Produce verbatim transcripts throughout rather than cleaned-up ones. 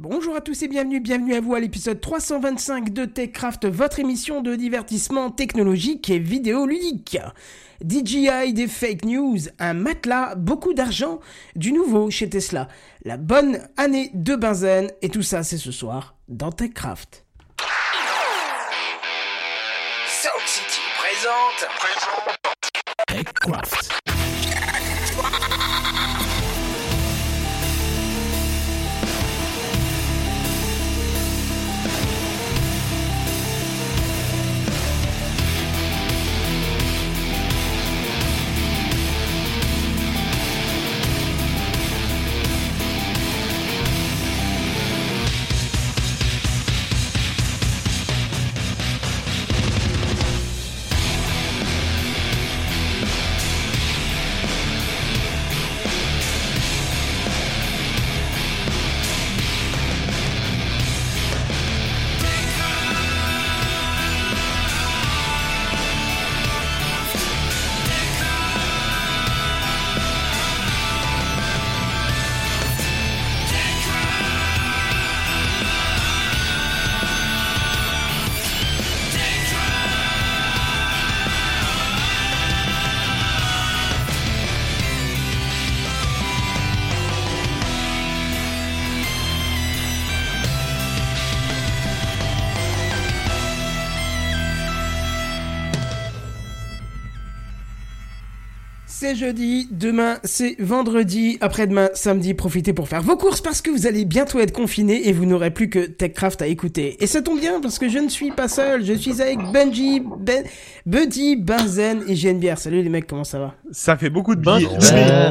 Bonjour à tous et bienvenue, bienvenue à vous à l'épisode trois cent vingt-cinq de TechCraft, votre émission de divertissement technologique et vidéoludique. D J I, des fake news, un matelas, beaucoup d'argent, du nouveau chez Tesla, la bonne année de benzène, et tout ça c'est ce soir dans TechCraft. Sound City présente, présente TechCraft. C'est jeudi, demain c'est vendredi, après-demain samedi, profitez pour faire vos courses parce que vous allez bientôt être confinés et vous n'aurez plus que TechCraft à écouter. Et ça tombe bien parce que je ne suis pas seul, je suis avec Benji, Ben, Buddy, Benzen et G N B R. Salut les mecs, comment ça va? Ça fait beaucoup de bien. Bonsoir.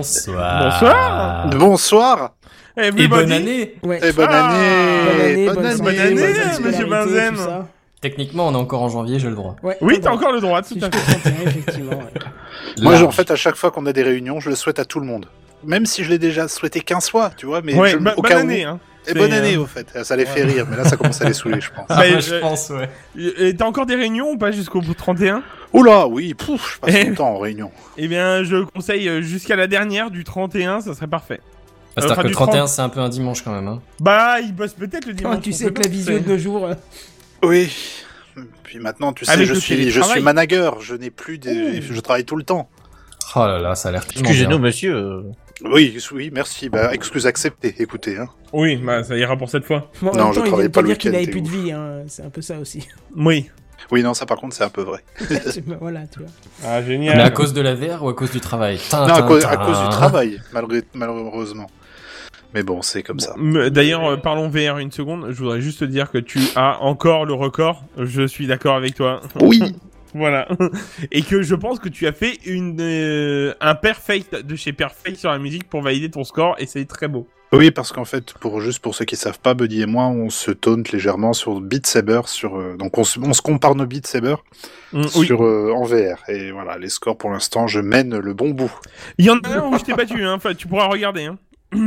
Bonsoir. Bonsoir. Et, Et bonne année. Ouais. Et bonne Ah. année. Bonne année, bonne année, monsieur Benzen. Techniquement, on est encore en janvier, j'ai le droit. Ouais, Oui, t'as encore le droit, tout Jusqu'au à fait. trente et un, effectivement. Ouais. Moi, Large. en fait, à chaque fois qu'on a des réunions, je le souhaite à tout le monde. Même si je l'ai déjà souhaité quinze fois, tu vois, mais Ouais, je, bo- au bonne cas année, où. hein. Et C'est, bonne euh, année, au fait. Ça les fait rire, mais là, ça commence à les saouler, je pense. Ah, Bah, ouais, je- je pense, ouais. Et t'as encore des réunions ou pas jusqu'au bout de trente et un? Oula, oui, pouf, je passe Eh. mon temps en réunion. Eh bien, je conseille euh, jusqu'à la dernière du trente et un, ça serait parfait. Bah, C'est-à-dire Enfin, que du trente et un, trente. c'est un peu un dimanche quand même. Hein. Bah, ils bossent peut-être le Oh, dimanche. tu on sais sait que pas, la visio c'est- de nos jours... euh, Oui. Puis maintenant, tu sais, Avec je le suis, je télétravail. suis manager. Je n'ai plus des, Ouh. je travaille tout le temps. Oh là là, ça a l'air tellement Excusez-nous, bien. monsieur. euh, Oui, oui, merci. Bah, excuse acceptée. Écoutez, hein. Oui, bah, ça ira pour cette fois. Bon, en Non, même je temps, il travaille vient de pas te le dire qu'il week-end, avait t'es plus de ouf. vie, hein. C'est un peu ça aussi. Oui. Oui, non, ça, par contre, c'est un peu vrai. Bah, voilà, tu vois. Ah, Mais génial. à cause de la V R ou à cause du travail? Tin, Non, à, tin, cause- à tin. cause du travail, malgré, malheureusement. Mais bon, c'est comme ça. M- D'ailleurs, euh, parlons V R une seconde. Je voudrais juste te dire que tu as encore le record. Je suis d'accord avec toi. Oui. Voilà. Et que je pense que tu as fait une euh, un perfect de chez Perfect sur la musique pour valider ton score et c'est très beau. Oui, parce qu'en fait, pour juste pour ceux qui savent pas, Buddy et moi, on se taunte légèrement sur Beat Saber, sur euh, donc on se, on se compare nos Beat Saber Mm, oui. sur euh, en V R. Et voilà, les scores pour l'instant, je mène le bon bout. Il y en a un où je t'ai battu, hein. Enfin, tu pourras regarder. Hein.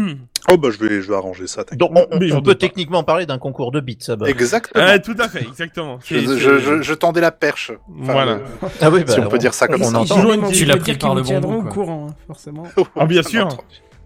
Oh bah je vais je vais arranger ça. t'inquiète. Donc, on, on- Mais j'en on peut doute pas. techniquement parler d'un concours de beats, ça va. Exactement. Euh, tout à fait, exactement. je, C'est- je, c'est- je, je tendais la perche. Enfin, Voilà. euh, Ah oui, bah, si on peut dire ça comme Et on ça. si entend. jamais on Tu veut l'as dire pris qu'ils par nous le bon tiendront bout, au quoi. courant, hein, forcément. Ah, bien sûr.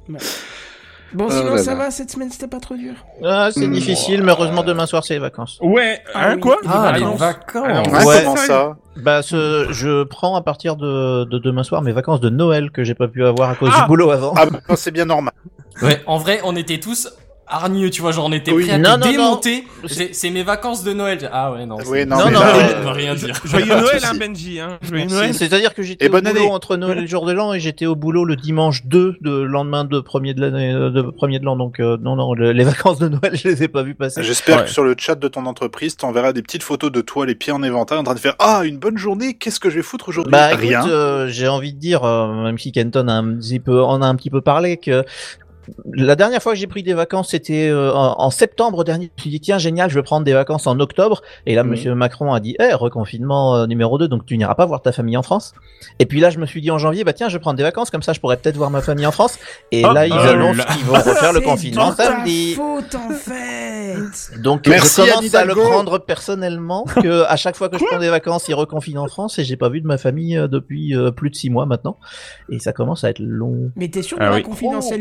Bon, Oh sinon, là ça là. va, cette semaine, c'était pas trop dur. Ah, c'est Mm. difficile, mais heureusement demain soir c'est les vacances. Ouais, Ah hein, oui. quoi Ah, les non. vacances. Alors, Ouais, Ouais. comment ça? Bah, ce, je prends à partir de, de demain soir mes vacances de Noël que j'ai pas pu avoir à cause Ah. du boulot avant. Ah bah, c'est bien normal. Ouais, en vrai, on était tous hargneux, tu vois, genre on était Oui. prêts à Non, te non, non. démonter. C'est c'est mes vacances de Noël. Ah ouais, non. Oui, c'est- non, Non, mais non, là, mais- Je euh, peux rien dire. Joyeux Pas de Noël, souci. hein, Benji. Hein. Joyeux Merci. Noël. C'est-à-dire que j'étais Et au bonne boulot année. entre Noël et le jour de l'an et j'étais au boulot le dimanche deux de lendemain de premier de l'année euh, de premier de l'an donc euh, non non le- les vacances de Noël je les ai pas vues passer. J'espère Ouais. que sur le chat de ton entreprise, t'enverras des petites photos de toi, les pieds en éventail, en train de faire ah une bonne journée. Qu'est-ce que je vais foutre aujourd'hui? Bah écoute, Rien. euh, j'ai envie de dire, euh, même si Kenton a un petit peu, en a un petit peu parlé, que la dernière fois que j'ai pris des vacances, c'était euh, en, en septembre dernier. Je me suis dit tiens génial, je vais prendre des vacances en octobre. Et là, Mhm. Monsieur Macron a dit, eh reconfinement euh, numéro deux, donc tu n'iras pas voir ta famille en France. Et puis là, je me suis dit en janvier, bah tiens, je vais prendre des vacances, comme ça, je pourrais peut-être voir ma famille en France. Et Oh, là, ils oh annoncent là. qu'ils vont refaire le C'est confinement de ta samedi. faute, en fait. Donc Merci, je commence Anne à le Hidalgo. prendre personnellement que à chaque fois que je prends des vacances, ils reconfinent en France et j'ai pas vu de ma famille euh, depuis euh, plus de six mois maintenant et ça commence à être long. Mais t'es sûr de Ah la oui. confidentialité de tes,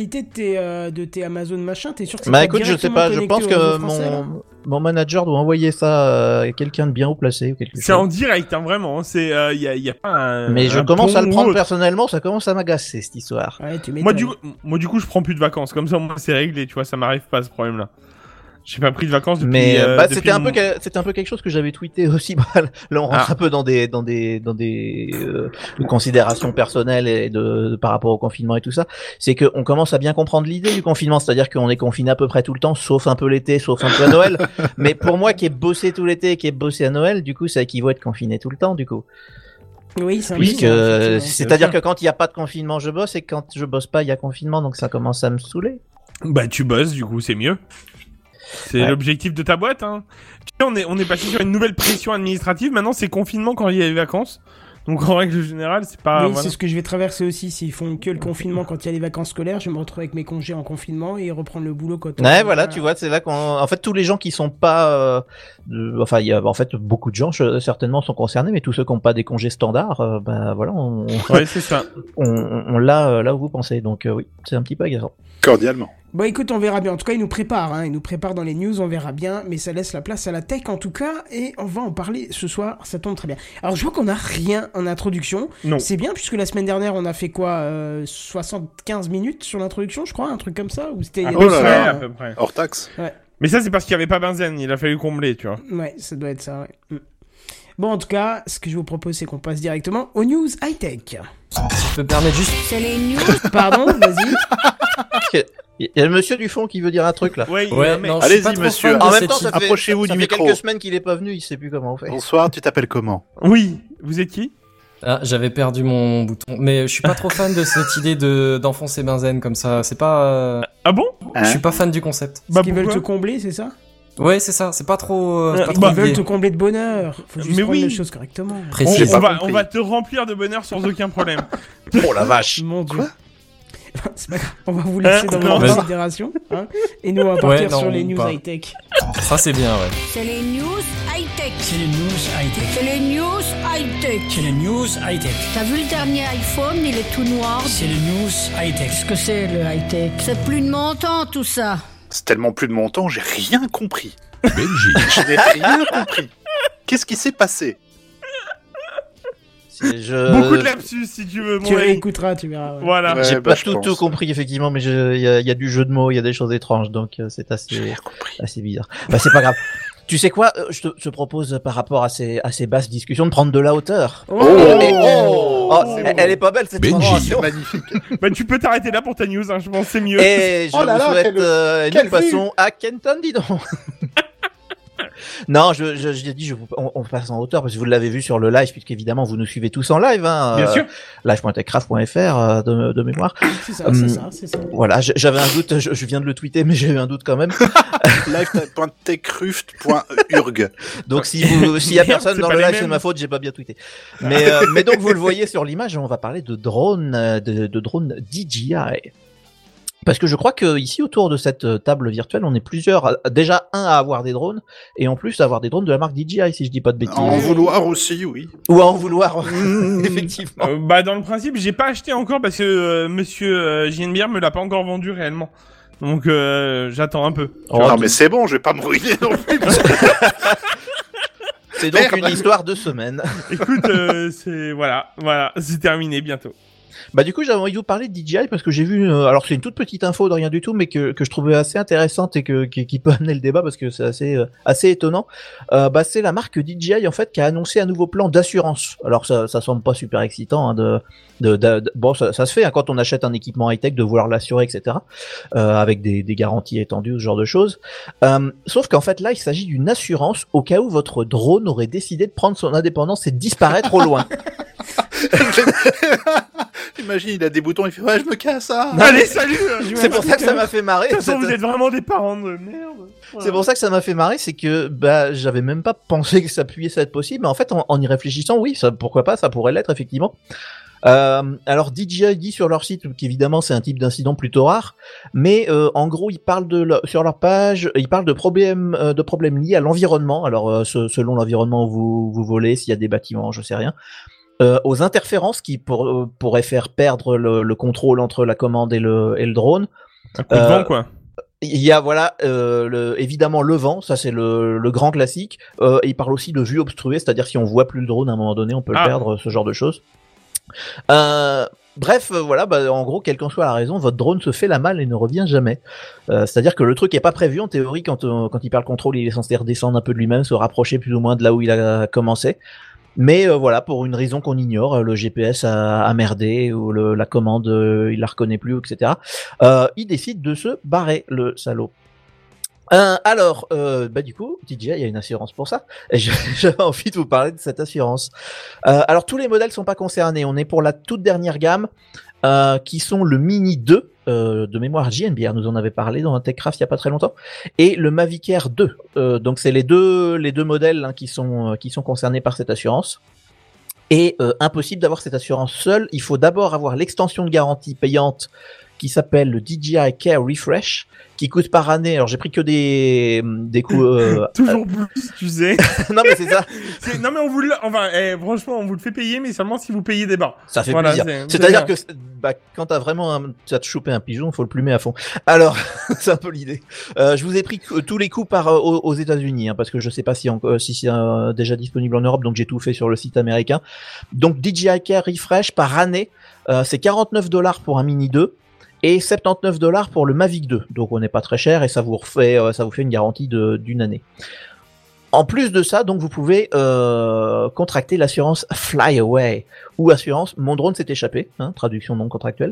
tes, euh, de tes Amazon machin, t'es sûr que c'est Bah pas écoute, je sais directement pas, je connecté pense au que réseau français, là mon, mon manager doit envoyer ça euh, à quelqu'un de bien haut placé ou quelque C'est chose. en direct, hein, vraiment. C'est, il euh, y, a, y a pas un. Mais je un commence à pont le ou prendre autre. personnellement, ça commence à m'agacer cette histoire. Ouais, tu m'étonnes. Moi du, coup, moi, du coup, je prends plus de vacances. Comme ça, moi, c'est réglé, tu vois, ça m'arrive pas ce problème-là. J'ai pas pris de vacances depuis. Mais euh, bah, depuis c'était un mon- peu que- c'était un peu quelque chose que j'avais tweeté aussi. Bah, là on rentre Ah. un peu dans des dans des dans des euh, considérations personnelles et de, de par rapport au confinement et tout ça. C'est que on commence à bien comprendre l'idée du confinement, c'est-à-dire qu'on est confiné à peu près tout le temps, sauf un peu l'été, sauf un peu à Noël. Mais pour moi qui ai bossé tout l'été et qui ai bossé à Noël, du coup ça équivaut à être confiné tout le temps du coup. Oui, c'est un Puisque peu ça, effectivement. c'est-à-dire que quand il n'y a pas de confinement, je bosse et quand je bosse pas, il y a confinement, donc ça commence à me saouler. Bah, tu bosses, du coup, c'est mieux. C'est Ouais. l'objectif de ta boîte, hein. Tu sais, on est, on est passé sur une nouvelle pression administrative. Maintenant, c'est confinement quand il y a les vacances. Donc, en règle générale, c'est pas. oui, voilà. c'est ce que je vais traverser aussi. S'ils font que le confinement quand il y a les vacances scolaires, je vais me retrouver avec mes congés en confinement et reprendre le boulot quand. Ouais, voilà, tu vois, c'est là qu'on, en fait, tous les gens qui sont pas, euh, de- enfin, il y a, en fait, beaucoup de gens je- certainement sont concernés, mais tous ceux qui n'ont pas des congés standards, euh, ben voilà, on, Ouais, c'est ça. on, on l'a euh, là où vous pensez, donc euh, oui, c'est un petit peu agaçant. Cordialement. Bon, écoute, on verra bien. En tout cas, il nous prépare, hein. Il nous prépare dans les news, on verra bien. Mais ça laisse la place à la tech, en tout cas. Et on va en parler ce soir. Ça tombe très bien. Alors, je vois qu'on n'a rien en introduction. Non. C'est bien, puisque la semaine dernière, on a fait quoi euh, soixante-quinze minutes sur l'introduction, je crois, un truc comme ça. Ou c'était il y a À deux peu Oh là près, semaines, là. à peu près. Hors taxe. Mais ça, c'est parce qu'il y avait pas benzène. Il a fallu combler, tu vois. Ouais, ça doit être ça, ouais. Mm. Bon, en tout cas, ce que je vous propose, c'est qu'on passe directement aux news high-tech. Je peux me permettre juste. C'est les news. Pardon, vas-y. Il y a le monsieur du fond qui veut dire un truc là. Ouais, il y a Ouais, un mec- non, je suis Allez-y, pas trop monsieur. fan de En même cette temps, ça idée. fait, Approchez-vous ça du fait micro. quelques semaines qu'il est pas venu, il sait plus comment on fait. Bonsoir, tu t'appelles comment? Oui, vous êtes qui? Ah, j'avais perdu mon bouton. Mais je suis pas trop fan de cette idée de d'enfoncer benzène comme ça. C'est pas. euh, Ah bon? Hein? Je suis pas fan du concept. Parce qu'ils veulent pourquoi te combler, c'est ça? Ouais, c'est ça. C'est pas trop. euh, c'est Euh, pas Ils trop bah, veulent l'idée. te combler de bonheur. Faut juste Mais prendre oui. les choses correctement. On, Précis. J'ai on pas va, compris. on va te remplir de bonheur sans aucun problème. Oh la vache. Mon dieu. Quoi C'est pas grave, on va vous laisser Hein, dans non, vos vas-y. considérations. Hein, et nous, on va partir Ouais, non, sur les ou news pas. high-tech. Ça, c'est bien, ouais. C'est les news high-tech. C'est les news high-tech. C'est les news high-tech. C'est les news high-tech. T'as vu le dernier iPhone, il est tout noir. C'est les news high-tech. Qu'est-ce que c'est le high-tech? C'est plus de mon temps tout ça. C'est tellement plus de mon temps, j'ai rien compris. Je n'ai rien compris. Qu'est-ce qui s'est passé? C'est- je- Beaucoup de lapsus, si tu veux. Tu mon ami. réécouteras, tu verras. ouais. Voilà. Ouais. J'ai bah, pas je tout, pense. tout compris effectivement, mais je- il y a, il y a du jeu de mots, il y a des choses étranges, donc euh, c'est J'ai assez, rien compris. assez bizarre. Bah c'est pas grave. Tu sais quoi, euh, je te je te propose par rapport à ces, à ces basses discussions de prendre de la hauteur. Oh, Mais- oh, Oh, elle, c'est elle beau. est pas belle cette C'est transition. magnifique. Bah, tu peux t'arrêter là pour ta news, hein, je pense que c'est mieux. Et je Oh là vous là, souhaite, quelle- euh, et quelle nous passons à Kenton, dis donc. Non, je, je, je dis, je vous, on, on passe en hauteur parce que vous l'avez vu sur le live, puisqu'évidemment vous nous suivez tous en live, hein, Bien euh, sûr. live point techcraft point f r euh, de, de mémoire. C'est ça, Hum, c'est ça, c'est ça. Voilà, j- j'avais un doute, je, je viens de le tweeter, mais j'ai eu un doute quand même. live point techcruft point org. Donc si vous, s'il y a Merde, personne c'est dans pas le les live, c'est mêmes. ma faute, j'ai pas bien tweeté. Mais, euh, mais donc vous le voyez sur l'image, on va parler de drones, euh, de, de drones D J I. Parce que je crois que ici autour de cette euh, table virtuelle, on est plusieurs, à- déjà un à avoir des drones, et en plus à avoir des drones de la marque D J I, si je dis pas de bêtises. En vouloir aussi, oui. Ou à en vouloir, effectivement. Euh, bah, dans le principe, j'ai pas acheté encore parce que euh, monsieur euh, J N B R me l'a pas encore vendu réellement. Donc, euh, j'attends un peu. Oh, non, tu- mais c'est bon, je vais pas me ruiner non plus. parce que- c'est donc Merde. une histoire de semaine. Écoute, euh, c'est voilà, voilà, c'est terminé bientôt. Bah du coup j'avais envie de vous parler de D J I parce que j'ai vu, euh, alors c'est une toute petite info de rien du tout, mais que, que je trouvais assez intéressante et que, qui, qui peut amener le débat parce que c'est assez euh, assez étonnant. Euh, bah c'est la marque D J I en fait qui a annoncé un nouveau plan d'assurance. Alors ça ça semble pas super excitant hein, de, de, de, de- bon ça, ça se fait hein, quand on achète un équipement high tech de vouloir l'assurer et cetera. Euh, avec des, des garanties étendues ce genre de choses. Euh, sauf qu'en fait là il s'agit d'une assurance au cas où votre drone aurait décidé de prendre son indépendance et de disparaître au loin. Imagine, il a des boutons, il fait ouais, je me casse. Ah. Allez, salut. euh, C'est pour ça que ça m'a fait marrer. De toute façon, cette- vous êtes vraiment des parents de merde. C'est pour ça que ça m'a fait marrer, c'est que bah j'avais même pas pensé que ça puisse être possible, mais en fait en, en y réfléchissant, oui, ça pourquoi pas, ça pourrait l'être effectivement. Euh, alors D J I dit sur leur site qu'évidemment c'est un type d'incident plutôt rare, mais euh, en gros ils parlent de le- sur leur page, ils parlent de problèmes euh, de problèmes liés à l'environnement. Alors euh, ce- selon l'environnement où vous vous volez, s'il y a des bâtiments, je sais rien. Euh, aux interférences qui pour, euh, pourraient faire perdre le, le contrôle entre la commande et le, et le drone, Un coup de Euh, vent, quoi. Il y a voilà euh, le, évidemment le vent, ça c'est le, le grand classique. Euh, et il parle aussi de vue obstruée, c'est-à-dire si on voit plus le drone à un moment donné, on peut Ah. le perdre, ce genre de choses. Euh, bref, euh, voilà, bah, en gros, quelle qu'en soit la raison, votre drone se fait la malle et ne revient jamais. Euh, c'est-à-dire que le truc est pas prévu en théorie quand euh, quand il perd le contrôle, il est censé redescendre un peu de lui-même, se rapprocher plus ou moins de là où il a commencé. Mais euh, voilà, pour une raison qu'on ignore, le G P S a, a merdé ou le, la commande euh, il la reconnaît plus, et cetera. Euh, il décide de se barrer, le salaud. Euh, alors, euh, bah du coup, D J I, il y a une assurance pour ça. Et je- j'avais envie de vous parler de cette assurance. Euh, alors, tous les modèles sont pas concernés. On est pour la toute dernière gamme, euh, qui sont le Mini deux, euh, de mémoire J N B R nous en avait parlé dans un TechCraft il y a pas très longtemps, et le Mavic Air deux. Euh, donc, c'est les deux les deux modèles hein, qui sont euh, qui sont concernés par cette assurance. Et euh, impossible d'avoir cette assurance seule. Il faut d'abord avoir l'extension de garantie payante qui s'appelle le D J I Care Refresh, qui coûte par année. Alors j'ai pris que des des coûts. Euh, Toujours plus, tu sais. non mais c'est ça. C'est- Non, mais on vous le, enfin, eh, franchement, on vous le fait payer, mais seulement si vous payez des bars. Ça fait Voilà, plaisir. c'est- c'est C'est-à-dire bien. que c'est- bah, quand t'as vraiment un, tu as te chopé un pigeon, faut le plumer à fond. Alors, c'est un peu l'idée. Euh, je vous ai pris que- tous les coûts par euh, aux, aux États-Unis, hein, parce que je sais pas si en- euh, si c'est euh, déjà disponible en Europe, donc j'ai tout fait sur le site américain. Donc D J I Care Refresh par année, euh, c'est quarante-neuf dollars pour un Mini deux. Et soixante-dix-neuf dollars pour le Mavic deux. Donc on n'est pas très cher et ça vous refait, euh, ça vous fait une garantie de, d'une année. En plus de ça, donc vous pouvez euh, contracter l'assurance Flyaway ou assurance Mon drone s'est échappé, hein, traduction non contractuelle,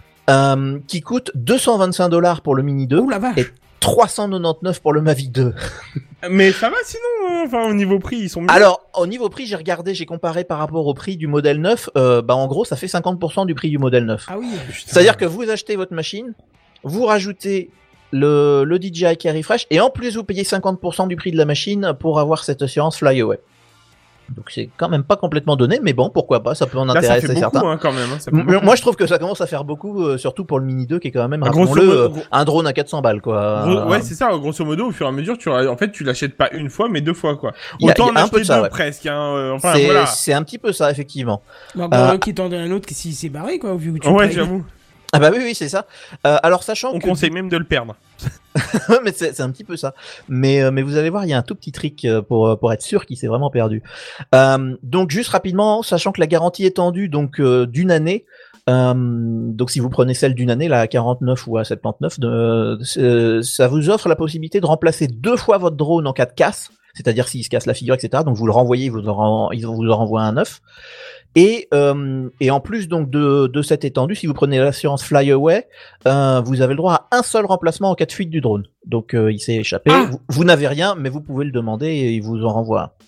euh, qui coûte deux cent vingt-cinq dollars pour le Mini deux Oh la vache. et trois cent quatre-vingt-dix-neuf pour le Mavic deux. Mais ça va sinon, hein, enfin, au niveau prix, ils sont mieux. Alors, au niveau prix, j'ai regardé, j'ai comparé par rapport au prix du modèle neuf, euh, bah en gros, ça fait cinquante pour cent du prix du modèle neuf. Ah oui. C'est-à-dire que vous achetez votre machine, vous rajoutez le, le D J I Care Refresh, et en plus vous payez cinquante pour cent du prix de la machine pour avoir cette assurance Flyaway. Donc c'est quand même pas complètement donné, mais bon, pourquoi pas, ça peut en Là, ça intéresser fait beaucoup, certains. hein, quand même. Hein, ça fait M- beaucoup. Moi je trouve que ça commence à faire beaucoup, euh, surtout pour le Mini deux qui est quand même, Ah, grosso rappelons-le, modo, euh, gros- un drone à quatre cents balles quoi. Gros- Euh, ouais, c'est ça. Grosso modo, au fur et à mesure, tu en fait, tu l'achètes pas une fois, mais deux fois, quoi. Il y a- Autant il y a en un peu acheter de ça, deux ouais. presque. Hein, euh, enfin, c'est voilà. c'est un petit peu ça effectivement. Donc, Euh, qui t'en donne un autre, s'il s'est barré, quoi, vu que tu Ouais, payes. j'avoue. Ah bah oui oui c'est ça. Euh, alors sachant On que conseille même de le perdre. mais c'est c'est un petit peu ça. Mais euh, mais vous allez voir, il y a un tout petit trick euh, pour euh, pour être sûr qu'il s'est vraiment perdu. Euh, donc juste rapidement, sachant que la garantie est tendue donc euh, d'une année. Euh, donc si vous prenez celle d'une année, là à quarante-neuf ou à soixante-dix-neuf, de, euh, ça vous offre la possibilité de remplacer deux fois votre drone en cas de casse, c'est-à-dire s'il se casse la figure, et cetera. Donc vous le renvoyez, il vous en, ren- il vous en renvoie un neuf. Et, euh, et en plus donc de, de cette étendue, si vous prenez l'assurance Flyaway, euh, vous avez le droit à un seul remplacement en cas de fuite du drone. Donc euh, il s'est échappé, Ah. vous, vous n'avez rien, mais vous pouvez le demander et il vous en renvoie un.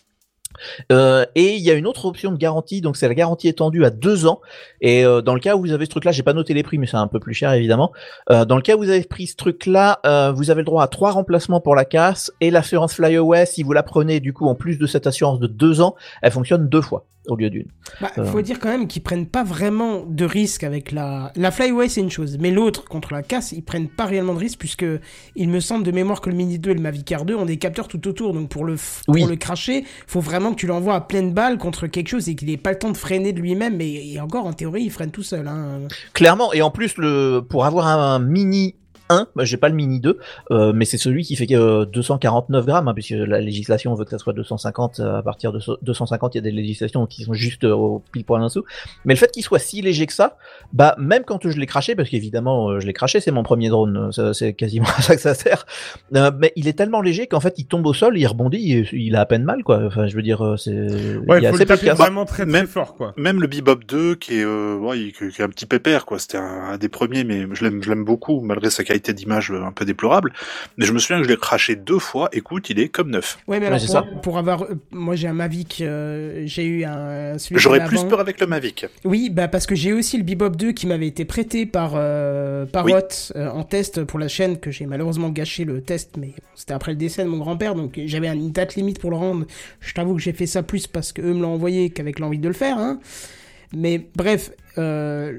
Euh, et il y a une autre option de garantie, donc c'est la garantie étendue à deux ans. Et euh, dans le cas où vous avez ce truc-là, j'ai pas noté les prix, mais c'est un peu plus cher évidemment. Euh, dans le cas où vous avez pris ce truc-là, euh, vous avez le droit à trois remplacements pour la casse et l'assurance Flyaway. Si vous la prenez du coup en plus de cette assurance de deux ans, elle fonctionne deux fois au lieu d'une. Bah, Euh. faut dire quand même qu'ils prennent pas vraiment de risque avec la la Flyaway, c'est une chose, mais l'autre contre la casse, ils prennent pas réellement de risque puisque il me semble de mémoire que le Mini deux et le Mavic Air deux ont des capteurs tout autour, donc pour le f- Oui. pour le cracher, faut vraiment que tu l'envoies à pleine balle contre quelque chose et qu'il ait pas le temps de freiner de lui-même. Et, et encore en théorie, il freine tout seul. Hein. Clairement, et en plus le pour avoir un, un mini un, bah, j'ai pas le mini deux, euh, mais c'est celui qui fait que euh, deux cent quarante-neuf grammes, hein, puisque la législation veut que ça soit deux cent cinquante, euh, à partir de so- deux cent cinquante, il y a des législations qui sont juste euh, au pile poil en dessous. Mais le fait qu'il soit si léger que ça, bah même quand je l'ai craché, parce qu'évidemment euh, je l'ai craché, c'est mon premier drone, euh, ça- c'est quasiment à ça que ça sert, euh, mais il est tellement léger qu'en fait il tombe au sol, il rebondit, et il a à peine mal quoi. Enfin je veux dire, euh, c'est Ouais, il y a faut assez le peu de taper casse. vraiment très très Même- fort, quoi. Même le Bebop deux, qui est, euh, ouais, il- qui est un petit pépère, quoi. C'était un, un des premiers, mais je l'aime, je l'aime beaucoup, malgré sa qualité d'image euh, un peu déplorable. Mais je me souviens que je l'ai craché deux fois. Écoute, il est comme neuf. Ouais, mais Ouais, alors c'est pour, ça. pour avoir, euh, moi j'ai un Mavic, euh, j'ai eu un. celui J'aurais que plus j'avais peur avant. avec le Mavic. Oui, bah parce que j'ai aussi le Bebop deux qui m'avait été prêté par euh, par Oui. Hot, euh, en test pour la chaîne, que j'ai malheureusement gâché le test, mais c'était après le décès de mon grand-père, donc j'avais une date limite pour le rendre. Je t'avoue que j'ai fait ça plus parce que eux me l'ont envoyé qu'avec l'envie de le faire, hein. Mais bref, euh,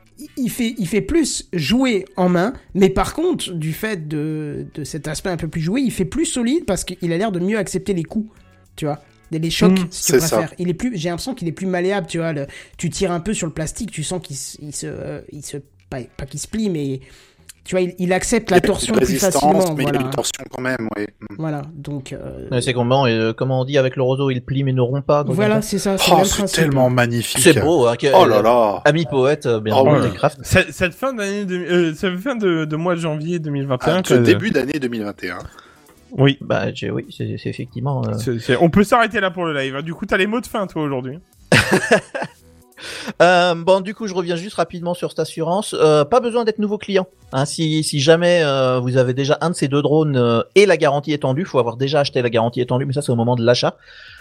il fait il fait plus jouer en main, mais par contre, du fait de de cet aspect un peu plus joué, il fait plus solide parce qu'il a l'air de mieux accepter les coups, tu vois. Les chocs, Mmh, si tu c'est ça. préfères. Il est plus, j'ai l'impression qu'il est plus malléable, tu vois. Le- tu tires un peu sur le plastique, tu sens qu'il se, il se, euh, il se pas, pas qu'il se plie, mais tu vois, il, il accepte la torsion plus facilement. Mais voilà. il y a une torsion quand même, ouais. Voilà, donc. Euh... Ouais, c'est comment, euh, comment on dit avec le roseau, il plie mais ne rompt pas. Donc voilà, c'est ça. C'est, oh, le même c'est principe. tellement magnifique. C'est beau. Hein, oh là là. Ami poète, bien oh, sûr, ouais. Craft. Cette, cette fin d'année, de, euh, cette fin de, de mois de janvier deux mille vingt et un. Ah, que... début d'année deux mille vingt et un. Oui. Bah, j'ai, oui, c'est, c'est effectivement. Euh... C'est, c'est... On peut s'arrêter là pour le live. Du coup, t'as les mots de fin, toi, aujourd'hui. Euh, bon, du coup, je reviens juste rapidement sur cette assurance. Euh, pas besoin d'être nouveau client. Hein, si, si jamais euh, vous avez déjà un de ces deux drones euh, et la garantie étendue, faut avoir déjà acheté la garantie étendue, mais ça c'est au moment de l'achat.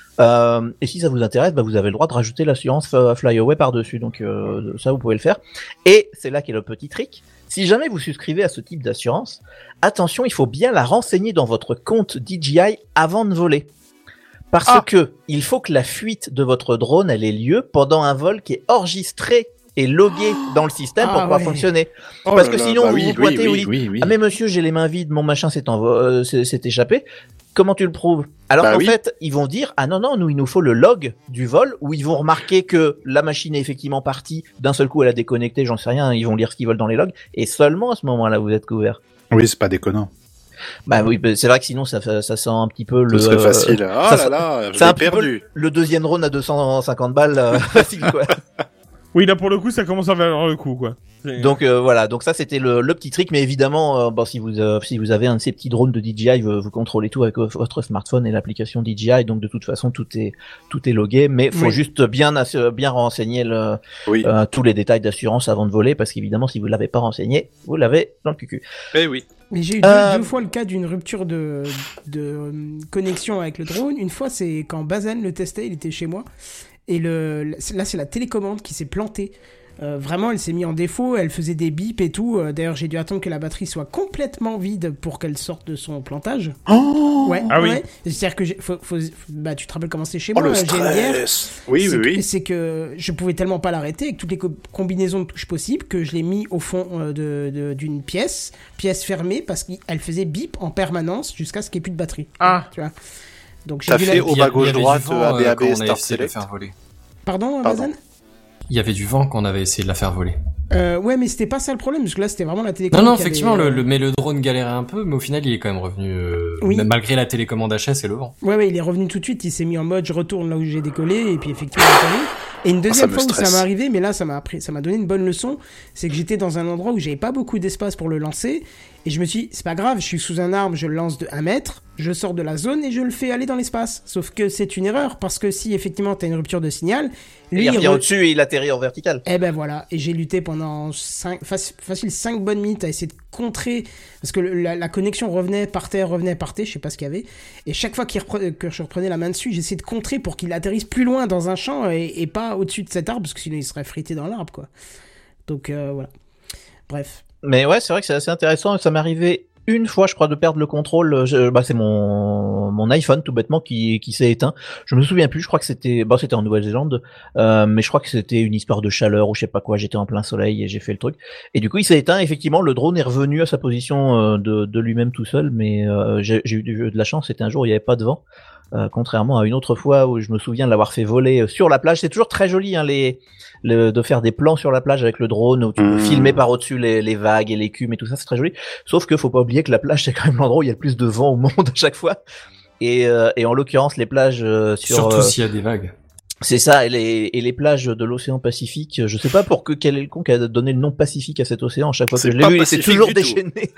Euh, et si ça vous intéresse, bah, vous avez le droit de rajouter l'assurance Flyaway par-dessus. Donc euh, ça, vous pouvez le faire. Et c'est là qu'est le petit trick. Si jamais vous souscrivez à ce type d'assurance, attention, il faut bien la renseigner dans votre compte D J I avant de voler. Parce ah. que il faut que la fuite de votre drone elle ait lieu pendant un vol qui est enregistré et logué oh. dans le système pour ah, pouvoir ouais. fonctionner. Oh Parce que là, sinon, bah, vous oui, vous pointez, oui, oui, oui, oui, oui. Ah mais monsieur, j'ai les mains vides, mon machin s'est, envo- euh, s'est, s'est échappé. Comment tu le prouves? Alors bah, qu'en oui. fait, ils vont dire ah non non, nous il nous faut le log du vol où ils vont remarquer que la machine est effectivement partie. D'un seul coup, elle a déconnecté, j'en sais rien. Ils vont lire ce qu'ils veulent dans les logs et seulement à ce moment-là, vous êtes couvert. Oui, c'est pas déconnant. Bah oui, c'est vrai que sinon ça, ça sent un petit peu le. Ce serait facile. Euh, ah ça, là là, c'est un perdu. Peu le deuxième drone à deux cent cinquante balles euh, facile quoi. Oui, là pour le coup, ça commence à valoir le coup quoi. C'est... Donc euh, voilà, donc ça c'était le, le petit trick, mais évidemment, euh, bon si vous euh, si vous avez un de ces petits drones de D J I, vous, vous contrôlez tout avec votre smartphone et l'application D J I, donc de toute façon tout est tout est logué, mais faut oui. juste bien bien renseigner le, oui. euh, tous les détails d'assurance avant de voler, parce qu'évidemment si vous l'avez pas renseigné, vous l'avez dans le cucu. Eh oui. Mais j'ai eu deux, euh... deux fois le cas d'une rupture de, de euh, connexion avec le drone. Une fois, c'est quand Bazen le testait, il était chez moi. Et le, là, c'est la télécommande qui s'est plantée. Euh, vraiment, elle s'est mise en défaut, elle faisait des bips et tout. Euh, d'ailleurs, j'ai dû attendre que la batterie soit complètement vide pour qu'elle sorte de son plantage. Oh ouais, ah oui. Ouais. C'est-à-dire que j'ai, faut, faut, bah, tu te rappelles comment c'est chez oh, moi, le G N R. Oui, c'est oui, que, oui. C'est que je pouvais tellement pas l'arrêter avec toutes les co- combinaisons de touches possibles que je l'ai mis au fond euh, de, de, d'une pièce, pièce fermée, parce qu'elle faisait bip en permanence jusqu'à ce qu'il n'y ait plus de batterie. Ah. Tu vois. Donc j'ai T'as dû fait la... au bas gauche droite A B A B Start Select. Pardon, Pardon. Bazen? Il y avait du vent quand on avait essayé de la faire voler. Euh, ouais, mais c'était pas ça le problème, parce que là, c'était vraiment la télécommande. Non, non, effectivement, avait, euh... le, le, mais le drone galérait un peu, mais au final, il est quand même revenu, euh, oui. même malgré la télécommande H S et le vent. Ouais, ouais, il est revenu tout de suite, il s'est mis en mode, je retourne là où j'ai décollé, et puis effectivement, il est revenu. Et une deuxième ah, fois où ça m'est arrivé, mais là, ça m'a appris, ça m'a donné une bonne leçon, c'est que j'étais dans un endroit où j'avais pas beaucoup d'espace pour le lancer, et je me suis dit, c'est pas grave, je suis sous un arbre, je le lance de un mètre, je sors de la zone et je le fais aller dans l'espace. Sauf que c'est une erreur, parce que si effectivement t'as une rupture de signal, lui, il revient re... au-dessus et il atterrit en vertical. Eh ben voilà, et j'ai lutté pendant cinq, facile cinq bonnes minutes à essayer de contrer, parce que la, la connexion revenait, partait, revenait, partait, je sais pas ce qu'il y avait, et chaque fois qu'il reprenait, que je reprenais la main dessus, j'essayais de contrer pour qu'il atterrisse plus loin dans un champ et, et pas au-dessus de cet arbre, parce que sinon il serait frité dans l'arbre, quoi. Donc euh, voilà. Bref. Mais ouais, c'est vrai que c'est assez intéressant, ça m'est arrivé une fois, je crois, de perdre le contrôle. Je, bah, c'est mon mon iPhone tout bêtement qui qui s'est éteint. Je me souviens plus. Je crois que c'était, bah, c'était en Nouvelle-Zélande, euh, mais je crois que c'était une histoire de chaleur ou je sais pas quoi. J'étais en plein soleil et j'ai fait le truc. Et du coup, il s'est éteint. Effectivement, le drone est revenu à sa position euh, de de lui-même tout seul. Mais euh, j'ai, j'ai eu de la chance. C'était un jour où il y avait pas de vent. Euh, contrairement à une autre fois où je me souviens de l'avoir fait voler sur la plage. C'est toujours très joli, hein, les, le, de faire des plans sur la plage avec le drone où tu peux mmh. filmer par au-dessus les, les vagues et l'écume et tout ça, c'est très joli. Sauf que faut pas oublier que la plage, c'est quand même l'endroit où il y a le plus de vent au monde à chaque fois. Et, euh, et en l'occurrence, les plages euh, sur... Surtout euh, s'il y a des vagues. C'est ça, et les, et les plages de l'océan Pacifique, je sais pas pour que quel est le con qui a donné le nom Pacifique à cet océan. À chaque fois c'est que je l'ai vu, il était toujours tout. déchaîné.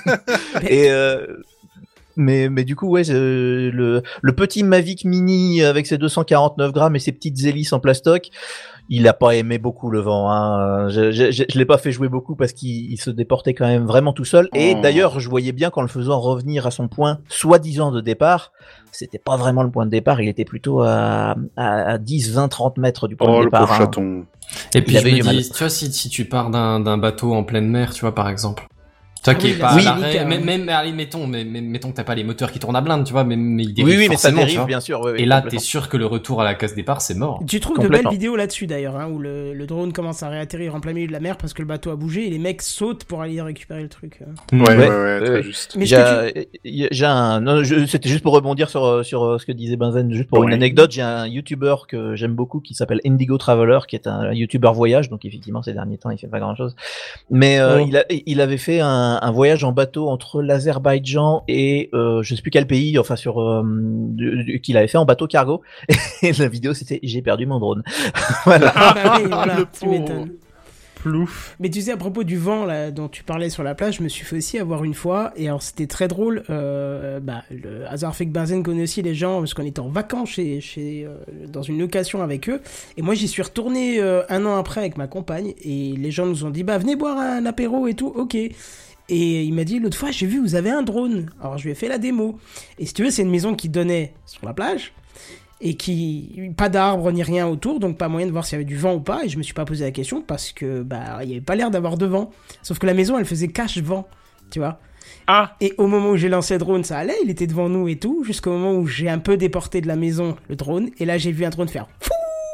et... Euh, Mais, mais du coup, ouais, euh, le, le petit Mavic Mini avec ses deux cent quarante-neuf grammes et ses petites hélices en plastoc, il a pas aimé beaucoup le vent, hein. Je, je, je, je l'ai pas fait jouer beaucoup parce qu'il il se déportait quand même vraiment tout seul. Et oh. d'ailleurs, je voyais bien qu'en le faisant revenir à son point soi-disant de départ, c'était pas vraiment le point de départ, il était plutôt à, à, à dix, vingt, trente mètres du point oh, de départ. Le hein. chaton. Et puis, je me dis, tu vois, si, si tu pars d'un, d'un bateau en pleine mer, tu vois, par exemple. Toi qui oui, est pas oui, à l'arrêt, hein. même, même, allez, mettons, mais, mais, mettons que t'as pas les moteurs qui tournent à blinde, tu vois, mais, mais il dérive oui, oui, mais ça dérive, tu vois. bien sûr. Oui, oui, et là, t'es sûr que le retour à la case départ, c'est mort. Tu trouves de belles vidéos là-dessus d'ailleurs, hein, où le, le drone commence à réatterrir en plein milieu de la mer parce que le bateau a bougé et les mecs sautent pour aller récupérer le truc. Ouais, ouais, ouais, ouais très euh, juste. Mais j'ai, tu... j'ai un, non, je, c'était juste pour rebondir sur sur ce que disait Benzen, juste pour ouais. une anecdote. J'ai un YouTuber que j'aime beaucoup qui s'appelle Indigo Traveler, qui est un YouTuber voyage, donc effectivement ces derniers temps il fait pas grand-chose, mais euh, oh. il a, il avait fait un un, un voyage en bateau entre l'Azerbaïdjan et euh, je sais plus quel pays, enfin sur euh, du, du, qu'il avait fait en bateau cargo. Et la vidéo c'était j'ai perdu mon drone. Voilà. Ah bah oui, voilà, Le tu pauvre. m'étonnes. Plouf. Mais tu sais, à propos du vent là, dont tu parlais sur la plage, je me suis fait aussi avoir une fois, et alors c'était très drôle. Euh, bah, le hasard fait que Benzen connaît aussi les gens, parce qu'on était en vacances chez, chez, euh, dans une location avec eux, et moi j'y suis retourné euh, un an après avec ma compagne, et les gens nous ont dit, bah venez boire un apéro et tout, ok. Et il m'a dit, l'autre fois j'ai vu, vous avez un drone. Alors je lui ai fait la démo. Et si tu veux, c'est une maison qui donnait sur la plage, et qui pas d'arbres ni rien autour, donc pas moyen de voir s'il y avait du vent ou pas, et je me suis pas posé la question parce que bah il y avait pas l'air d'avoir de vent, sauf que la maison elle faisait cache vent, tu vois. Ah. Et au moment où j'ai lancé le drone, ça allait, il était devant nous et tout, jusqu'au moment où j'ai un peu déporté de la maison le drone, et là j'ai vu un drone faire fou,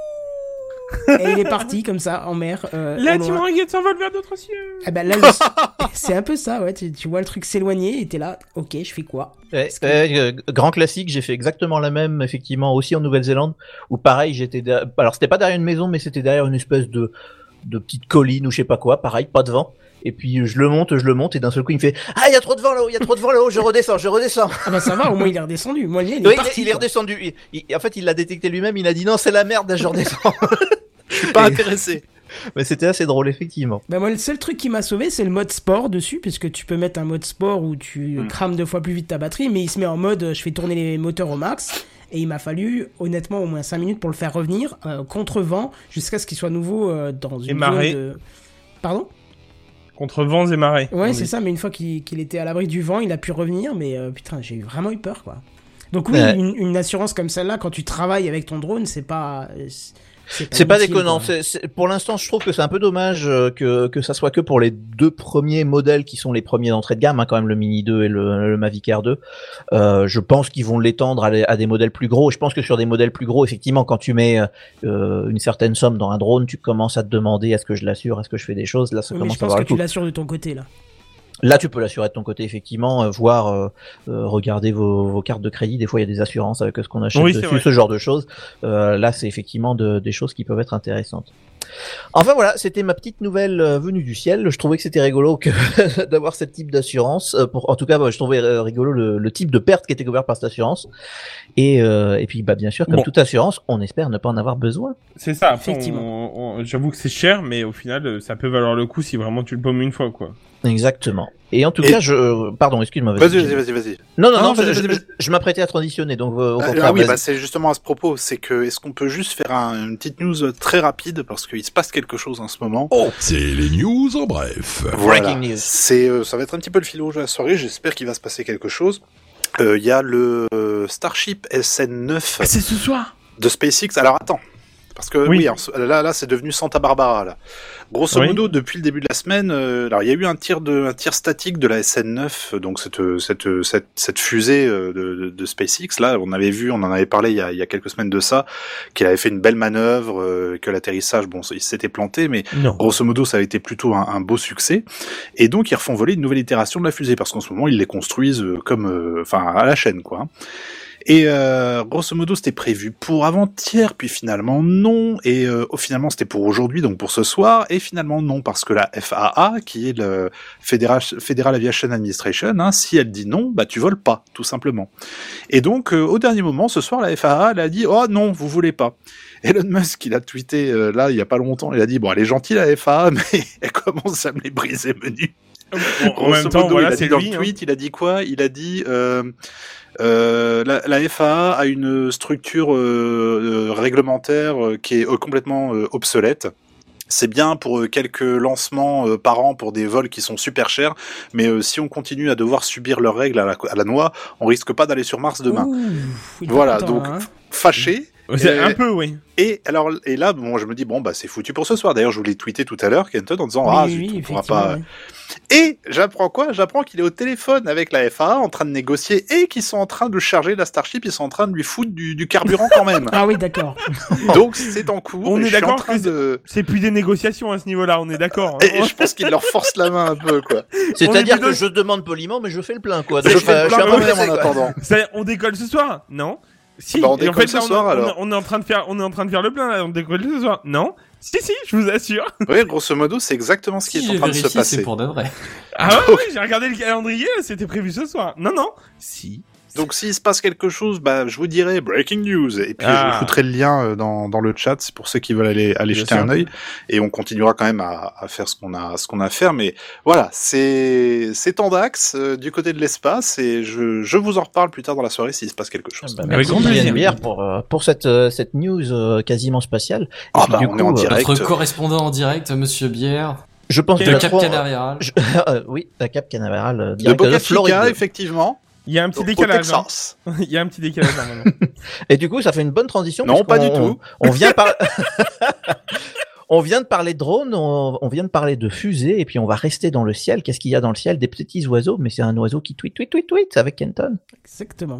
et il est parti comme ça en mer. Euh, Là, au tu loin. me regardes s'envole vers d'autres cieux. Ah bah là, le- c'est un peu ça, ouais. Tu, tu vois le truc s'éloigner et t'es là, ok, je fais quoi? Ouais, Parce que- euh, grand classique, j'ai fait exactement la même, effectivement, aussi en Nouvelle-Zélande, où pareil, j'étais, derrière- alors c'était pas derrière une maison, mais c'était derrière une espèce de, de petite colline ou je sais pas quoi, pareil, pas de vent. Et puis je le monte, je le monte, et d'un seul coup il me fait ah il y a trop de vent là-haut, il y a trop de vent là-haut, je redescends, je redescends. Ah bah ça va, au moins il est redescendu. Moi, lui, il est Oui, parti. il est quoi. redescendu. Il- il- en fait, il l'a détecté lui-même. Il a dit non, c'est la merde, je redescends. Je suis pas Et- intéressé. Mais c'était assez drôle, effectivement. Bah moi le seul truc qui m'a sauvé c'est le mode sport dessus, puisque tu peux mettre un mode sport où tu Mm. crames deux fois plus vite ta batterie, mais il se met en mode euh, je fais tourner les moteurs au max, et il m'a fallu honnêtement au moins cinq minutes pour le faire revenir euh, contre vent jusqu'à ce qu'il soit nouveau euh, dans une Et marée. zone de... Pardon? Contre vents et marées. Ouais on c'est dit. ça, mais une fois qu'il qu'il était à l'abri du vent il a pu revenir, mais euh, putain j'ai vraiment eu peur quoi. Donc oui, Ouais. une, une assurance comme celle-là quand tu travailles avec ton drone c'est pas... C'est pas utile, déconnant. quoi. C'est- c'est- pour l'instant, je trouve que c'est un peu dommage euh, que que ça soit que pour les deux premiers modèles qui sont les premiers d'entrée de gamme, hein, quand même le Mini deux et le, le Mavic Air deux. Euh, je pense qu'ils vont l'étendre à, les- à des modèles plus gros. Je pense que sur des modèles plus gros, effectivement, quand tu mets euh, une certaine somme dans un drone, tu commences à te demander est-ce que je l'assure, est-ce que je fais des choses. Là, ça Oui, mais commence je à pense avoir que le tu coup. l'assures de ton côté là. Là, tu peux l'assurer de ton côté, effectivement, euh, voir, euh, euh, regarder vos, vos cartes de crédit. Des fois, il y a des assurances avec ce qu'on achète Oui, c'est dessus, vrai. ce genre de choses. Euh, là, c'est effectivement de- des choses qui peuvent être intéressantes. Enfin voilà, c'était ma petite nouvelle euh, venue du ciel. Je trouvais que c'était rigolo que d'avoir ce type d'assurance. Euh, pour, en tout cas, bah, je trouvais euh, rigolo le, le type de perte qui était couvert par cette assurance. Et, euh, et puis, bah, bien sûr, comme Bon. toute assurance, on espère ne pas en avoir besoin. C'est ça. Après, Effectivement. on- on- j'avoue que c'est cher, mais au final, euh, ça peut valoir le coup si vraiment tu le paumes une fois, quoi. Exactement. Et en tout Et- cas, je, pardon, excuse-moi. Vas-y, vas-y, vas-y, vas-y. Non, non, Ah, non, vas-y, je, vas-y, je- vas-y. je- je m'apprêtais à transitionner, donc euh, au Ah, contraire. ah oui, vas-y. bah c'est justement à ce propos, c'est que est-ce qu'on peut juste faire un- une petite news très rapide parce qu'il se passe quelque chose en ce moment. C'est les news en bref. Voilà. Breaking news. C'est, euh, ça va être un petit peu le fil rouge de la soirée. J'espère qu'il va se passer quelque chose. Euh, Il y a le euh, Starship S N neuf Ah, c'est ce soir. de SpaceX. Alors attends, parce que Oui. oui, en ce- là, là, c'est devenu Santa Barbara. Là. Grosso Oui. modo, depuis le début de la semaine, euh, alors il y a eu un tir de, un tir statique de la S N neuf, donc cette, cette, cette, cette fusée euh, de, de, de SpaceX. Là, on avait vu, on en avait parlé il y a, il y a quelques semaines de ça, qu'elle avait fait une belle manœuvre, euh, que l'atterrissage, bon, il s'était planté, mais Non. grosso modo, ça a été plutôt un, un beau succès. Et donc, ils refont voler une nouvelle itération de la fusée, parce qu'en ce moment, ils les construisent euh, comme, euh, enfin, à la chaîne, quoi. Et euh, grosso modo, c'était prévu pour avant-hier, puis finalement non. Et euh, oh, finalement, c'était pour aujourd'hui, donc pour ce soir. Et finalement non, parce que la F A A, qui est le Federal, Federal Aviation Administration, hein, si elle dit non, bah tu voles pas, tout simplement. Et donc, euh, au dernier moment, ce soir, la F A A, elle a dit oh non, vous voulez pas. Elon Musk, il a tweeté euh, là, il y a pas longtemps, il a dit bon, elle est gentille la F A A, mais elle commence à me les briser menu. En Grosso même temps, modo, voilà, il a c'est dit dans lui. le hein. tweet, il a dit quoi? Il a dit euh, euh, la, la F A A a une structure euh, euh, réglementaire euh, qui est euh, complètement euh, obsolète. C'est bien pour euh, quelques lancements euh, par an pour des vols qui sont super chers, mais euh, si on continue à devoir subir leurs règles à la, à la noix, on risque pas d'aller sur Mars demain. Ouh, il est Voilà, content, donc hein. fâché. C'est Euh, un peu, oui. Et alors, et là, bon, je me dis bon bah c'est foutu pour ce soir. D'ailleurs, je voulais tweeter tout à l'heure, Kenton, en disant Oui, ah oui, zut, oui, on pourra effectivement, pas. oui. Et j'apprends quoi? J'apprends qu'il est au téléphone avec la F A A en train de négocier et qu'ils sont en train de charger la Starship, ils sont en train de lui foutre du, du carburant quand même. Ah oui, d'accord. Donc c'est en cours. On et est je suis en d'accord train que de... C'est plus des négociations à ce niveau-là, on est d'accord. hein. Et, et je pense qu'il leur force la main un peu, quoi. C'est-à-dire plutôt- que je demande poliment, mais je fais le plein, quoi. Je Donc, fais euh, le je suis un plein peu moi-même pressé, en quoi. attendant. Ça, on décolle ce soir? Non. Si. Bah, on Et en décolle fait, ce là, on, soir, on- alors. on est en train de faire, on est en train de faire le plein. Là. On décolle ce soir? Non. Si, si, je vous assure. Oui, grosso modo, c'est exactement ce qui Si est en j'ai train de se vérifié, passer. c'est pour de vrai. Ah ouais, oui, j'ai regardé le calendrier, c'était prévu ce soir. Non, non. Si. Donc s'il se passe quelque chose, bah je vous dirai breaking news et puis Ah. je vous foutrai le lien euh, dans dans le chat, c'est pour ceux qui veulent aller aller Bien jeter sûr. un œil et on continuera quand même à, à faire ce qu'on a ce qu'on a à faire. Mais voilà, c'est c'est Tandax euh, du côté de l'espace et je je vous en reparle plus tard dans la soirée s'il se passe quelque chose. Bah, Avec merci grand plaisir. Yann Bière pour euh, pour cette euh, cette news euh, quasiment spatiale. Et Ah puis, bah du on coup, est en euh, direct. Notre correspondant en direct, Monsieur Bière, je pense De que de la Cap trois- Canaveral. Je- euh, oui, la Cap Canaveral euh, De direct Boca Floride. Chica, effectivement. Il y a un petit Au, au décalage. hein. Texas. Il y a un petit décalage normalement. Et du coup, ça fait une bonne transition. Non, parce pas qu'on- du tout. On, on vient par... on vient de parler de drones, on, on vient de parler de fusées, et puis on va rester dans le ciel. Qu'est-ce qu'il y a dans le ciel? Des petits oiseaux, mais c'est un oiseau qui tweet, tweet, tweet, tweet avec Kenton. Exactement.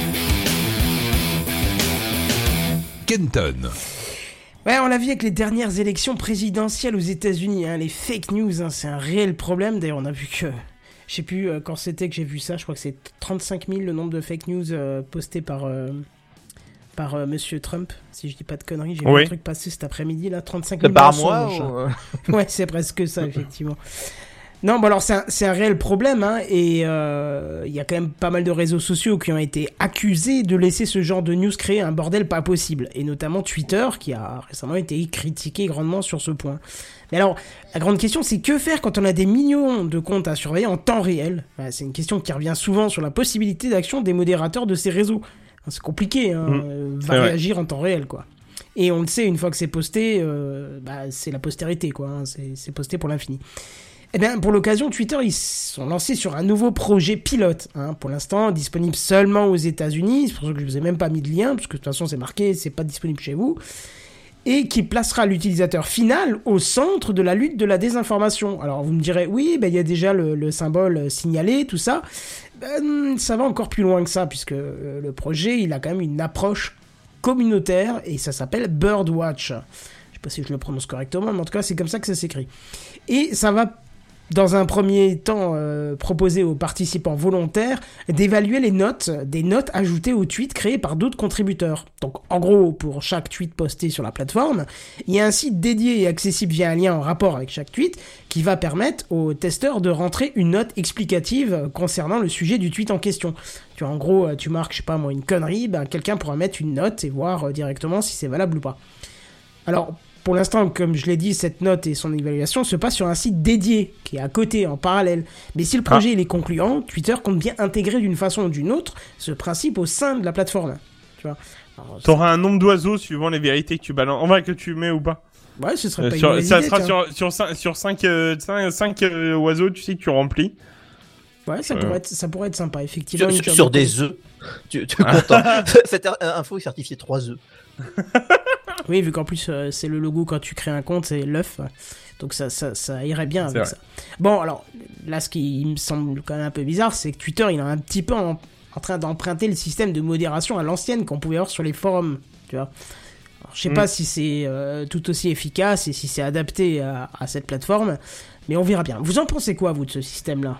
Kenton. Ouais, on l'a vu avec les dernières élections présidentielles aux États-Unis, hein, les fake news, hein, c'est un réel problème. D'ailleurs, on a vu que, je sais plus euh, quand c'était que j'ai vu ça, je crois que c'est trente-cinq mille le nombre de fake news euh, postés par euh, par euh, Monsieur Trump, si je dis pas de conneries. J'ai vu Oui. un truc passer cet après-midi là, trente-cinq mille Par mois mensonges. ou... euh, Ouais, c'est presque ça, effectivement. Non, bon alors c'est un, c'est un réel problème, hein, et il euh, y a quand même pas mal de réseaux sociaux qui ont été accusés de laisser ce genre de news créer un bordel pas possible, et notamment Twitter, qui a récemment été critiqué grandement sur ce point. Mais alors, la grande question, c'est que faire quand on a des millions de comptes à surveiller en temps réel? Voilà, c'est une question qui revient souvent sur la possibilité d'action des modérateurs de ces réseaux. C'est compliqué, hein, Mmh. euh, va C'est vrai. réagir en temps réel, quoi. Et on le sait, une fois que c'est posté, euh, bah, c'est la postérité, quoi, hein, c'est, c'est posté pour l'infini. Eh bien, pour l'occasion, Twitter, ils sont lancés sur un nouveau projet pilote, hein, pour l'instant disponible seulement aux États-Unis, c'est pour ça que je vous ai même pas mis de lien, parce que de toute façon c'est marqué, c'est pas disponible chez vous, et qui placera l'utilisateur final au centre de la lutte de la désinformation. Alors vous me direz, oui, ben il y a déjà le, le symbole signalé, tout ça. Ben, ça va encore plus loin que ça, puisque euh, le projet, il a quand même une approche communautaire, et ça s'appelle Birdwatch. Je sais pas si je le prononce correctement, mais en tout cas c'est comme ça que ça s'écrit. Et ça va dans un premier temps euh, proposer aux participants volontaires d'évaluer les notes, des notes ajoutées aux tweets créés par d'autres contributeurs. Donc en gros, pour chaque tweet posté sur la plateforme, il y a un site dédié et accessible via un lien en rapport avec chaque tweet qui va permettre aux testeurs de rentrer une note explicative concernant le sujet du tweet en question. Tu vois, en gros, tu marques, je sais pas moi, une connerie, ben, quelqu'un pourra mettre une note et voir euh, directement si c'est valable ou pas. Alors, pour l'instant, comme je l'ai dit, cette note et son évaluation se passent sur un site dédié, qui est à côté, en parallèle. Mais si le projet Ah. il est concluant, Twitter compte bien intégrer d'une façon ou d'une autre ce principe au sein de la plateforme. Tu vois. Alors, T'auras un nombre d'oiseaux suivant les vérités que tu balances. En vrai, que tu mets ou pas. c'est- ouais, ce serait Euh, pas sur- une ça mauvaise idée, sera tiens. sur, sur, cinq, sur cinq, euh, cinq, cinq, euh, oiseaux, tu sais, que tu remplis. Ouais, ça, Euh. pourrait être, ça pourrait être sympa, effectivement. sur, une sur- cure sur de- des œufs. Tu, tu es content. Cette info est certifiée trois œufs. Oui, vu qu'en plus, euh, c'est le logo quand tu crées un compte, c'est l'œuf. Donc ça, ça, ça irait bien C'est avec vrai. ça. Bon, alors, là, ce qui me semble quand même un peu bizarre, c'est que Twitter, il est un petit peu en, en train d'emprunter le système de modération à l'ancienne qu'on pouvait avoir sur les forums, tu vois. Alors, je sais Mm. pas si c'est euh, tout aussi efficace et si c'est adapté à, à cette plateforme, mais on verra bien. Vous en pensez quoi, vous, de ce système-là?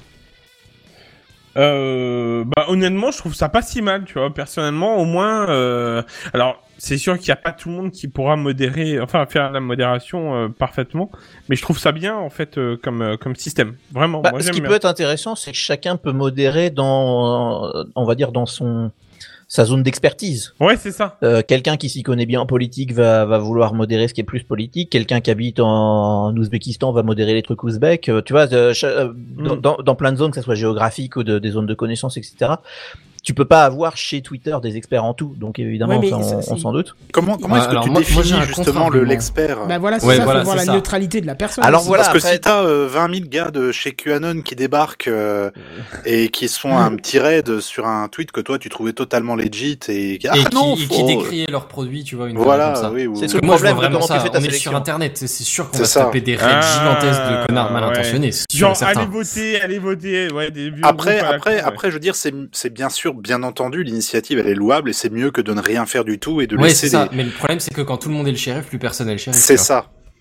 Euh, bah honnêtement, je trouve ça pas si mal, tu vois. Personnellement, au moins, euh... alors c'est sûr qu'il y a pas tout le monde qui pourra modérer, enfin faire la modération euh, parfaitement, mais je trouve ça bien en fait euh, comme euh, comme système. Vraiment, Bah, moi ce j'aime qui bien. peut être intéressant, c'est que chacun peut modérer dans, on va dire, dans son sa zone d'expertise. Ouais, c'est ça. Euh, quelqu'un qui s'y connaît bien en politique va, va vouloir modérer ce qui est plus politique. Quelqu'un qui habite en, en Ouzbékistan va modérer les trucs ouzbeks. Euh, tu vois, euh, cha- euh, dans, Mm. dans, dans plein de zones, que ça soit géographique ou de, des zones de connaissances, et cetera. Tu peux pas avoir chez Twitter des experts en tout. Donc évidemment, Ouais, mais ça, on, ça, c'est- on s'en doute. Comment, comment Ouais, est-ce que alors tu moi- moi, définis j'ai un justement le contre-argument. l'expert Bah voilà, c'est Ouais, ça, voilà, faut voir c'est la ça. neutralité de la personne. Alors aussi. voilà, Parce que après- si t'as euh, vingt mille gars de chez QAnon qui débarquent euh, et qui se font un petit raid sur un tweet que toi tu trouvais totalement legit et, ah, et, non, qui, et faut... qui décriait leurs produits, tu vois, une Voilà, connerie comme ça. oui, oui. C'est oui. ce Parce que le moi, je vois problème de vraiment comment ça. tu fais ta On est sélection. sur Internet, c'est c'est sûr qu'on C'est va se ça. taper des raids Ah, gigantesques de connards mal ouais. intentionnés. C'est sûr et Genre, certain. allez voter, allez voter, ouais, des vieux Après, groupes à la après, con, ouais. après, je veux dire, c'est, c'est bien sûr, bien entendu, l'initiative, elle est louable et c'est mieux que de ne rien faire du tout et de Ouais, laisser c'est ça. des... Mais le problème, c'est que quand tout le monde est le shérif, plus personne n'est le shérif. C'est tu vois. ça.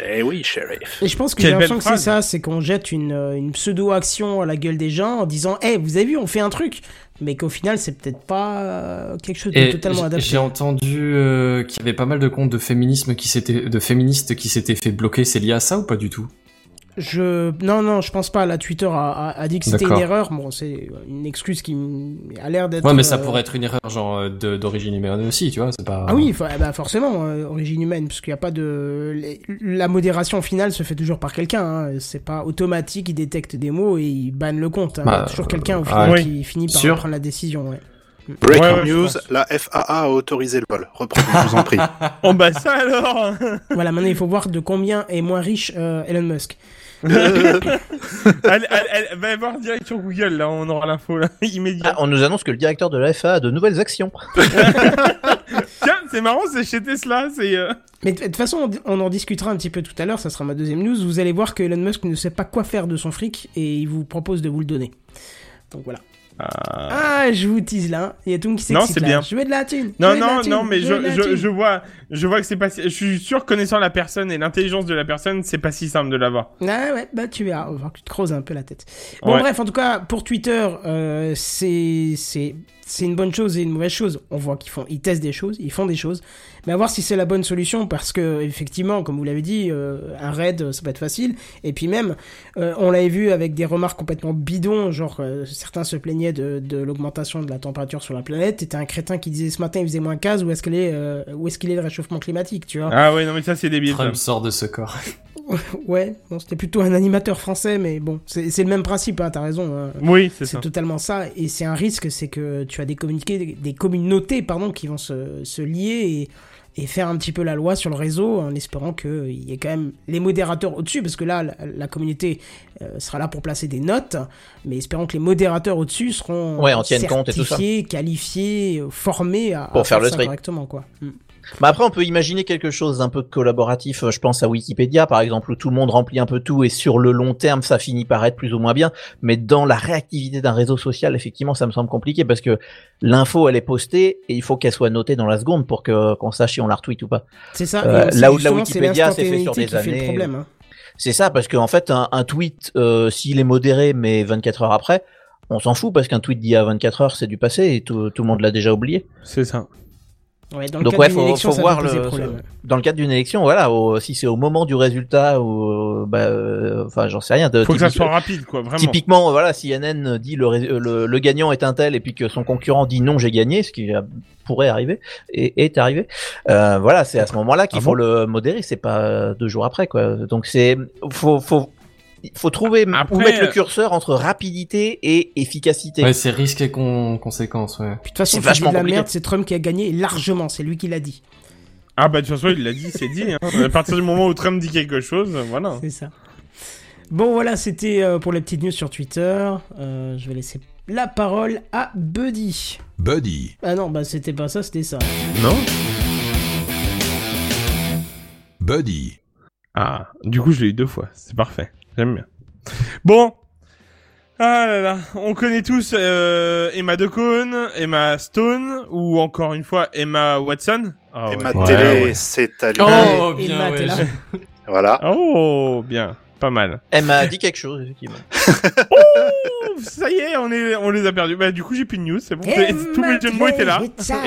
Eh oui, shérif. Et je pense que Quelle j'ai l'impression belle que c'est phrase. ça, c'est qu'on jette une, euh, une pseudo-action à la gueule des gens en disant « Eh, hey, vous avez vu, on fait un truc !» Mais qu'au final, c'est peut-être pas euh, quelque chose de Et totalement j- adapté. j'ai entendu euh, qu'il y avait pas mal de comptes de féminisme qui s'étaient, de féministes qui s'étaient fait bloquer. C'est lié à ça ou pas du tout? Je... Non, non, je pense pas. La Twitter a, a, a dit que c'était une D'accord. erreur. Bon, c'est une excuse qui m- a l'air d'être... Ouais, mais ça euh, pourrait être une erreur genre euh, de, d'origine humaine aussi, tu vois. C'est pas. Ah oui, fa- bah forcément, euh, origine humaine, parce qu'il n'y a pas de... les- La modération finale se fait toujours par quelqu'un. Hein. C'est pas automatique, il détecte des mots et il banne le compte. Hein. Bah, Il y a toujours quelqu'un au euh, final oui. qui finit par Sûr. prendre la décision. Ouais. Breaking Ouais, ouais, je news, pense. la F A A a autorisé le vol. Reprenez, je vous en prie. Oh bah ça alors. Voilà, maintenant il faut voir de combien est moins riche euh, Elon Musk. elle, elle, elle va voir direct sur Google, là, on aura l'info là, immédiat. Ah, on nous annonce que le directeur de la F A A a de nouvelles actions. Tiens, c'est marrant, c'est chez Tesla, c'est... euh, Mais de de toute façon, on on en discutera un petit peu tout à l'heure, ça sera ma deuxième news. Vous allez voir que Elon Musk ne sait pas quoi faire de son fric et il vous propose de vous le donner. Donc voilà. Ah, je vous tease là. Il y a tout le monde qui Non, s'excite c'est là. bien. Je veux de la thune. je Non, veux de la non, thune, non, mais je je, veux de la je, thune. je vois, je vois que c'est pas si... Je suis sûr, connaissant la personne et l'intelligence de la personne, c'est pas si simple de l'avoir. Ah ouais, bah tu verras, on va voir que tu te creuses un peu la tête. Bon Ouais. bref, en tout cas, pour Twitter, euh, c'est c'est c'est une bonne chose et une mauvaise chose. On voit qu'ils font, ils testent des choses, ils font des choses, mais à voir si c'est la bonne solution parce que effectivement, comme vous l'avez dit, euh, un raid, ça peut être facile. Et puis même, euh, on l'avait vu avec des remarques complètement bidons, genre euh, certains se plaignaient de, de l'augmentation de la température sur la planète. T'étais un crétin qui disait ce matin il faisait moins quinze, où est-ce qu'il est, euh, où est-ce qu'il est le réchauffement climatique, tu vois? Ah ouais, non mais ça c'est débile. Trump ça. sort de ce corps. Ouais, bon, c'était plutôt un animateur français, mais bon, c'est c'est le même principe, hein, t'as raison. Hein. Oui, c'est C'est ça. totalement ça, et c'est un risque, c'est que tu as des, communiqués, des communautés pardon, qui vont se, se lier et, et faire un petit peu la loi sur le réseau, en espérant qu'il y ait quand même les modérateurs au-dessus, parce que là, la, la communauté euh, sera là pour placer des notes, mais espérons que les modérateurs au-dessus seront Ouais, en tiennent compte et tout ça. certifiés, qualifiés, euh, formés à, Pour à faire le ça tri. correctement, quoi. Mm. Bah après, on peut imaginer quelque chose d'un peu collaboratif. Je pense à Wikipédia, par exemple, où tout le monde remplit un peu tout et sur le long terme, ça finit par être plus ou moins bien. Mais dans la réactivité d'un réseau social, effectivement, ça me semble compliqué parce que l'info, elle est postée et il faut qu'elle soit notée dans la seconde pour que qu'on sache si on la retweet ou pas. C'est ça, Euh, et aussi, là où de la justement, c'est Wikipédia, c'est fait sur l'instantanéité des qui fait le années. problème, hein. C'est ça, parce qu'en fait, un, un tweet, euh, s'il est modéré, mais vingt-quatre heures après, on s'en fout parce qu'un tweet d'il y a vingt-quatre heures, c'est du passé et tout, tout le monde l'a déjà oublié. C'est ça. Ouais, dans le Donc cadre ouais, d'une faut, élection, faut ça voir peut poser le, problème. dans le cadre d'une élection, voilà, au, si c'est au moment du résultat ou, bah, euh, enfin, j'en sais rien. De, Faut que ça typique- soit rapide, quoi, vraiment. Typiquement, voilà, si N N dit le, ré- le, le gagnant est un tel et puis que son concurrent dit non, j'ai gagné, ce qui euh, pourrait arriver et est arrivé. Euh, voilà, c'est à ce moment-là qu'il Ah faut bon le modérer. C'est pas euh, deux jours après, quoi. Donc c'est, faut, faut, faut trouver Après, où mettre le euh, curseur entre rapidité et efficacité. Ouais, c'est risque et con- conséquences, ouais. Puis de toute façon, C'est c'est vachement de la compliqué. merde, c'est Trump qui a gagné et largement, c'est lui qui l'a dit. Ah bah de toute façon, il l'a dit, c'est dit. Hein. À partir du moment où Trump dit quelque chose, voilà. C'est ça. Bon, voilà, c'était euh, pour les petites news sur Twitter. Euh, je vais laisser la parole à Buddy. Buddy. Ah non, bah c'était pas ça, c'était ça. Non. Buddy. Ah, du coup, je l'ai eu deux fois. C'est parfait. J'aime bien. Bon. Ah là là. On connaît tous euh, Emma Decaune, Emma Stone, ou encore une fois Emma Watson. Ah ouais. Et ma Ouais, télé, ouais. c'est allumé. Oh, Et bien, Matt est ouais. là. Voilà. Oh, bien. Pas mal. Elle m'a dit quelque chose, effectivement. Oh, ça y est, on, est, on les a perdus. Bah, du coup, j'ai plus de news. C'est bon. C'est- Tous mes jeux de mots étaient là.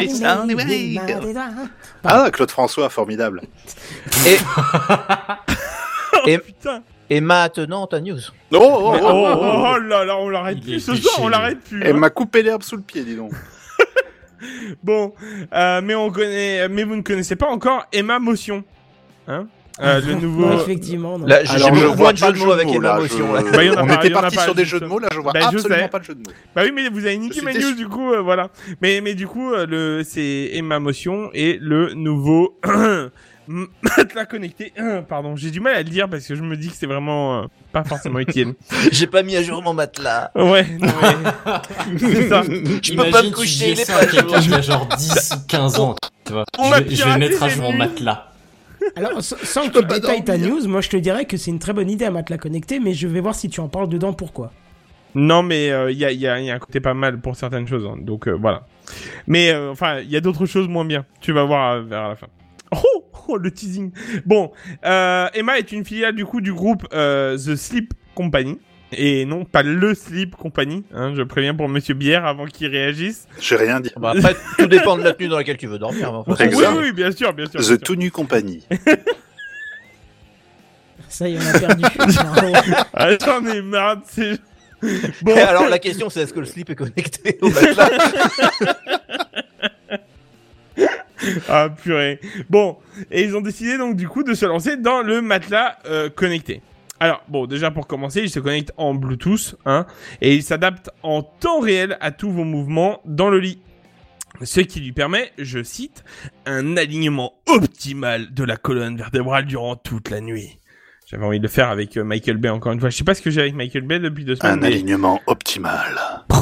Ah, Claude François, formidable. Et, et, Putain. et maintenant, ta news. Oh, oh, Mais- oh, oh, oh, oh. oh là là, on l'arrête Il est plus. Ce cliché, soir, on lui. l'arrête plus. Elle hein. m'a coupé l'herbe sous le pied, dis donc. Bon, euh, mais on connaît, mais vous ne connaissez pas encore Emma Motion, hein euh, le nouveau. Non, effectivement, non. Là, j'ai Alors, beaucoup je moins vois de pas jeux le de mots avec là, émotion, je- là. Bah, il y en a On pas, était il y en a parti pas, sur des justement. jeux de mots, là, je vois Bah, je absolument sais. pas de jeu de mots. Bah oui, mais vous avez niqué Je ma suis news déçu. du coup, euh, voilà. Mais mais du coup, euh, le c'est Emma Motion et le nouveau matelas connecté. Pardon, j'ai du mal à le dire parce que je me dis que c'est vraiment euh, pas forcément utile. J'ai pas mis à jour mon matelas. Ouais, non, mais c'est ça. Je peux pas me Imagine, tu coucher, dis il est ça pas à à jour. quelqu'un qui a genre dix ou quinze ans, tu vois. On Je m'a vais, je vais piraté mettre à mes jour mon nuits. matelas. Alors, s- sans que peux tu pas détailles ta dormir. news, moi je te dirais que c'est une très bonne idée à matelas connecté, mais je vais voir si tu en parles dedans, pourquoi. Non, mais il euh, y, a, y, a, y a un côté pas mal pour certaines choses, hein, donc euh, voilà. Mais euh, enfin, il y a d'autres choses moins bien. Tu vas voir euh, vers la fin. Oh, Oh, le teasing. Bon, euh, Emma est une filiale du coup du groupe euh, The Sleep Company. Et non, pas le Sleep Company. Hein, je préviens pour Monsieur Bière avant qu'il réagisse. J'ai rien dit. Bah, après, tout dépend de la tenue dans laquelle tu veux dormir. Mais enfin, Oui, oui, oui, bien sûr, bien sûr. The bien sûr. Tout Nu Company. Ça y est, on a perdu. Ah, j'en ai marre de ces... Bon. Alors la question c'est est-ce que le slip est connecté au matelas? Ah purée. Bon, et ils ont décidé donc du coup de se lancer dans le matelas euh, connecté. Alors bon, déjà pour commencer, il se connecte en Bluetooth, hein, et il s'adapte en temps réel à tous vos mouvements dans le lit. Ce qui lui permet, je cite, un alignement optimal de la colonne vertébrale durant toute la nuit. J'avais envie de le faire avec euh, Michael Bay encore une fois. Je sais pas ce que j'ai avec Michael Bay depuis deux semaines. Un mais... alignement optimal.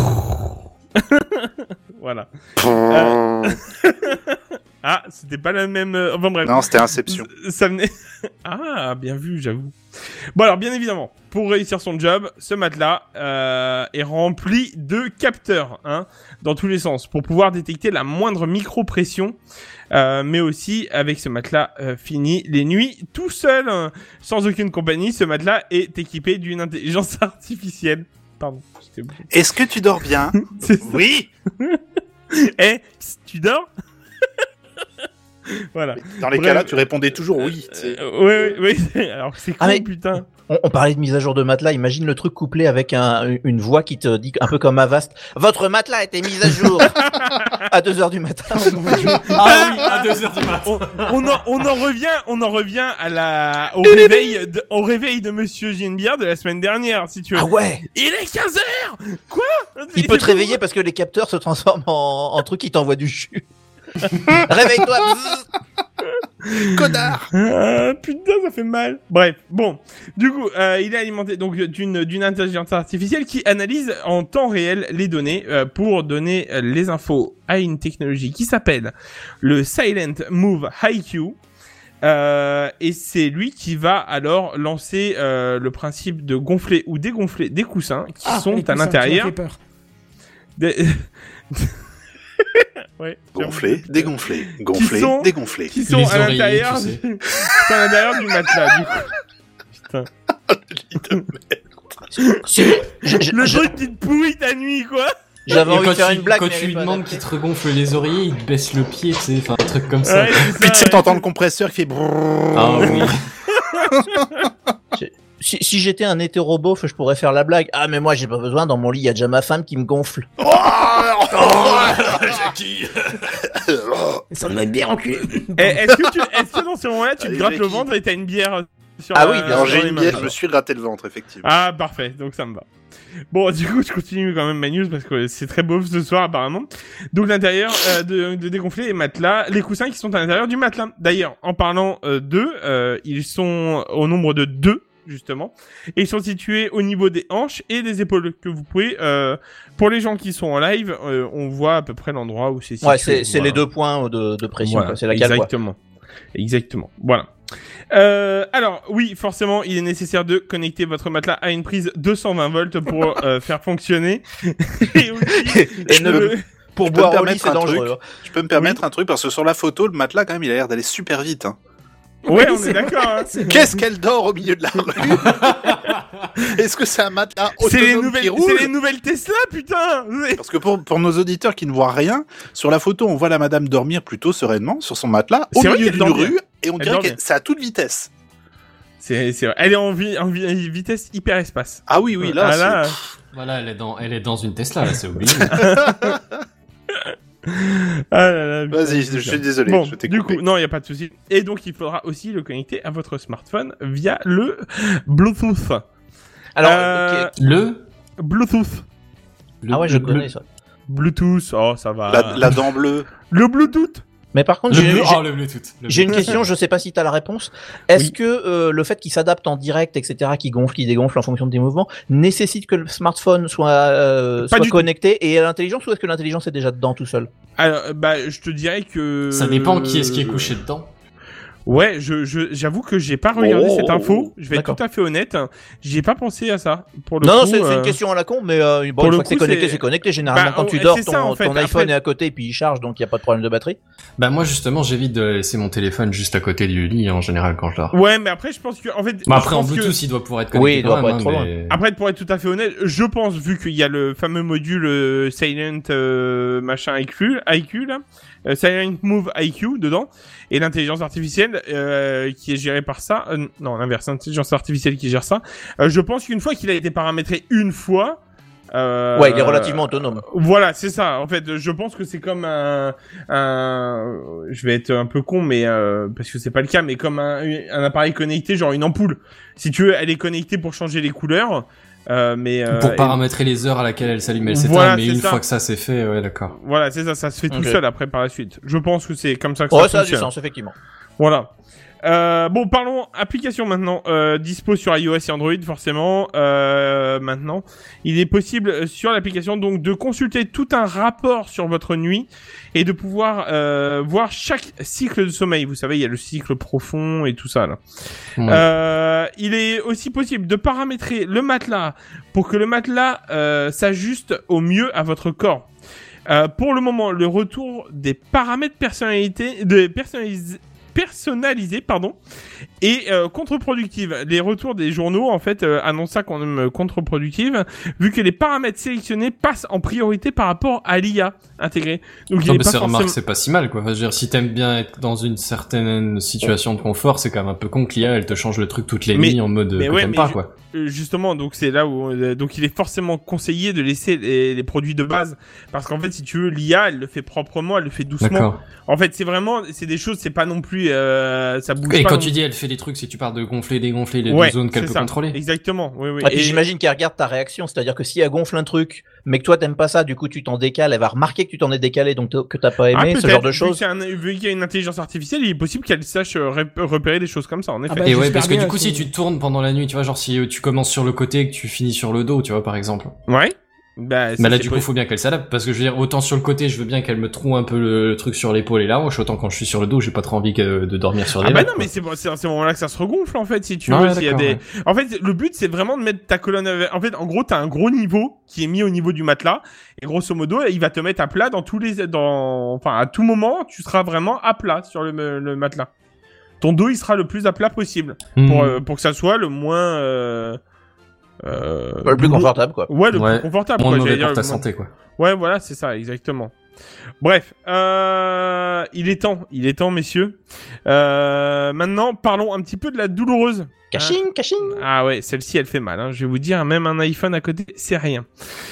Voilà. euh... Ah, c'était pas la même... euh, Enfin bref. Non, c'était Inception. Ça venait... Ah, bien vu, j'avoue. Bon alors, bien évidemment, pour réussir son job, ce matelas euh, est rempli de capteurs, hein, dans tous les sens, pour pouvoir détecter la moindre micro-pression, euh, mais aussi, avec ce matelas euh, fini, les nuits, tout seul, hein, sans aucune compagnie, ce matelas est équipé d'une intelligence artificielle. Pardon, j'étais obligé. Est-ce que tu dors bien? Oui. Eh, tu dors? Voilà. Dans les Bref. cas-là, tu répondais toujours oui. Euh, oui, oui, oui. Alors c'est con, Ah, mais- putain. On, on parlait de mise à jour de matelas. Imagine le truc couplé avec un, une voix qui te dit un peu comme Avast. Votre matelas a été mis à jour à deux heures du matin. Ah oui, à deux heures du matin. On, on en, on en revient, on en revient à la, au réveil, de, au réveil de Monsieur Gienbière de la semaine dernière, si tu veux. Ah ouais. Il est quinze heures! Quoi? Il peut te réveiller parce que les capteurs se transforment en, en truc qui t'envoie du jus. Réveille-toi. bzzz. Connard. Ah, putain, ça fait mal. Bref, bon. Du coup, euh, il est alimenté donc d'une d'une intelligence artificielle qui analyse en temps réel les données euh, pour donner euh, les infos à une technologie qui s'appelle le Silent Move I Q. Euh, et c'est lui qui va alors lancer euh, le principe de gonfler ou dégonfler des coussins qui Ah, sont les à coussins, tu m'as l'intérieur. fait peur. Des... ouais, Gonflé, dégonflé, Qui gonflé, sont- dégonflé. qui sont Les à oreillers, l'intérieur tu du... sais. qui sont à l'intérieur du matelas du coup. Putain. Si- je- je- Le je- truc qui te pourrit ta nuit quoi. J'avais Et envie quand de faire tu, une blague. quand mais tu elle est lui pas demandes adaptée. qu'il te regonfle les oreillers, il te baisse le pied, tu sais, enfin un truc comme ça. Ouais, c'est Puis ça, tu sais, ouais. t'entends le compresseur qui fait brrrr. Ah oui. Si, si j'étais un hétérobof, je pourrais faire la blague. Ah, mais moi, j'ai pas besoin. Dans mon lit, il y a déjà ma femme qui me gonfle. Ça me met bien enculé. Eh, Est-ce que, tu... est-ce que dans ce moment-là, tu te Allez, grattes le Jackie. ventre et t'as une bière euh, sur Ah la- oui, bien Alors sur j'ai les une mains. bière, je me suis gratté le ventre, effectivement. Ah, parfait, donc ça me va. Bon, du coup, je continue quand même ma news parce que c'est très beau ce soir, apparemment. Donc, l'intérieur euh, de, de dégonfler les matelas, les coussins qui sont à l'intérieur du matelas. D'ailleurs, en parlant euh, d'eux, euh, ils sont au nombre de deux, justement. Et ils sont situés au niveau des hanches et des épaules que vous pouvez... Euh, pour les gens qui sont en live, euh, on voit à peu près l'endroit où c'est situé. Ouais, c'est c'est Voilà. les deux points de, de pression. Voilà, quoi. C'est la cale. quoi. exactement. Exactement. Voilà. Euh, alors, oui, forcément, il est nécessaire de connecter votre matelas à une prise deux cent vingt volts pour euh, faire fonctionner. Et, aussi, Et ne- le- Pour Je peux boire me au lit, permettre c'est un dangereux. truc Je peux me permettre un truc parce que sur la photo, le matelas quand même, il a l'air d'aller super vite. Hein. Ouais, on c'est est d'accord. Hein. Qu'est-ce qu'elle dort au milieu de la rue? Est-ce que c'est un matelas C'est les autonome nouvelles, qui roule? c'est les nouvelles Tesla, putain. Parce que pour, pour nos auditeurs qui ne voient rien, sur la photo, on voit la madame dormir plutôt sereinement sur son matelas au C'est vrai milieu qu'elle d'une dort bien. rue et on Elle dirait dort que bien. c'est à toute vitesse. C'est, c'est vrai. Elle est en, vi- en vi- vitesse hyper espace. Ah oui, oui, là, Ah, c'est... là, Voilà, elle est dans, elle est dans une Tesla, là, c'est obligé. ah là là, putain, Vas-y, c'est je sûr. suis désolé, Bon, je t'ai du coupé. coup, non, il y a pas de souci. Et donc, il faudra aussi le connecter à votre smartphone via le Bluetooth. Alors, Euh, ok. Le, Bluetooth. le Ah ouais, je le- connais ça. Bluetooth, oh, ça va. La, la dent bleue. Le Bluetooth. Mais par contre, Le, j'ai bleu- j'ai- oh, le Bluetooth. Le j'ai une Bluetooth. question, je sais pas si t'as la réponse. Est-ce Oui. que euh, le fait qu'il s'adapte en direct, et cetera, qui gonfle, qui dégonfle en fonction de tes mouvements, nécessite que le smartphone soit, euh, Pas soit du tout. connecté et à l'intelligence, ou est-ce que l'intelligence est déjà dedans tout seul? Alors, bah, je te dirais que. Ça dépend qui est-ce qui est couché dedans. Ouais, je, je, j'avoue que j'ai pas regardé Oh, cette info. Je vais être d'accord. tout à fait honnête. J'y ai pas pensé à ça. Pour le Non, coup, non, c'est c'est euh, une question à la con, mais euh, bon, pour une le fois que c'est coup, connecté, c'est- c'est connecté. Généralement, Bah, quand tu ouais, dors, c'est ton, ça, en fait. ton iPhone Après- est à côté, puis il charge, donc il y a pas de problème de batterie. Bah moi justement j'évite de laisser mon téléphone juste à côté du lit en général quand je dors. Ouais, mais après, je pense que, en fait, Bah je après en pense que- Bluetooth il doit pouvoir être Oui, connecté il doit quand pas même, être trop hein, loin. mais- Après, pour être tout à fait honnête, je pense, vu qu'il y a le fameux module euh, Silent euh, machin I Q, I Q là, euh, Silent Move I Q dedans, et l'intelligence artificielle euh, qui est gérée par ça, euh, non, l'inverse, l'intelligence artificielle qui gère ça, euh, je pense qu'une fois qu'il a été paramétré une fois, euh, Ouais, il est relativement autonome. Voilà, c'est ça. En fait, je pense que c'est comme un, un, je vais être un peu con, mais euh, parce que c'est pas le cas, mais comme un, un appareil connecté, genre une ampoule. Si tu veux, elle est connectée pour changer les couleurs, euh, mais euh, Pour et- paramétrer les heures à laquelle elle s'allume et elle s'éteint, Voilà, mais c'est une ça. fois que ça c'est fait, ouais d'accord. voilà, c'est ça, ça se fait tout Ok. seul après par la suite. Je pense que c'est comme ça que Ouais, ça ça a du fonctionne. sens, effectivement. Voilà. Euh, bon, parlons application maintenant. Euh, dispo sur iOS et Android, forcément. Euh, maintenant, il est possible euh, sur l'application donc de consulter tout un rapport sur votre nuit et de pouvoir euh, voir chaque cycle de sommeil. Vous savez, il y a le cycle profond et tout ça là. Ouais. Euh, il est aussi possible de paramétrer le matelas pour que le matelas euh, s'ajuste au mieux à votre corps. Euh, pour le moment, le retour des paramètres personnalité, de personnalisés personnalisée pardon et euh, contre-productive. Les retours des journaux en fait euh, annoncent ça quand même contre-productive vu que les paramètres sélectionnés passent en priorité par rapport à l'I A intégrée. Donc Non, il est mais pas c'est forcément remarque, c'est pas si mal quoi. Enfin, je veux dire, si t'aimes bien être dans une certaine situation de confort, c'est quand même un peu con que l'I A elle te change le truc toutes les Mais- nuits en mode mais que ouais, t'aimes mais pas je- quoi. Euh, justement, donc c'est là où euh, donc il est forcément conseillé de laisser les, les produits de base parce qu'en fait si tu veux l'I A elle le fait proprement, elle le fait doucement. D'accord. En fait c'est vraiment c'est des choses c'est pas non plus euh, ça bouge Et pas. quand non- tu dis elle fait des trucs, si tu parles de gonfler, dégonfler les Ouais, deux zones qu'elle c'est peut ça. contrôler. Exactement. Oui oui. Et puis Et- j'imagine qu'elle regarde ta réaction, c'est-à-dire que si elle gonfle un truc, mais que toi t'aimes pas ça, du coup tu t'en décales, elle va remarquer que tu t'en es décalé, donc t'as- que t'as pas Ah, aimé, ce peut-être, genre de vu choses. que c'est un- Vu qu'il y a une intelligence artificielle, il est possible qu'elle sache euh, rép- repérer des choses comme ça, en effet. Ah bah, Et ouais, j'espère parce que bien du coup, que- si tu tournes pendant la nuit, tu vois, genre si euh, tu commences sur le côté et que tu finis sur le dos, tu vois, par exemple. Ouais. Bah, ça, Bah là, c'est du coup, pas- faut bien qu'elle s'adapte, parce que je veux dire, autant sur le côté, je veux bien qu'elle me trouve un peu le, le truc sur l'épaule et la hanche, autant quand je suis sur le dos, j'ai pas trop envie que- de dormir sur Ah des bah vagues, non, quoi. mais c'est bon, c'est à ce moment-là que ça se regonfle, en fait, si tu Ouais, veux. ouais, s'il y a d'accord, des... ouais. En fait, le but, c'est vraiment de mettre ta colonne... avec- En fait, en gros, t'as un gros niveau qui est mis au niveau du matelas, et grosso modo, il va te mettre à plat dans tous les... dans Enfin, à tout moment, tu seras vraiment à plat sur le, le matelas. Ton dos, il sera le plus à plat possible, Hmm. pour, euh, pour que ça soit le moins... Euh... Euh... Le plus lourd. confortable, quoi. Ouais, le Ouais. plus confortable. Moins quoi, mauvais j'allais pour dire, ta le- santé, quoi. Ouais, voilà, c'est ça, exactement. Bref, euh, il est temps, il est temps, messieurs. Euh, maintenant, parlons un petit peu de la douloureuse. Caching, caching. Ah ouais, celle-ci, elle fait mal. Hein. Je vais vous dire, même un iPhone à côté, c'est rien.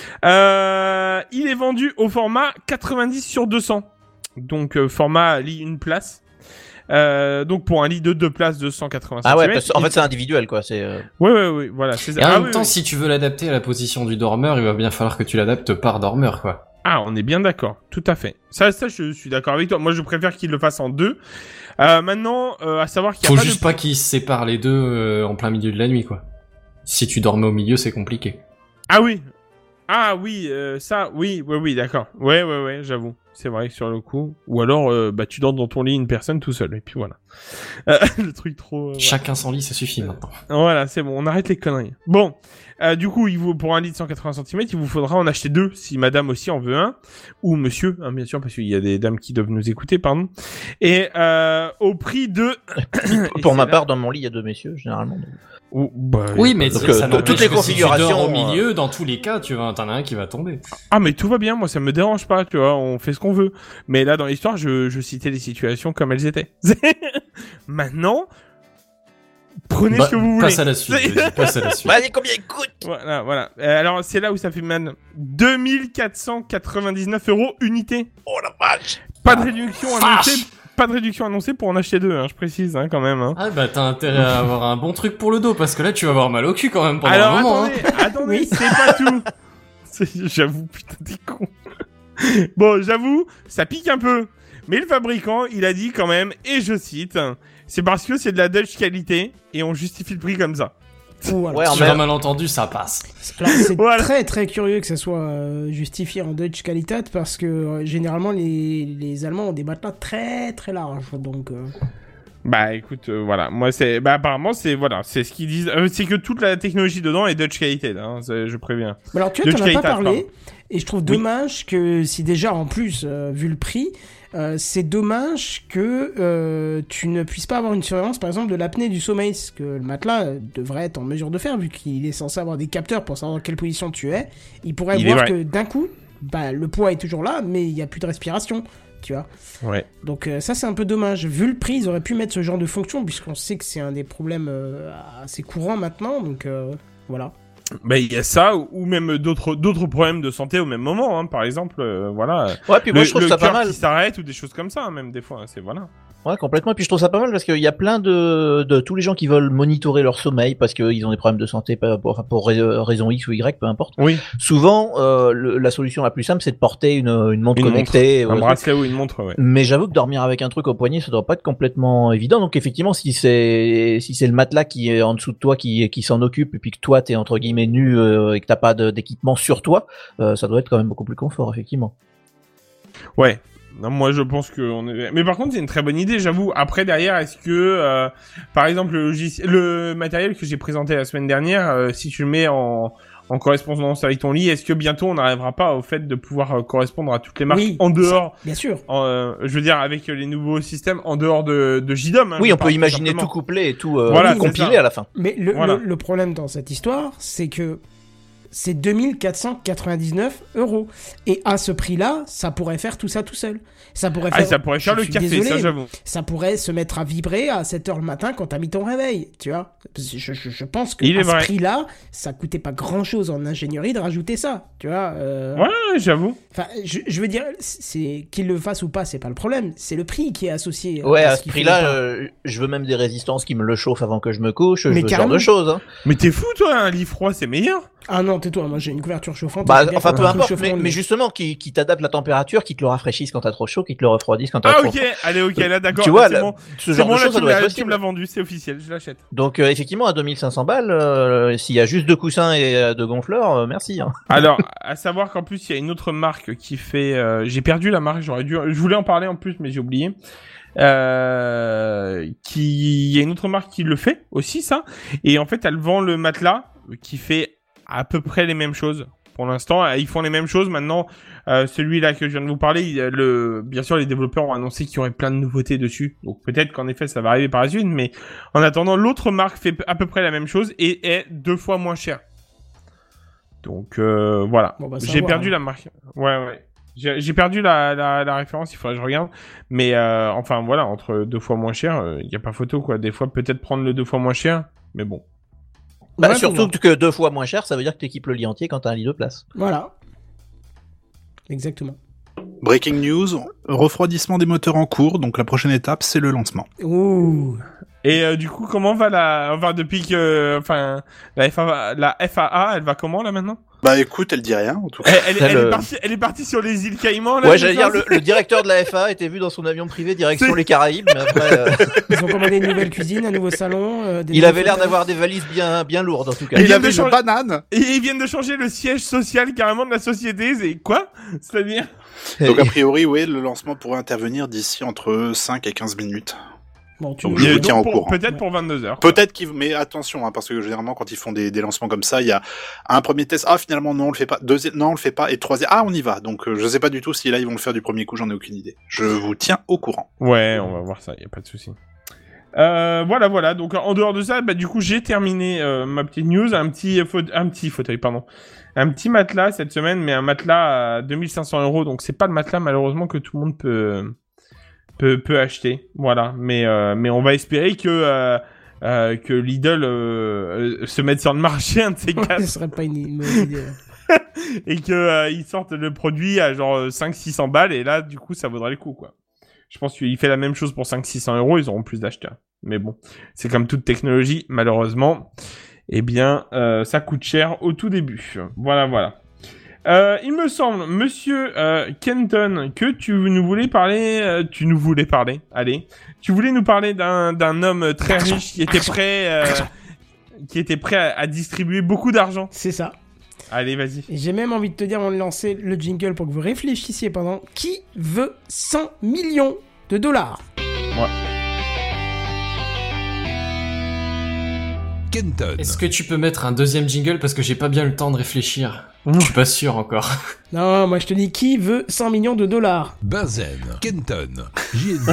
Euh, il est vendu au format quatre-vingt-dix sur deux cents. Donc, euh, format lit une place. Euh, donc, pour un lit de deux places de cent quatre-vingts Ah ouais, centimètres. parce qu'en fait c'est individuel, quoi. C'est. euh, Ouais, ouais, ouais, voilà. C'est Et en ah, même oui, temps, oui. si tu veux l'adapter à la position du dormeur, il va bien falloir que tu l'adaptes par dormeur, quoi. Ah, on est bien d'accord, tout à fait. Ça, ça, je suis d'accord avec toi. Moi, je préfère qu'il le fasse en deux. Euh, maintenant, euh, à savoir qu'il y a Faut pas juste de... pas qu'ils se séparent les deux euh, en plein milieu de la nuit, quoi. Si tu dormais au milieu, c'est compliqué. Ah oui. Ah oui, euh, ça, oui, oui, oui, d'accord. Ouais, ouais, ouais, j'avoue. C'est vrai que sur le coup. Ou alors, euh, bah, tu dors dans ton lit une personne tout seul. Et puis voilà. Euh, le truc trop... euh, voilà. Chacun son lit, ça suffit maintenant. Voilà, c'est bon, on arrête les conneries. Bon, euh, du coup, il vous, pour un lit de cent quatre-vingts centimètres, il vous faudra en acheter deux, si madame aussi en veut un, ou monsieur, hein, bien sûr, parce qu'il y a des dames qui doivent nous écouter, pardon. Et euh, au prix de... Et Pour c'est ma là- part, dans mon lit, il y a deux messieurs, généralement. Ou- bah, Oui, mais Donc, ça, euh, ça toutes n'empêche les que configurations, Si tu dors au euh, milieu, dans tous les cas, tu vas, t'en as un qui va tomber. Ah, mais tout va bien, moi, ça me dérange pas, tu vois, on fait ce qu'on veut. Mais là, dans l'histoire, je, je citais les situations comme elles étaient. Maintenant, prenez Bah, ce que vous voulez. Passe à la suite. vas-y, passe à la suite. Bah, allez, combien il coûte? Voilà, voilà. Euh, alors, c'est là où ça fait mal. deux mille quatre cent quatre-vingt-dix-neuf euros unité. Oh la vache! Pas de réduction annoncée. Pas de réduction annoncée pour en acheter deux, hein, je précise, hein, quand même. Hein. Ah bah t'as intérêt à avoir un bon truc pour le dos, parce que là tu vas avoir mal au cul quand même pendant Alors, un moment. hein. attendez, attendez, Oui. c'est pas tout. C'est- J'avoue, putain, t'es con. Bon, j'avoue, ça pique un peu. Mais le fabricant, il a dit quand même, et je cite, c'est parce que c'est de la Dutch qualité, et on justifie le prix comme ça. Voilà. Ouais, en Sur un même- malentendu, ça passe. Alors, c'est Voilà. très très curieux que ça soit euh, justifié en Dutch Qualität parce que euh, généralement les, les Allemands ont des matelas très très larges. Donc, euh, Bah écoute, euh, voilà, moi c'est, bah apparemment c'est voilà, c'est ce qu'ils disent, euh, c'est que toute la technologie dedans est Dutch qualité, hein, je préviens. Mais alors tu vois, Dutch t'en as pas qualité, parlé, pardon. et je trouve dommage oui. que si déjà en plus, euh, vu le prix, euh, c'est dommage que euh, tu ne puisses pas avoir une surveillance par exemple de l'apnée du sommeil, ce que le matelas euh, devrait être en mesure de faire vu qu'il est censé avoir des capteurs pour savoir dans quelle position tu es. Il pourrait Il voir que d'un coup, bah le poids est toujours là, mais il y a plus de respiration. Tu vois. Ouais. Donc euh, ça c'est un peu dommage. Vu le prix, ils auraient pu mettre ce genre de fonction puisqu'on sait que c'est un des problèmes euh, assez courants maintenant. Donc euh, voilà. Bah il y a ça ou même d'autres d'autres problèmes de santé au même moment. Hein. Par exemple, euh, voilà. Ouais, puis moi le, je trouve le ça pas cœur mal. qui s'arrête ou des choses comme ça, hein, même des fois. Hein, c'est voilà. Ouais, complètement. Et puis je trouve ça pas mal parce qu'il y a plein de, de tous les gens qui veulent monitorer leur sommeil parce qu'ils ont des problèmes de santé pour, pour raison X ou Y, peu importe. Oui. Souvent, euh, le, la solution la plus simple, c'est de porter une, une montre une connectée. Montre, un euh, bracelet ou une montre, ouais. Mais j'avoue que dormir avec un truc au poignet, ça doit pas être complètement évident. Donc effectivement, si c'est si c'est le matelas qui est en dessous de toi qui qui s'en occupe et puis que toi t'es entre guillemets nu euh, et que t'as pas de, d'équipement sur toi, euh, ça doit être quand même beaucoup plus confort, effectivement. Ouais. Non, moi je pense que on est. Mais par contre, c'est une très bonne idée, j'avoue. Après, derrière, est-ce que, euh, par exemple, le logiciel, le matériel que j'ai présenté la semaine dernière, euh, si tu le mets en en correspondance avec ton lit, est-ce que bientôt on n'arrivera pas au fait de pouvoir euh, correspondre à toutes les marques oui, en dehors, ça, bien sûr. En, euh, je veux dire avec les nouveaux systèmes en dehors de de J D O M. Hein, oui, on peut imaginer tout couplé et tout euh, voilà, compilé à la fin. Mais le, voilà. le, le problème dans cette histoire, c'est que c'est deux mille quatre cent quatre-vingt-dix-neuf euros. Et à ce prix-là, ça pourrait faire tout ça tout seul. Ça pourrait faire, ah, ça pourrait faire le café, désolé, ça j'avoue. Ça pourrait se mettre à vibrer à sept heures le matin quand t'as mis ton réveil, tu vois. Je, je, je pense que Il à est ce vrai. prix-là, ça coûtait pas grand-chose en ingénierie de rajouter ça, tu vois. Euh... Ouais, j'avoue. Enfin, je, je veux dire, c'est qu'il le fasse ou pas, c'est pas le problème. C'est le prix qui est associé. Ouais, à, à ce, ce prix-là, euh, je veux même des résistances qui me le chauffent avant que je me couche, mais je veux ce genre de choses. Hein. Mais t'es fou, toi, un lit froid, c'est meilleur. Ah non, tais-toi, moi j'ai une couverture chauffante. Bah, enfin, peu importe, mais, mais justement, qui, qui t'adapte la température, qui te le rafraîchisse quand t'as trop chaud, qui te le refroidisse quand t'as ah, trop ok, chaud. allez, ok, là, d'accord. Tu vois, c'est là, bon. ce c'est genre bon, de là, choses, ça tu doit être me possible. l'as vendu, c'est officiel, je l'achète. Donc, euh, effectivement, à deux mille cinq cents balles, euh, s'il y a juste deux coussins et euh, deux gonfleurs, euh, merci. Hein. Alors, à savoir qu'en plus, il y a une autre marque qui fait... Euh, j'ai perdu la marque, j'aurais dû... Je voulais en parler en plus, mais j'ai oublié. Euh, qui... Il y a une autre marque qui le fait aussi, ça. Et en fait, elle vend le matelas qui fait à peu près les mêmes choses. Pour l'instant, ils font les mêmes choses. Maintenant, euh, celui-là que je viens de vous parler, il, le, bien sûr, les développeurs ont annoncé qu'il y aurait plein de nouveautés dessus. Donc peut-être qu'en effet, ça va arriver par la suite. Mais en attendant, l'autre marque fait à peu près la même chose et est deux fois moins cher. Donc euh, voilà. Bon, bah, j'ai savoir, perdu hein. la marque. Ouais, ouais. J'ai, j'ai perdu la, la, la référence. Il faudrait que je regarde. Mais euh, enfin voilà, entre deux fois moins cher, il euh, n'y a pas photo quoi. Des fois, peut-être prendre le deux fois moins cher. Mais bon. Bah, Ouais, surtout bon. que deux fois moins cher, ça veut dire que t'équipes le lit entier quand t'as un lit de place. Voilà. Exactement. Breaking news, refroidissement des moteurs en cours, donc la prochaine étape, c'est le lancement. Ouh. Et euh, du coup, comment va la, enfin depuis que, enfin la F A A, la F A A, elle va comment là maintenant? Bah écoute, elle dit rien en tout cas. Elle, elle, elle Elle, est partie, elle est partie sur les îles Caïmans là. Ouais, c'est j'allais ça dire, le, le directeur de la F A A était vu dans son avion privé direction C'est- les Caraïbes, mais après, euh, Ils ont commandé une nouvelle cuisine, un nouveau salon. euh, des il nouveaux avait l'air fauteuils. d'avoir des valises bien, bien lourdes en tout cas. Et Il vient avait de une changer- banane. Et ils viennent de changer le siège social carrément de la société. C'est quoi? C'est-à-dire? Donc a priori, oui, le lancement pourrait intervenir d'ici entre cinq et quinze minutes. Bon, tu Donc, me- je Et vous donc, tiens au pour- courant. Peut-être pour vingt-deux heures. Peut-être qu'ils, mais attention, hein, parce que généralement quand ils font des, des lancements comme ça, il y a un premier test. Ah finalement non, on le fait pas. Deuxième, non, on le fait pas. Et troisième, ah on y va. Donc euh, je sais pas du tout si là ils vont le faire du premier coup. J'en ai aucune idée. Je vous tiens au courant. Ouais, on va voir ça. Y a pas de souci. Euh, voilà, voilà. Donc en dehors de ça, bah du coup j'ai terminé euh, ma petite news, un petit faute, un petit fauteuil, pardon, un petit matelas cette semaine, mais un matelas à deux mille cinq cents euros. Donc c'est pas le matelas malheureusement que tout le monde peut peut, peut acheter. Voilà, mais euh, mais on va espérer que euh, euh, que Lidl euh, euh, se mette sur le marché un de ces Ouais, quatre ce serait pas une, une mauvaise idée. et que euh, ils sortent le produit à genre cinq cents six cents balles et là du coup ça vaudrait le coup quoi. Je pense qu'il fait la même chose pour cinq cents six cents euros, ils auront plus d'acheteurs. Mais bon, c'est comme toute technologie, malheureusement, eh bien, euh, ça coûte cher au tout début. Voilà, voilà. Euh, il me semble, monsieur euh, Kenton, que tu nous voulais parler, euh, tu nous voulais parler, allez, tu voulais nous parler d'un d'un homme très riche qui était prêt, euh, qui était prêt à, à distribuer beaucoup d'argent. C'est ça. Allez, vas-y. Et j'ai même envie de te dire, on lancer le jingle pour que vous réfléchissiez pendant. Qui veut cent millions de dollars? Kenton. Est-ce que tu peux mettre un deuxième jingle parce que j'ai pas bien le temps de réfléchir. Je suis pas sûr encore. Non, moi je te dis, qui veut cent millions de dollars? Benzen. Kenton. J N B.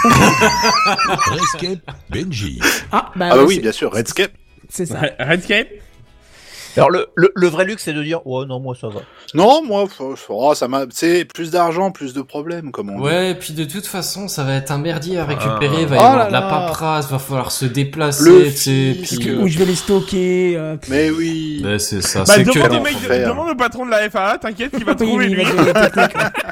Redscape. Benji. Ah, bah, Ah bah ouais, oui, c'est- bien sûr, Redscape. c'est ça. Red- Redscape. Alors le, le, le vrai luxe c'est de dire ouais non moi ça va. Non, moi, oh, ça m'a, c'est plus d'argent, plus de problèmes, comme on dit. Ouais, et puis de toute façon, ça va être un merdier à récupérer, Ah. va y Oh avoir là de la là. paperasse, va falloir se déplacer, Le tu sais, fisc. puis... Où je vais les stocker. euh, Mais oui. Ouais, c'est ça, Bah, c'est que demande, des... au mec, enfer. demande au patron de la F A A, t'inquiète, il va oui, trouver il lui. va donner les techniques,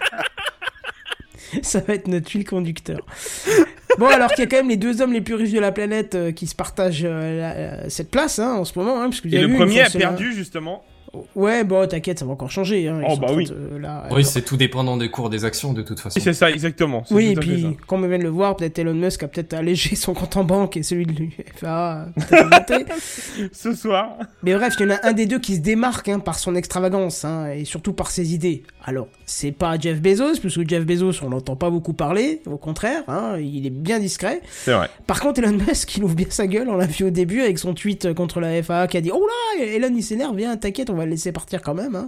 ouais. Ça va être notre fil conducteur. Bon, alors qu'il y a quand même les deux hommes les plus riches de la planète euh, qui se partagent euh, la- euh, cette place hein, en ce moment. Hein, parce que vous Et avez le vu, premier une a fois, c'est là- perdu, justement. Ouais, bon, t'inquiète, ça va encore changer. Hein, ils Oh, sont bah en train oui. de- là, Oui, euh, c'est tout dépendant des cours des actions, de toute façon. Oui, c'est ça, exactement. C'est Oui, et tout à fait puis, ça. comme on vient de le voir, peut-être Elon Musk a peut-être allégé son compte en banque et celui de l'U F A a peut-être augmenté. Ce soir. Mais bref, il y en a un des deux qui se démarque hein, par son extravagance hein, et surtout par ses idées. Alors, c'est pas Jeff Bezos, parce que Jeff Bezos, on n'entend pas beaucoup parler, au contraire, hein, il est bien discret. C'est vrai. Par contre, Elon Musk, il ouvre bien sa gueule, on l'a vu au début avec son tweet contre la F A A qui a dit « Oh là, Elon il s'énerve, viens, t'inquiète, on va le laisser partir quand même. Hein. »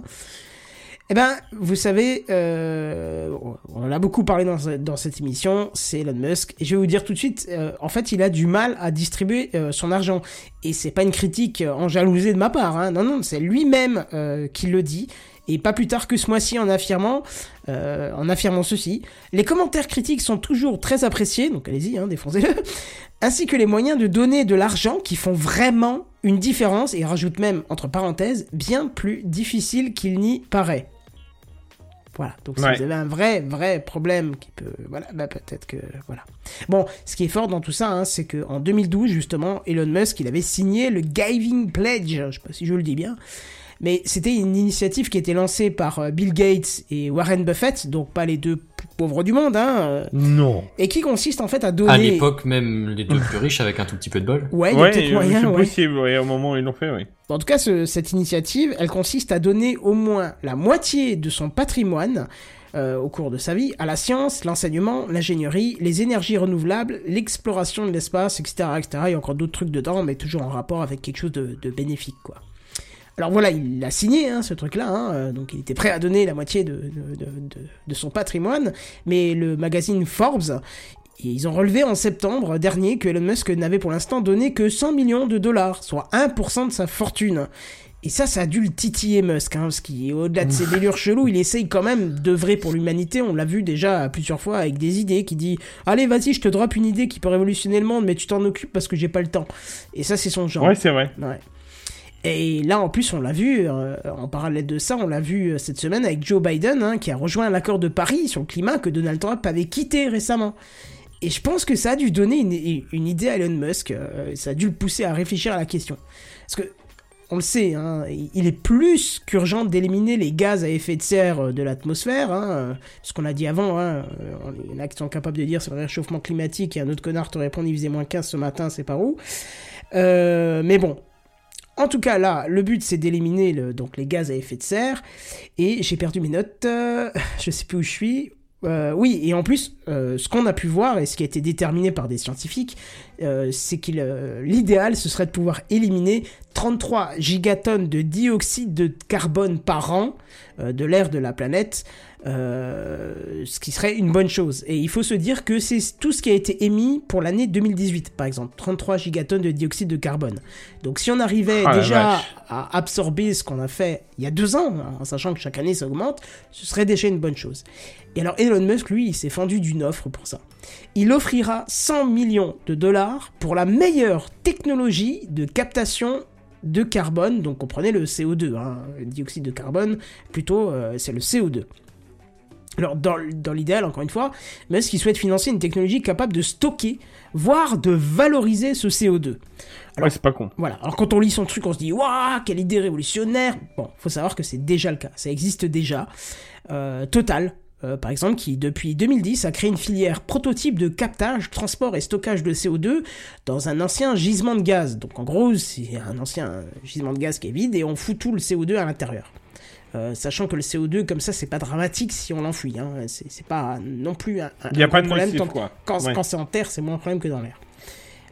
Eh ben, vous savez, euh, on en a beaucoup parlé dans, dans cette émission, c'est Elon Musk. Et je vais vous dire tout de suite, euh, en fait, il a du mal à distribuer euh, son argent. Et c'est pas une critique enjalousée de ma part, hein. Non, non, c'est lui-même euh, qui le dit. Et pas plus tard que ce mois-ci en affirmant, euh, en affirmant ceci. Les commentaires critiques sont toujours très appréciés, donc allez-y, hein, défoncez-le. Ainsi que les moyens de donner de l'argent qui font vraiment une différence, et rajoute même, entre parenthèses, bien plus difficile qu'il n'y paraît. Voilà, donc si Ouais. vous avez un vrai, vrai problème qui peut... Voilà, bah peut-être que... Voilà. Bon, ce qui est fort dans tout ça, hein, c'est qu'en deux mille douze, justement, Elon Musk, il avait signé le Giving Pledge, je sais pas si je le dis bien, mais c'était une initiative qui était lancée par euh, Bill Gates et Warren Buffett, donc pas les deux plus pauvres du monde, hein, euh, Non. et qui consiste en fait à donner... À l'époque, même les deux plus riches avec un tout petit peu de bol. Ouais, il y a Ouais, peut-être euh, moyen, c'est ouais. possible, ouais, au moment où ils l'ont fait, oui. En tout cas, ce- cette initiative, elle consiste à donner au moins la moitié de son patrimoine euh, au cours de sa vie à la science, l'enseignement, l'ingénierie, les énergies renouvelables, l'exploration de l'espace, et cetera, et cetera. Il y a encore d'autres trucs dedans, mais toujours en rapport avec quelque chose de, de bénéfique, quoi. Alors voilà, il l'a signé, hein, ce truc-là, hein, euh, donc il était prêt à donner la moitié de, de, de, de, de son patrimoine, mais le magazine Forbes, ils ont relevé en septembre dernier que Elon Musk n'avait pour l'instant donné que cent millions de dollars, soit un pour cent de sa fortune. Et ça, ça a dû le titiller Musk, hein, parce qu'au-delà de ses délires chelous, il essaye quand même d'œuvrer pour l'humanité. On l'a vu déjà plusieurs fois avec des idées qui dit « Allez, vas-y, je te drop une idée qui peut révolutionner le monde, mais tu t'en occupes parce que j'ai pas le temps. » Et ça, c'est son genre. Ouais, c'est vrai. Ouais. Et là, en plus, on l'a vu, euh, en parallèle de ça, on l'a vu euh, cette semaine avec Joe Biden, hein, qui a rejoint l'accord de Paris sur le climat que Donald Trump avait quitté récemment. Et je pense que ça a dû donner une, une idée à Elon Musk, euh, ça a dû le pousser à réfléchir à la question. Parce que, on le sait, hein, il est plus qu'urgent d'éliminer les gaz à effet de serre de l'atmosphère, hein, euh, ce qu'on a dit avant, hein, euh, il y en a qui sont capables de dire c'est le réchauffement climatique, et un autre connard te répond il faisait moins quinze ce matin, c'est par où. Euh, mais bon. En tout cas, là, le but, c'est d'éliminer le, donc les gaz à effet de serre. Et j'ai perdu mes notes. Euh, je sais plus où je suis. Euh, oui, et en plus, euh, ce qu'on a pu voir et ce qui a été déterminé par des scientifiques, euh, c'est que euh, l'idéal, ce serait de pouvoir éliminer trente-trois gigatonnes de dioxyde de carbone par an euh, de l'air de la planète, euh, ce qui serait une bonne chose. Et il faut se dire que c'est tout ce qui a été émis pour l'année deux mille dix-huit, par exemple, trente-trois gigatonnes de dioxyde de carbone. Donc si on arrivait Ah, la déjà vache. à absorber ce qu'on a fait il y a deux ans, hein, en sachant que chaque année ça augmente, ce serait déjà une bonne chose. Et alors Elon Musk, lui, il s'est fendu d'une offre pour ça. Il offrira cent millions de dollars pour la meilleure technologie de captation de carbone, donc comprenez le C O deux, hein, le dioxyde de carbone, plutôt euh, c'est le C O deux. Alors dans, dans l'idéal, encore une fois, Musk il souhaite financer une technologie capable de stocker, voire de valoriser ce C O deux. Alors, Ouais, c'est pas con. voilà, alors quand on lit son truc, on se dit « Waouh, quelle idée révolutionnaire !» Bon, faut savoir que c'est déjà le cas, ça existe déjà. Euh, Total, euh, par exemple, qui depuis deux mille dix a créé une filière prototype de captage, transport et stockage de C O deux dans un ancien gisement de gaz. Donc en gros, c'est un ancien gisement de gaz qui est vide et on fout tout le C O deux à l'intérieur. Euh, sachant que le C O deux, comme ça, c'est pas dramatique si on l'enfouit. Hein. C'est, c'est pas non plus un, un Il y a gros pas de problème. nocif, Tant- quoi. Quand, Ouais. quand c'est en terre, c'est moins un problème que dans l'air.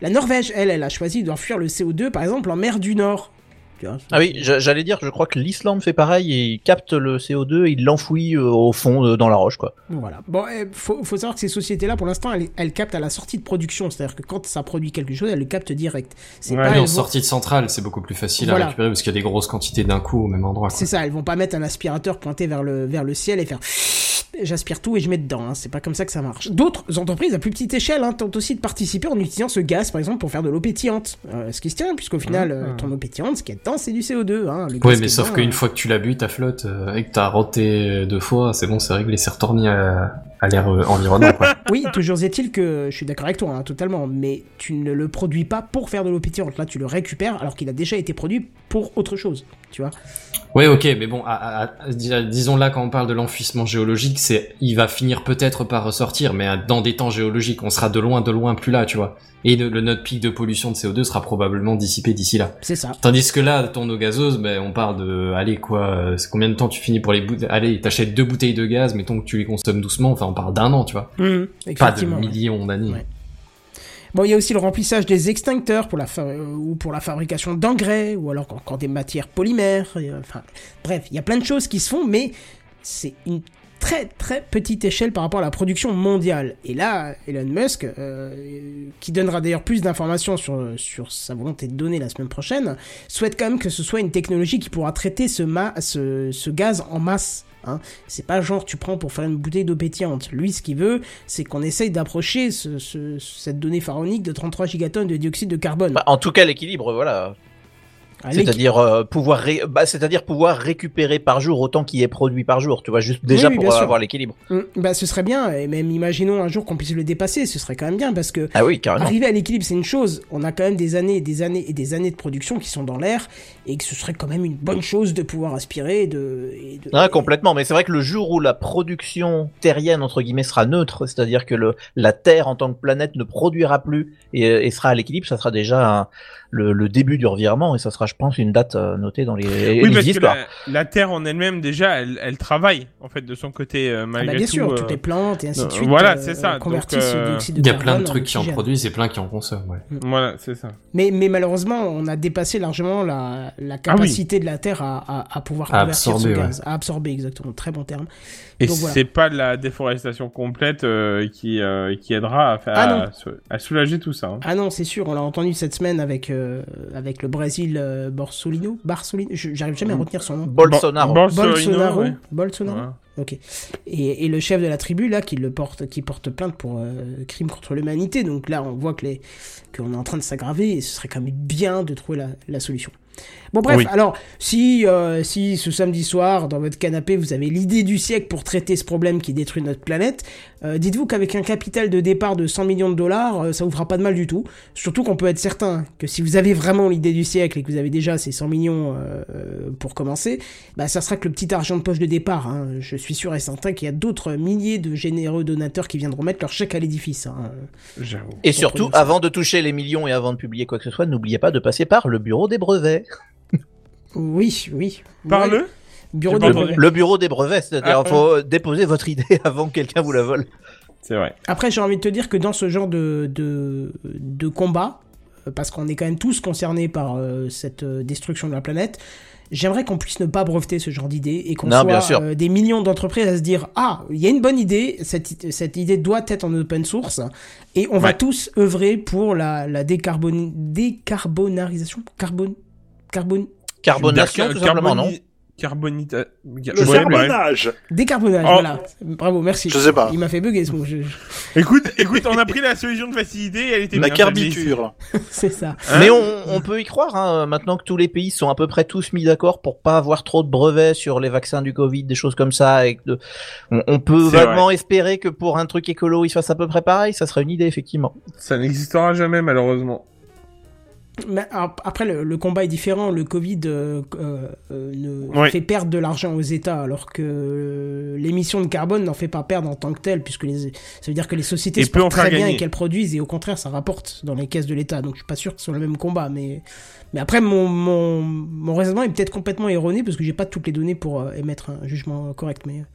La Norvège, elle, elle a choisi d'enfuir le C O deux, par exemple, en mer du Nord. Tu vois, Ah oui, j'a- j'allais dire, je crois que l'Islande fait pareil et il capte le C O deux, il l'enfouit euh, au fond euh, dans la roche, quoi. Voilà. Bon, il faut, faut savoir que ces sociétés-là, pour l'instant, elles, elles captent à la sortie de production. C'est-à-dire que quand ça produit quelque chose, elles le captent direct. C'est Ouais, pas, Oui, elles en vont- sortie de centrale, c'est beaucoup plus facile Voilà. à récupérer parce qu'il y a des grosses quantités d'un coup au même endroit. Quoi. C'est ça, elles vont pas mettre un aspirateur pointé vers le, vers le ciel et faire j'aspire tout et je mets dedans, hein. C'est pas comme ça que ça marche. D'autres entreprises à plus petite échelle hein, tentent aussi de participer en utilisant ce gaz, par exemple, pour faire de l'eau pétillante. Euh, ce qui se tient, puisqu'au final, euh, ton eau pétillante, ce qu'il y a dedans, c'est du C O deux. Hein. Le Oui, gaz qui mais est sauf dedans, qu'une euh, fois que tu l'as bu, ta flotte, euh, et que t'as roté deux fois, c'est bon, c'est réglé, c'est retourné à, à l'air euh, environnant, quoi. Oui, toujours est-il que je suis d'accord avec toi, hein, totalement, mais tu ne le produis pas pour faire de l'eau pétillante. Là, tu le récupères alors qu'il a déjà été produit pour autre chose, tu vois. Ouais, ok, mais bon, à, à, à, dis- disons là, quand on parle de l'enfouissement géologique, c'est, il va finir peut-être par ressortir, mais euh, dans des temps géologiques, on sera de loin, de loin plus là, tu vois. Et le, le notre pic de pollution de C O deux sera probablement dissipé d'ici là. C'est ça. Tandis que là, ton eau gazeuse, ben, on parle de, allez, quoi, euh, c'est combien de temps tu finis pour les bouteilles, allez, t'achètes deux bouteilles de gaz, mettons que tu les consommes doucement, enfin, on parle d'un an, tu vois. Mmh, Pas de effectivement, ouais. millions d'années. Ouais. Bon, il y a aussi le remplissage des extincteurs pour la fa- euh, ou pour la fabrication d'engrais, ou alors encore des matières polymères. Et, euh, enfin, bref, il y a plein de choses qui se font, mais c'est une très très petite échelle par rapport à la production mondiale. Et là, Elon Musk, euh, qui donnera d'ailleurs plus d'informations sur, sur sa volonté de donner la semaine prochaine, souhaite quand même que ce soit une technologie qui pourra traiter ce, ma- ce, ce gaz en masse. Hein. C'est pas genre tu prends pour faire une bouteille d'eau pétillante. Lui, ce qu'il veut, c'est qu'on essaye d'approcher ce, ce, cette donnée pharaonique de trente-trois gigatonnes de dioxyde de carbone. Bah, en tout cas, l'équilibre, voilà. Ah, C'est-à-dire euh, pouvoir ré... bah, c'est-à-dire pouvoir récupérer par jour autant qu'il est produit par jour, tu vois, juste déjà Oui, oui, pour bien sûr. avoir l'équilibre. Hum, bah, ce serait bien, et même imaginons un jour qu'on puisse le dépasser, ce serait quand même bien, parce que Ah oui, carrément. arriver à l'équilibre, c'est une chose. On a quand même des années et des années et des années de production qui sont dans l'air, et que ce serait quand même une bonne chose de pouvoir aspirer et de... Et de... Ah, complètement, mais c'est vrai que le jour où la production terrienne, entre guillemets, sera neutre, c'est-à-dire que le, la Terre en tant que planète ne produira plus et, et sera à l'équilibre, ça sera déjà un, le, le début du revirement, et ça sera, je pense, une date euh, notée dans les, Oui, les parce que histoires. la, la Terre en elle-même, déjà, elle, elle travaille, en fait, de son côté, euh, Ah malgré bah bien tout. sûr, euh, toutes les plantes et ainsi de euh, suite voilà, euh, c'est ça. convertissent Donc, euh, ce dioxyde de Il y a carbone plein de trucs qui en oxygène. produisent et plein qui en consomment, ouais. Voilà, c'est ça. Mais, mais malheureusement, on a dépassé largement la, la capacité de la Terre à, à, à pouvoir À convertir absorber, ce ouais. gaz. À absorber, exactement. Très bon terme. Et Donc, voilà. c'est pas de la déforestation complète euh, qui, euh, qui aidera à, faire, Ah non. à, sou- à soulager tout ça. Hein. Ah non, c'est sûr, on l'a entendu cette semaine avec, euh, avec le Brésil euh, Borsolino. Barsolino, je- j'arrive jamais à retenir son nom. Bolsonaro. Bon- Bolsonaro. ouais. Bolsonaro. Voilà. Ok. Et, et le chef de la tribu là qui le porte, qui porte plainte pour euh, crime contre l'humanité. Donc là, on voit que les, qu'on est en train de s'aggraver et ce serait quand même bien de trouver la, la solution. Bon bref, Oui. alors si euh, si ce samedi soir dans votre canapé vous avez l'idée du siècle pour traiter ce problème qui détruit notre planète, euh, dites-vous qu'avec un capital de départ de cent millions de dollars, euh, ça vous fera pas de mal du tout. Surtout qu'on peut être certain que si vous avez vraiment l'idée du siècle et que vous avez déjà ces cent millions euh, euh, pour commencer, bah ça sera que le petit argent de poche de départ. Hein. Je suis sûr et certain qu'il y a d'autres milliers de généreux donateurs qui viendront mettre leur chèque à l'édifice. Hein. J'avoue. Et surtout, Comprenez ça. avant de toucher les millions et avant de publier quoi que ce soit, n'oubliez pas de passer par le bureau des brevets. Oui, oui. Parle-le. Ouais. Bureau J'ai des pas brevets. entendu. Le bureau des brevets, c'est-à-dire Ah, il faut déposer votre idée avant que quelqu'un vous la vole. C'est vrai. Après, j'ai envie de te dire que dans ce genre de, de, de combat, euh, parce qu'on est quand même tous concernés par euh, cette euh, destruction de la planète, j'aimerais qu'on puisse ne pas breveter ce genre d'idée et qu'on Non, bien soit sûr. euh, des millions d'entreprises à se dire « Ah, il y a une bonne idée, cette, cette idée doit être en open source et on va Ouais. tous œuvrer pour la, la décarboni- décarbonarisation Carbone... Carbone... Carbonation, tout simplement, non? Carbonita... Le Ouais, bref. carbonage. Décarbonage, Oh. voilà. Bravo, merci. Je sais pas. Il m'a fait bugger ce mot. je- je- Écoute, écoute, on a pris la solution de facilité, elle était La bien. carbiture. C'est ça. Hein Mais on, on peut y croire, hein, maintenant que tous les pays sont à peu près tous mis d'accord pour pas avoir trop de brevets sur les vaccins du Covid, des choses comme ça, et que de- on, on peut C'est vaguement espérer que pour un truc écolo, il se fasse à peu près pareil, ça serait une idée, effectivement. Ça n'existera jamais, malheureusement. Mais ap- après, le, le combat est différent. Le Covid euh, euh, euh, ne Oui. fait perdre de l'argent aux États, alors que euh, l'émission de carbone n'en fait pas perdre en tant que telle, puisque les, ça veut dire que les sociétés Et se peut portent en faire très bien gagner. et qu'elles produisent, et au contraire, ça rapporte dans les caisses de l'État. Donc, je suis pas sûr que ce soit le même combat. Mais, mais après, mon, mon, mon raisonnement est peut-être complètement erroné, parce que j'ai pas toutes les données pour euh, émettre un jugement correct. Mais,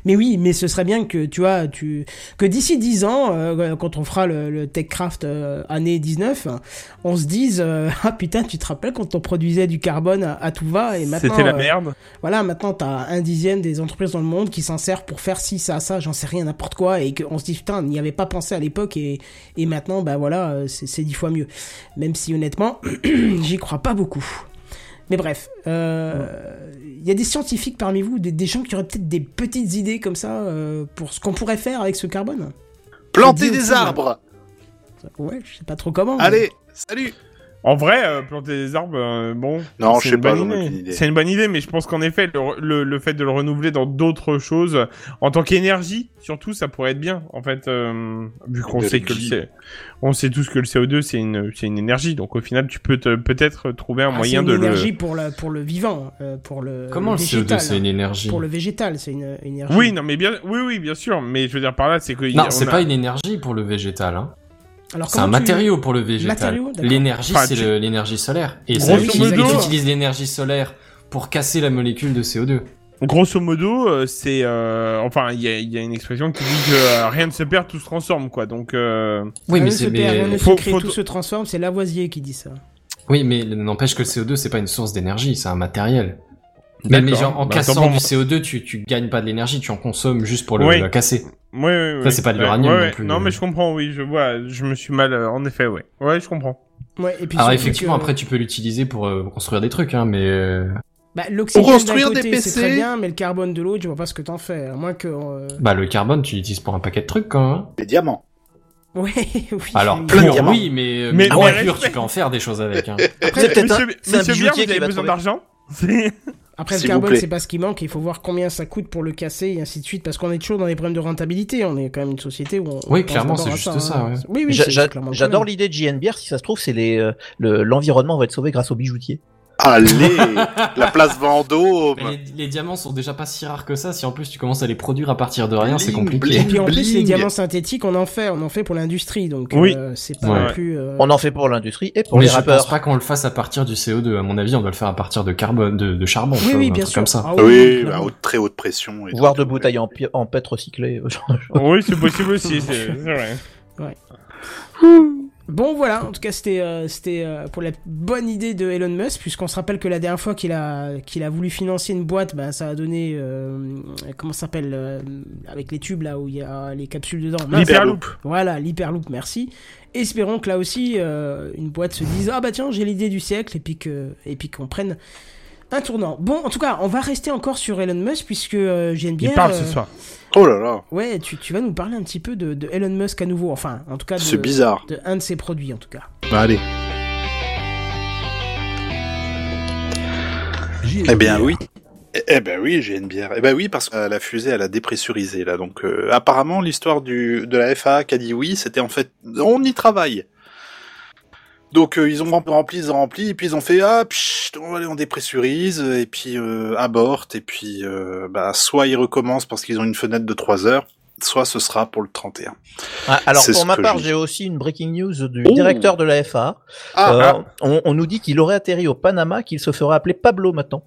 Mais oui, mais ce serait bien que tu vois, tu que d'ici dix ans, euh, quand on fera le, le TechCraft euh, année dix-neuf, on se dise euh, ah putain, tu te rappelles quand on produisait du carbone à, à tout va et maintenant C'était la euh, merde. Voilà, maintenant t'as un dixième des entreprises dans le monde qui s'en servent pour faire ci, ça, ça, j'en sais rien, n'importe quoi, et qu'on se dit putain, on n'y avait pas pensé à l'époque et et maintenant bah voilà, c'est c'est dix fois mieux. Même si honnêtement, j'y crois pas beaucoup. Mais bref, il euh, y a des scientifiques parmi vous, des, des gens qui auraient peut-être des petites idées comme ça euh, pour ce qu'on pourrait faire avec ce carbone. Planter des des arbres. Ouais, je sais pas trop comment. Allez, salut. En vrai, euh, planter des arbres, euh, bon. Non, c'est je sais une pas, bonne j'en ai idée. aucune idée. C'est une bonne idée, mais je pense qu'en effet, le, le, le fait de le renouveler dans d'autres choses, en tant qu'énergie, surtout, ça pourrait être bien. En fait, euh, vu qu'on sait que le C... on sait tous que le C O deux c'est une c'est une énergie, donc au final, tu peux te, peut-être trouver un Ah, moyen c'est de une énergie le. pour le pour le vivant, euh, pour le. Comment le, le C O deux végétal, c'est une énergie? Pour le végétal, c'est une, une énergie. Oui, non, mais bien, oui, oui, bien sûr, mais je veux dire par là, c'est que. Non, on c'est a... pas une énergie pour le végétal. Hein. Alors, C'est un comment tu- matériau pour le végétal. Matériau, d'accord. L'énergie, Enfin, c'est tu- le- l'énergie solaire. Et Grosso ça utilise, modo- tu utilises l'énergie solaire pour casser la molécule de C O deux. Grosso modo, euh, c'est euh, enfin il y a, il y a une expression qui dit que euh, rien ne se perd, tout se transforme quoi. Donc euh... Oui, Rien mais ne c'est se perd, rien mais... ne se Faut- crée, faut- tout se transforme. C'est Lavoisier qui dit ça. oui, mais n'empêche que le C O deux c'est pas une source d'énergie, c'est un matériel. Mais, mais D'accord. genre en Bah, cassant attends, du bon. C O deux, tu tu gagnes pas de l'énergie, tu en consommes juste pour le, Oui. le casser. ouais, ouais, ouais. Ça, c'est pas de Ouais, l'uranium ouais, non ouais. plus. Non, mais je comprends, oui, je vois, je me suis mal, euh, en effet, ouais, ouais, je comprends. Ouais, et puis Alors surtout effectivement, que- après tu peux l'utiliser pour euh, construire des trucs, hein, mais euh, bah, l'oxygène Pour d'un construire des côté, P c'est C. très bien, mais le carbone de l'autre, je vois pas ce que t'en fais. À moins que. euh, bah le carbone tu l'utilises pour un paquet de trucs quand même. Les diamants. Ouais, oui. Alors oui. plein de pur, diamants. oui, mais euh, Mais- mais mais pur, respect. tu peux en faire des choses avec. Hein. C'est peut-être un, Monsieur, c'est un monsieur Bière, vous bijoutier qui avez va besoin trouver. d'argent? C'est- Après, le S'il vous carbone, plaît. c'est pas ce qui manque. Il faut voir combien ça coûte pour le casser et ainsi de suite. Parce qu'on est toujours dans des problèmes de rentabilité. On est quand même une société où on. Oui, on pense clairement, d'abord c'est à juste hein. ça, ouais. Oui, oui, J'a- c'est j'a- clairement le J'adore problème. l'idée de J N B R. Si ça se trouve, c'est les euh, le- l'environnement va être sauvé grâce aux bijoutiers. Allez, la place Vendôme. Mais les, les diamants sont déjà pas si rares que ça. Si en plus tu commences à les produire à partir de rien, c'est Bling, compliqué. Et puis en plus, les Bling. diamants synthétiques, on en fait, on en fait pour l'industrie, donc Oui. euh, c'est pas Ouais. non plus. euh, On en fait pour l'industrie et pour Mais les je pense rappeurs. pas qu'on le fasse à partir du C O deux. À mon avis, on doit le faire à partir de carbone, de, de charbon. Oui, tu oui, vois, un bien truc sûr. Comme ça. Ah Oui, clairement. à haute, très haute pression. Et Voire tout. de bouteilles en, pi- en pètre recyclé. Oui, c'est possible aussi, c'est c'est vrai. Bon voilà, en tout cas c'était euh, c'était euh, pour la bonne idée de Elon Musk, puisqu'on se rappelle que la dernière fois qu'il a qu'il a voulu financer une boîte, ben ça a donné euh, comment ça s'appelle euh, avec les tubes là où il y a les capsules dedans. Mince. L'Hyperloop. Voilà, l'Hyperloop, merci. Espérons que là aussi euh, une boîte se dise ah bah tiens j'ai l'idée du siècle et puis que et puis qu'on prenne un tournant. Bon, en tout cas, on va rester encore sur Elon Musk puisque euh, j'ai une Il bière. parle euh, ce soir. Oh là là, Ouais, tu, tu vas nous parler un petit peu de, de Elon Musk à nouveau, enfin, en tout cas de, c'est bizarre. de un de ses produits en tout cas. Bah allez. J N Eh bien B R. oui. Eh, eh ben oui, j'ai une bière. Eh ben oui, parce que la fusée, elle a dépressurisé là. Donc euh, apparemment, l'histoire du de la F A A qui a dit oui, c'était en fait, on y travaille. Donc euh, ils ont rempli, ils ont rempli, et puis ils ont fait ah, pchit, on, allez, on dépressurise, et puis euh, aborte, et puis euh, bah soit ils recommencent parce qu'ils ont une fenêtre de trois heures, soit ce sera pour le trente et un. Ah, alors C'est pour ce ma que part, je- j'ai aussi une breaking news du Oh. directeur de la F A A. Ah, Euh, ah. on, on nous dit qu'il aurait atterri au Panama, qu'il se ferait appeler Pablo maintenant.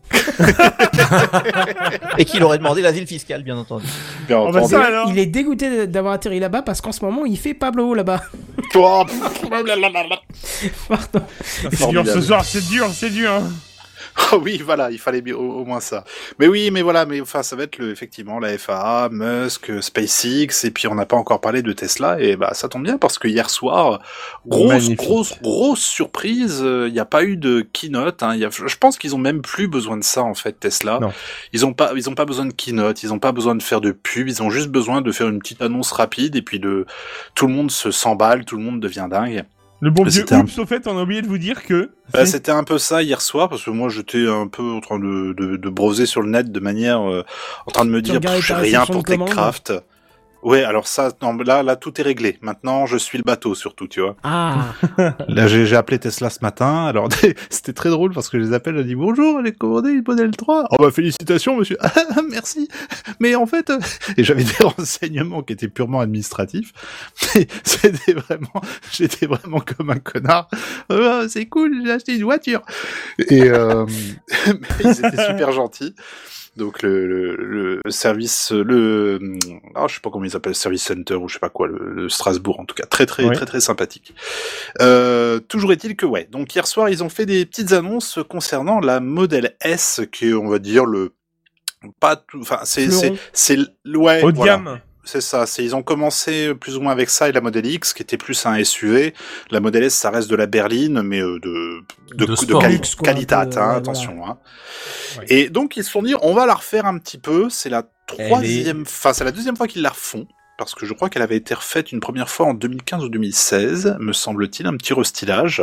Et qu'il aurait demandé l'asile fiscal, bien entendu. bien Oh, bah, entendu. ça, alors. Il est dégoûté d'avoir atterri là-bas parce qu'en ce moment il fait Pablo là-bas. Oh, Pardon. C'est dur Formidable. ce soir, c'est dur, c'est dur. Hein. oh oui, voilà, il fallait bien- au, au moins ça. Mais oui, mais voilà, mais enfin, ça va être le, effectivement la F A A, Musk, SpaceX, et puis on n'a pas encore parlé de Tesla, et bah ça tombe bien parce que hier soir, grosse, Magnifique. grosse, grosse surprise, il n'y a pas eu de keynote. Hein, y a, je pense qu'ils ont même plus besoin de ça en fait, Tesla. Non. Ils ont pas, ils ont pas besoin de keynote, ils ont pas besoin de faire de pub, ils ont juste besoin de faire une petite annonce rapide, et puis de tout le monde se s'emballe, tout le monde devient dingue. Le bon Mais vieux c'était un- oups, au fait, on a oublié de vous dire que... Bah, c'était un peu ça hier soir parce que moi j'étais un peu en train de, de, de broser sur le net de manière euh, en train de me Tu dire regardais pff, j'ai ta rien réception pour de commande TechCraft. Ouais, alors ça, non, là, là, tout est réglé. Maintenant, je suis le bateau, surtout, tu vois. Ah, Là, j'ai, j'ai appelé Tesla ce matin. Alors, c'était très drôle parce que je les appelle, je dis bonjour, j'ai commandé une Model trois. Oh bah félicitations, monsieur. Ah, merci. Mais en fait, euh, et j'avais des renseignements qui étaient purement administratifs. Mais c'était vraiment, j'étais vraiment comme un connard. Oh, c'est cool, j'ai acheté une voiture. Et euh, mais ils étaient super gentils. Donc le, le, le service, le, oh, je sais pas comment ils appellent, service center ou je sais pas quoi, le, le Strasbourg en tout cas, très très ouais. très très sympathique. Euh, toujours est-il que ouais, donc hier soir ils ont fait des petites annonces concernant la Model S, qui est, on va dire le pas tout, enfin c'est c'est c'est ouais haut de voilà. gamme. C'est ça, c'est ils ont commencé plus ou moins avec ça et la Model X qui était plus un S U V. La Model S ça reste de la berline mais euh, de de, De de, sport. quali- Luxe, quoi, qualité, un hein, peu, ouais, attention. voilà. Hein. Ouais. Et donc ils se sont dit on va la refaire un petit peu. C'est la troisième, enfin c'est la deuxième fois qu'ils la refont. Parce que je crois qu'elle avait été refaite une première fois en deux mille quinze ou deux mille seize, me semble-t-il, un petit restylage.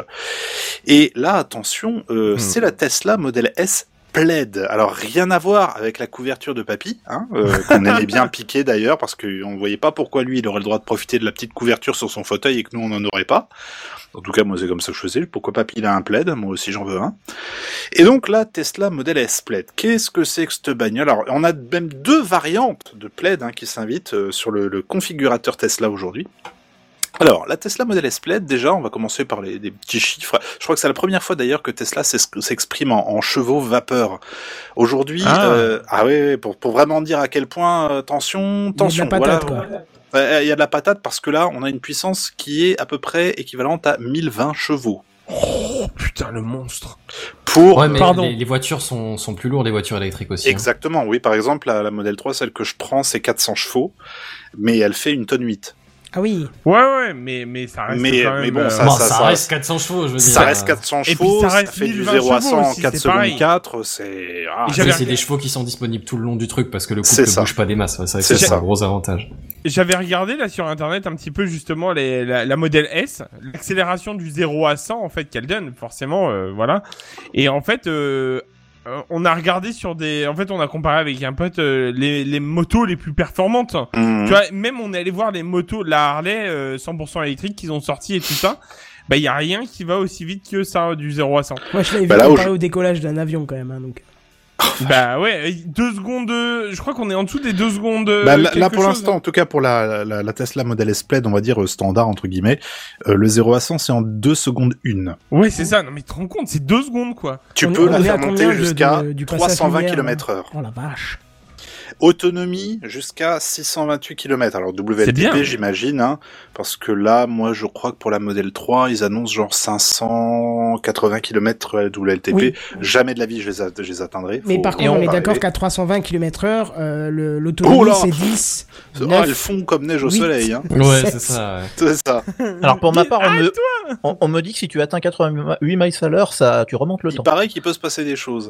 Et là, attention, euh, hmm. c'est la Tesla Model S Plaid. Alors rien à voir avec la couverture de papy, hein, euh, qu'on aimait bien piquer d'ailleurs, parce qu'on ne voyait pas pourquoi lui il aurait le droit de profiter de la petite couverture sur son fauteuil et que nous on n'en aurait pas. En tout cas moi c'est comme ça que je faisais, pourquoi papy il a un Plaid, moi aussi j'en veux un. Et donc là, Tesla Model S Plaid, qu'est-ce que c'est que cette bagnole? Alors on a même deux variantes de Plaid hein, qui s'invitent euh, sur le, le configurateur Tesla aujourd'hui. Alors, la Tesla Model S Plaid, déjà, on va commencer par les, des petits chiffres. Je crois que c'est la première fois d'ailleurs que Tesla s'exprime en, en chevaux vapeur. Aujourd'hui, ah, euh, ah oui, oui, pour, pour vraiment dire à quel point, euh, tension, tension. Il y a de la patate, voilà. quoi. Euh, il y a de la patate parce que là, on a une puissance qui est à peu près équivalente à mille vingt chevaux. Oh, putain, le monstre. Pour, ouais, mais pardon. Les, les voitures sont, sont plus lourdes, les voitures électriques aussi. Exactement, hein. Oui. Par exemple, la, la Model trois, celle que je prends, c'est quatre cents chevaux, mais elle fait une tonne huit. Ah oui. Ouais, ouais, mais, mais ça reste mais, quand même... Mais bon, euh... ça, bon, ça, ça, ça reste quatre cents chevaux, je veux dire. Ça reste quatre cents et chevaux, ça, ça reste fait du mille vingt zéro à cent en aussi, quatre secondes quatre, c'est... Ah, c'est regardé... des chevaux qui sont disponibles tout le long du truc, parce que le couple ne bouge pas des masses. C'est, c'est, c'est un gros avantage. J'avais regardé là sur internet un petit peu justement les, la, la Model S, l'accélération du zéro à cent en fait qu'elle donne, forcément, euh, voilà. Et en fait... Euh... Euh, on a regardé sur des, en fait, on a comparé avec un pote euh, les, les motos les plus performantes. Mmh. Tu vois, même on est allé voir les motos, la Harley euh, cent pour cent électrique qu'ils ont sorti et tout ça. Bah, y a rien qui va aussi vite que ça du zéro à cent. Moi, je l'avais bah, vu comparer je... au décollage d'un avion quand même, hein, donc. Bah ouais, deux secondes, je crois qu'on est en dessous des deux secondes. Bah, là, là, pour chose, l'instant, hein. en tout cas pour la, la, la Tesla Model S Plaid, on va dire standard entre guillemets, euh, le zéro à cent c'est en deux secondes une. Ouais, c'est ça. Non mais tu te rends compte, c'est deux secondes quoi. Tu on, peux on la faire monter de, jusqu'à de, de, trois cent vingt kilomètres heure. Oh la vache. Autonomie jusqu'à six cent vingt-huit kilomètres. Alors W L T P, j'imagine, hein, parce que là, moi, je crois que pour la Model trois, ils annoncent genre cinq cent quatre-vingts kilomètres W L T P. Oui. Jamais de la vie, je les, a- je les atteindrai. Mais Faut... par contre, on, on est d'accord qu'à trois cent vingt kilomètres heure, euh, le, l'autonomie, oh c'est dix. Oh, elles font comme neige au huit, soleil. Hein. Ouais, c'est ça. Ouais. C'est ça. Alors pour ma part, on me, on, on me dit que si tu atteins quatre-vingt-huit miles à l'heure, ça, tu remontes le Il temps. Il paraît qu'il peut se passer des choses.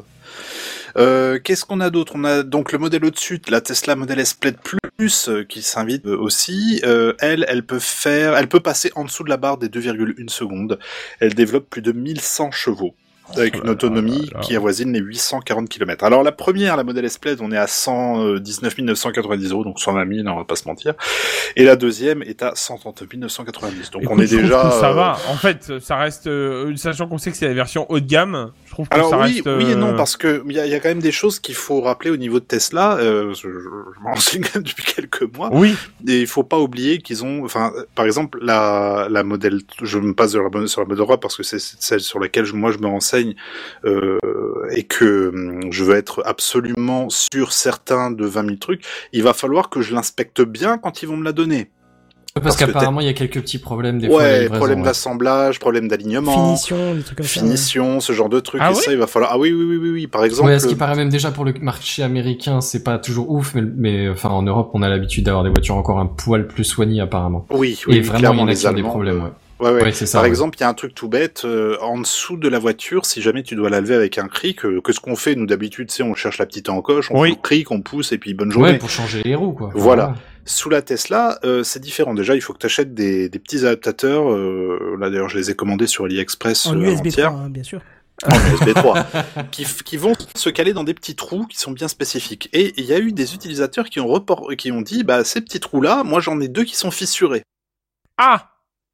Euh, qu'est-ce qu'on a d'autre? On a donc le modèle au-dessus, la Tesla Model S Plaid Plus, euh, qui s'invite euh, aussi. Euh, elle, elle peut faire, elle peut passer en dessous de la barre des deux virgule une secondes. Elle développe plus de mille cent chevaux. Avec une autonomie qui avoisine les huit cent quarante kilomètres. Alors la première, la Model S Plaid, on est à cent dix-neuf mille neuf cent quatre-vingt-dix euros, donc cent vingt mille, on va pas se mentir. Et la deuxième est à cent trente mille neuf cent quatre-vingt-dix. Donc Écoute, on est je déjà. Trouve que ça euh... va. En fait, ça reste, euh, sachant qu'on sait que c'est la version haut de gamme. Je trouve que Alors ça oui, reste. oui et non, euh... parce que il y a, y a quand même des choses qu'il faut rappeler au niveau de Tesla. Euh, je, je, je m'en renseigne quand même depuis quelques mois. Oui. Et il faut pas oublier qu'ils ont, enfin, par exemple, la la modèle, je me passe sur la, sur la Model trois parce que c'est celle sur laquelle je, moi je me renseigne. Euh, et que hum, je veux être absolument sûr, certain de vingt mille trucs, il va falloir que je l'inspecte bien quand ils vont me la donner. Parce, parce qu'apparemment, il y a quelques petits problèmes des ouais, fois. Ouais, problème ouais. d'assemblage, problème d'alignement. Finition, des trucs comme ça. Finition, ce genre de trucs. Ah et oui ça, il va falloir. Ah oui, oui, oui, oui, oui. Par exemple. Ouais, ce qui paraît même déjà pour le marché américain, c'est pas toujours ouf, mais, mais enfin, en Europe, on a l'habitude d'avoir des voitures encore un poil plus soignées, apparemment. Oui, oui. Et vraiment, il y en a qui ont des problèmes, ouais. Ouais, ouais. ouais c'est ça, Par ouais. exemple, il y a un truc tout bête, euh, en dessous de la voiture, si jamais tu dois la lever avec un cric, euh, que ce qu'on fait, nous, d'habitude, tu sais, on cherche la petite encoche, on oui. fout le cric, on pousse, et puis bonne journée. Ouais, pour changer les roues, quoi. Voilà. Ouais. Sous la Tesla, euh, c'est différent. Déjà, il faut que tu achètes des, des petits adaptateurs, euh, là, d'ailleurs, je les ai commandés sur AliExpress en euh, U S B trois, entière. hein, bien sûr. En U S B trois. qui, qui vont se caler dans des petits trous qui sont bien spécifiques. Et il y a eu des utilisateurs qui ont report, qui ont dit, bah, ces petits trous-là, moi, j'en ai deux qui sont fissurés. Ah!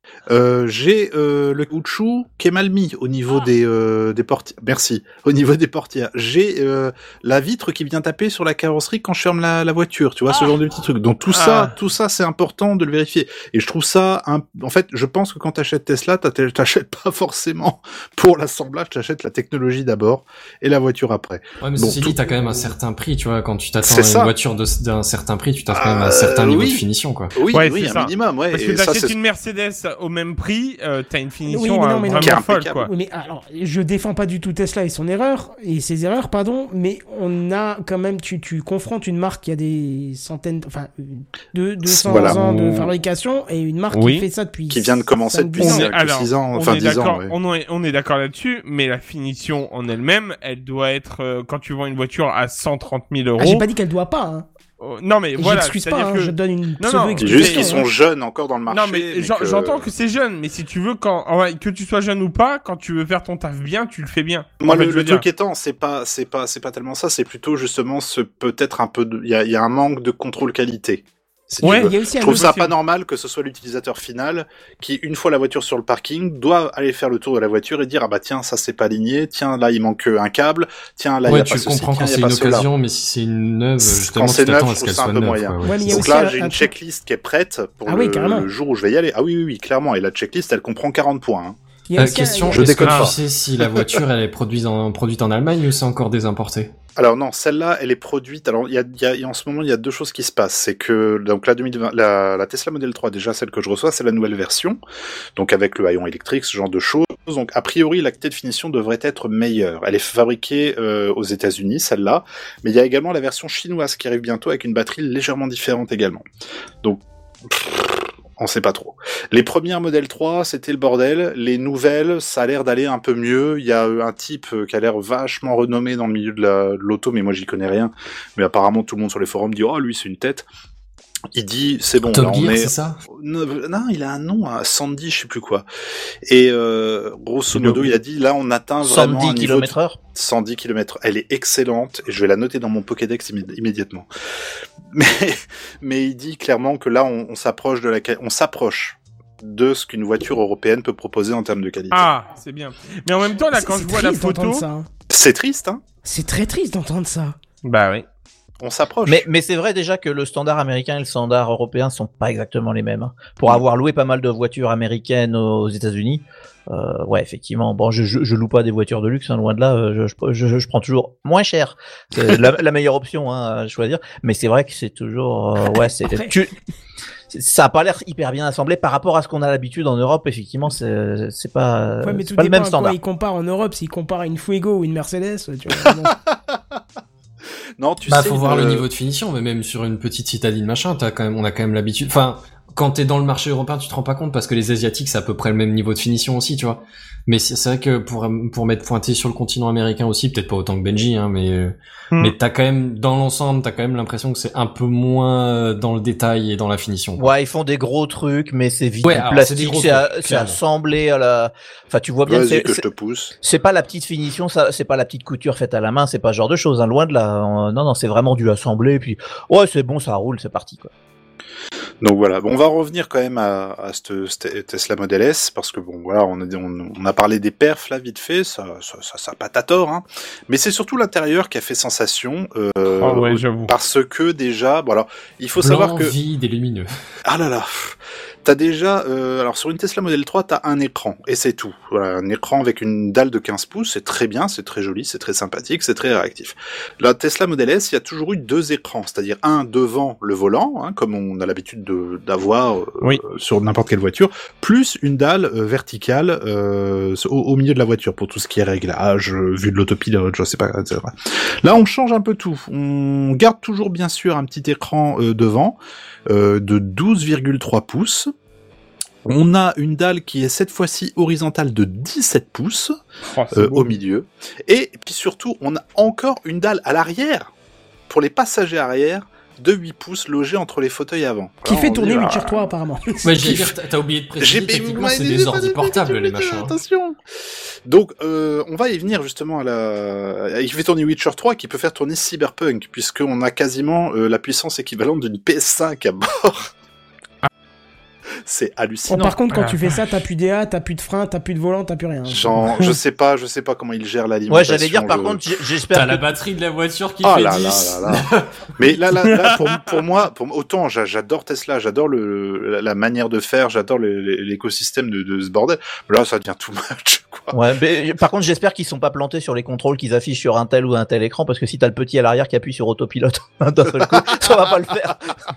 Euh, j'ai euh, le caoutchouc qui est mal mis au niveau ah. des euh, des portières. Merci. Au niveau des portières, j'ai euh, la vitre qui vient taper sur la carrosserie quand je ferme la, la voiture. Tu vois, ah. ce genre de petits trucs. Donc tout ah. ça, tout ça, c'est important de le vérifier. Et je trouve ça, un... en fait, je pense que quand t'achètes Tesla, t'achètes pas forcément pour l'assemblage, t'achètes la technologie d'abord et la voiture après. Ouais, mais bon, ceci tout... dit, t'as quand même un certain prix. Tu vois, quand tu t'attends à une ça. voiture de, d'un certain prix, tu t'as quand même un certain euh, niveau oui. de finition, quoi. Oui, ouais, oui, un ça. minimum. Ouais. Parce que et t'achètes ça, une Mercedes au même prix, euh, t'as une finition oui, mais non, mais euh, non, vraiment mais folle, quoi. Oui, mais alors, je défends pas du tout Tesla et son erreur, et ses erreurs, pardon, mais on a quand même, tu, tu confrontes une marque qui a des centaines, enfin, deux, deux cents voilà. ans de fabrication, et une marque oui. qui fait ça depuis... Qui vient de commencer depuis six ans, enfin dix ans. Ouais. On est, on est d'accord là-dessus, mais la finition en elle-même, elle doit être, euh, quand tu vends une voiture à cent trente mille euros... Ah, j'ai pas dit qu'elle doit pas, hein. Oh, non mais voilà, j'excuse pas, hein, que... je donne une non, non, c'est juste qu'ils sont jeunes encore dans le marché. Non mais, mais que... j'entends que c'est jeune, mais si tu veux quand ouais, que tu sois jeune ou pas, quand tu veux faire ton taf bien, tu le fais bien. Moi en fait, le, le dire... truc étant, c'est pas c'est pas c'est pas tellement ça, c'est plutôt justement ce peut-être un peu de il y a il y a un manque de contrôle qualité. Si ouais, il y a aussi je trouve ça pas normal que ce soit l'utilisateur final qui, une fois la voiture sur le parking, doit aller faire le tour de la voiture et dire ah bah tiens ça c'est pas aligné, tiens là il manque un câble, tiens là il ouais, y a pas ceci, tiens il y a pas cela. Ouais, tu comprends quand c'est une occasion, mais si c'est une neuve, justement, quand c'est tu neuve, t'attends je à ce qu'elle trouve ça un peu neuve, moyen. Ouais, ouais, donc là j'ai une checklist qui est prête pour ah le, oui, le jour où je vais y aller. Ah oui oui oui clairement, et la checklist elle comprend quarante points. Hein. Euh, question, je est-ce que pas. tu sais si la voiture elle est produite en, produite en Allemagne ou c'est encore désimporté? Alors non, celle-là, elle est produite. Alors il y a, il y a en ce moment il y a deux choses qui se passent. C'est que donc la deux mille vingt, la, la Tesla Model trois, déjà celle que je reçois, c'est la nouvelle version, donc avec le haillon électrique, ce genre de choses. Donc a priori la qualité de finition devrait être meilleure. Elle est fabriquée euh, aux États-Unis, celle-là, mais il y a également la version chinoise qui arrive bientôt avec une batterie légèrement différente également. Donc on sait pas trop. Les premières Model trois, c'était le bordel. Les nouvelles, ça a l'air d'aller un peu mieux. Il y a un type qui a l'air vachement renommé dans le milieu de, la, de l'auto, mais moi j'y connais rien. Mais apparemment tout le monde sur les forums dit « Oh, lui c'est une tête ». Il dit c'est bon, Top là on Gear, est. C'est ça non, non, il a un nom, un Sandy, je sais plus quoi. Et euh, grosso modo, il a dit là on atteint vraiment un niveau kilomètres heure. cent dix kilomètres. Elle est excellente et je vais la noter dans mon Pokédex immé- immédiatement. Mais mais il dit clairement que là on, on s'approche de la on s'approche de ce qu'une voiture européenne peut proposer en termes de qualité. Ah, c'est bien. Mais en même temps là c'est, quand c'est je vois la photo, ça. C'est triste hein. C'est très triste d'entendre ça. Bah oui. On s'approche. Mais, mais c'est vrai déjà que le standard américain et le standard européen sont pas exactement les mêmes. Hein. Pour avoir loué pas mal de voitures américaines aux États-Unis, euh, ouais, effectivement. Bon, je, je, je loue pas des voitures de luxe, hein, loin de là. Je, je, je, je prends toujours moins cher. C'est la, la meilleure option hein, à choisir. Mais c'est vrai que c'est toujours, euh, ouais, c'est. Tu, ça a pas l'air hyper bien assemblé par rapport à ce qu'on a l'habitude en Europe. Effectivement, c'est, c'est pas, ouais, mais c'est tout pas le même à standard. Quoi il compare en Europe, s'il compare à une Fuego ou une Mercedes, tu vois. Bon. Non, tu bah, sais. faut voir euh... le niveau de finition, mais même sur une petite citadine machin, t'as quand même, on a quand même l'habitude. Enfin, quand t'es dans le marché européen, tu te rends pas compte parce que les asiatiques, c'est à peu près le même niveau de finition aussi, tu vois. Mais c'est, c'est vrai que pour pour m'être pointé sur le continent américain aussi, peut-être pas autant que Benji, hein, mais hmm. mais t'as quand même dans l'ensemble, t'as quand même l'impression que c'est un peu moins dans le détail et dans la finition. Ouais, ils font des gros trucs, mais c'est vite ouais, en plastique, c'est, c'est, à, trucs, c'est assemblé à la. Enfin, tu vois bien. Vas-y c'est, que c'est, je te pousse. C'est pas la petite finition, ça, c'est pas la petite couture faite à la main, c'est pas ce genre de choses, hein, loin de là. Non, non, c'est vraiment du assemblé, puis ouais, c'est bon, ça roule, c'est parti, quoi. Donc voilà, bon, on va revenir quand même à, à cette, cette Tesla Model S, parce que bon, voilà, on a, on, on a parlé des perfs là vite fait, ça, ça, ça, ça pas à tort, hein. Mais c'est surtout l'intérieur qui a fait sensation, euh, oh ouais, j'avoue. Parce que déjà, bon alors, il faut Blanc, savoir que vide et lumineux. Ah là là. T'as déjà, euh, alors sur une Tesla Model trois, t'as un écran, et c'est tout. Voilà, un écran avec une dalle de quinze pouces, c'est très bien, c'est très joli, c'est très sympathique, c'est très réactif. La Tesla Model S, il y a toujours eu deux écrans, c'est-à-dire un devant le volant, hein, comme on a l'habitude de, d'avoir euh, oui. sur n'importe quelle voiture, plus une dalle euh, verticale euh, au, au milieu de la voiture, pour tout ce qui est réglage, vue de l'autopilote, je sais pas, et cetera. Là, on change un peu tout. On garde toujours, bien sûr, un petit écran euh, devant, euh, de douze virgule trois pouces. On a une dalle qui est cette fois-ci horizontale de dix-sept pouces oh, euh, au milieu. Et puis surtout, on a encore une dalle à l'arrière, pour les passagers arrière, de huit pouces logée entre les fauteuils avant. Qui alors, fait tourner dit, Witcher ah, trois apparemment. Ouais, j'ai dire, t'as oublié de préciser, techniquement c'est des ordi portables les machins. Attention. Donc euh, on va y venir justement à la... Il fait tourner Witcher trois qui peut faire tourner Cyberpunk, puisqu'on a quasiment euh, la puissance équivalente d'une P S cinq à bord. C'est Bon, hallucinant. par contre, quand Ah, tu fais ça, t'as plus d'A, t'as plus de frein, t'as plus de volant, t'as plus rien. Genre, je sais pas, je sais pas comment il gère l'alimentation. Ouais, j'allais dire, par je- contre, j'- j'espère T'as que... la batterie de la voiture qui Ah fait là là dix. là là. Mais là, là, là pour, pour moi, pour, autant j'a- j'adore Tesla, j'adore le, la, la manière de faire, j'adore le- le- l'écosystème de, de ce bordel. Mais là, ça devient too much, quoi. Ouais, mais par contre, j'espère qu'ils sont pas plantés sur les contrôles qu'ils affichent sur un tel ou un tel écran, parce que si t'as le petit à l'arrière qui appuie sur autopilote d'un seul coup, ça va pas le faire.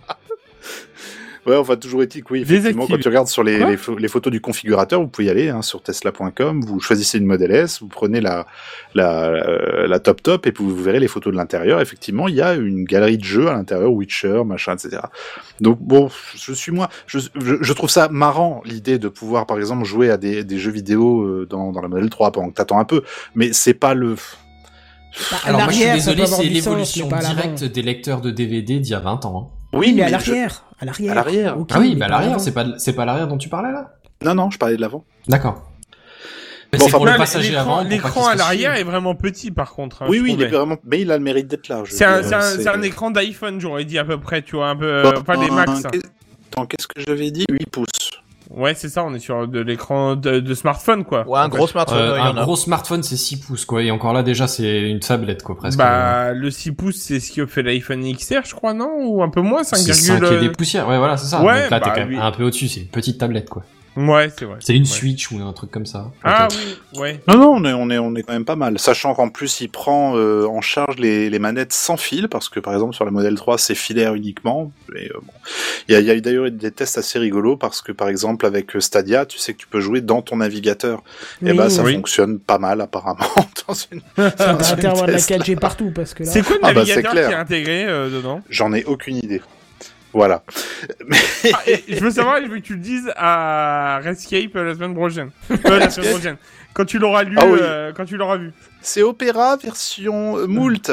Ouais, enfin, toujours éthique, oui. Effectivement, Désactive. quand tu regardes sur les, Quoi les, pho- les photos du configurateur, vous pouvez y aller hein, sur tesla point com, vous choisissez une Model S, vous prenez la, la, euh, la top top et puis vous verrez les photos de l'intérieur. Effectivement, il y a une galerie de jeux à l'intérieur, Witcher, machin, et cetera. Donc bon, je suis moi, je, je, je trouve ça marrant l'idée de pouvoir, par exemple, jouer à des, des jeux vidéo euh, dans, dans la Model trois pendant que t'attends un peu, mais c'est pas le... Bah, à Alors moi je suis l'arrière, ça peut désolé, avoir c'est du sens, l'évolution mais pas à l'avant. directe des lecteurs de D V D d'il y a vingt ans. hein. Oui, mais à je- l'arrière. À l'arrière. À l'arrière. Ok, Ah oui, mais mais à pas l'arrière, l'avant. c'est pas c'est pas l'arrière dont tu parlais là. Non, non, je parlais de l'avant. D'accord. Mais Bon, c'est enfin, pour Là, le passager l'écran- avant. pour pas L'écran qu'il à se l'arrière fasse est vraiment petit, par contre. hein, Oui, je oui, il est trouvais. vraiment... Mais il a le mérite d'être là. je C'est un, veux c'est dire, un, c'est- c'est un écran d'iPhone, j'aurais dit à peu près, tu vois, un peu, euh, Bah, pas des max. un- Attends, qu'est-ce que j'avais dit huit pouces. Ouais, c'est ça, on est sur de l'écran de, de smartphone, quoi. Ouais, un En gros fait. smartphone, Euh, ouais, il y en un a. gros smartphone c'est six pouces quoi et encore là déjà c'est une tablette quoi presque. Bah, le six pouces, c'est ce qui fait l'iPhone X R, je crois, non? Ou un peu moins, cinq c'est cinq et des poussières. Ouais voilà c'est ça. Ouais, Donc là bah, t'es quand même oui. un peu au-dessus, c'est une petite tablette quoi. Ouais, c'est vrai. C'est une Ouais. Switch ou un truc comme ça. Ah peut-être. oui, ouais. Non, non, on est, on est, on est quand même pas mal. Sachant qu'en plus, il prend euh, en charge les, les manettes sans fil, parce que par exemple sur la Model trois, c'est filaire uniquement. Et, euh, bon. Il y a, il y a d'ailleurs des tests assez rigolos, parce que par exemple avec Stadia, tu sais que tu peux jouer dans ton navigateur. Et Oui. bah ça Oui. fonctionne pas mal apparemment dans une. T'as dans une intérêt à avoir de la Tesla. quatre G partout, parce que là... C'est quoi le Ah bah, c'est navigateur clair. qui est intégré euh, dedans? J'en ai aucune idée. Voilà. Ah, et je veux savoir, je veux que tu le dises à Redscape euh, la semaine prochaine. Euh, la semaine prochaine. Quand tu l'auras lu, Ah oui. euh, quand tu l'auras vu. C'est Opera version euh, moult.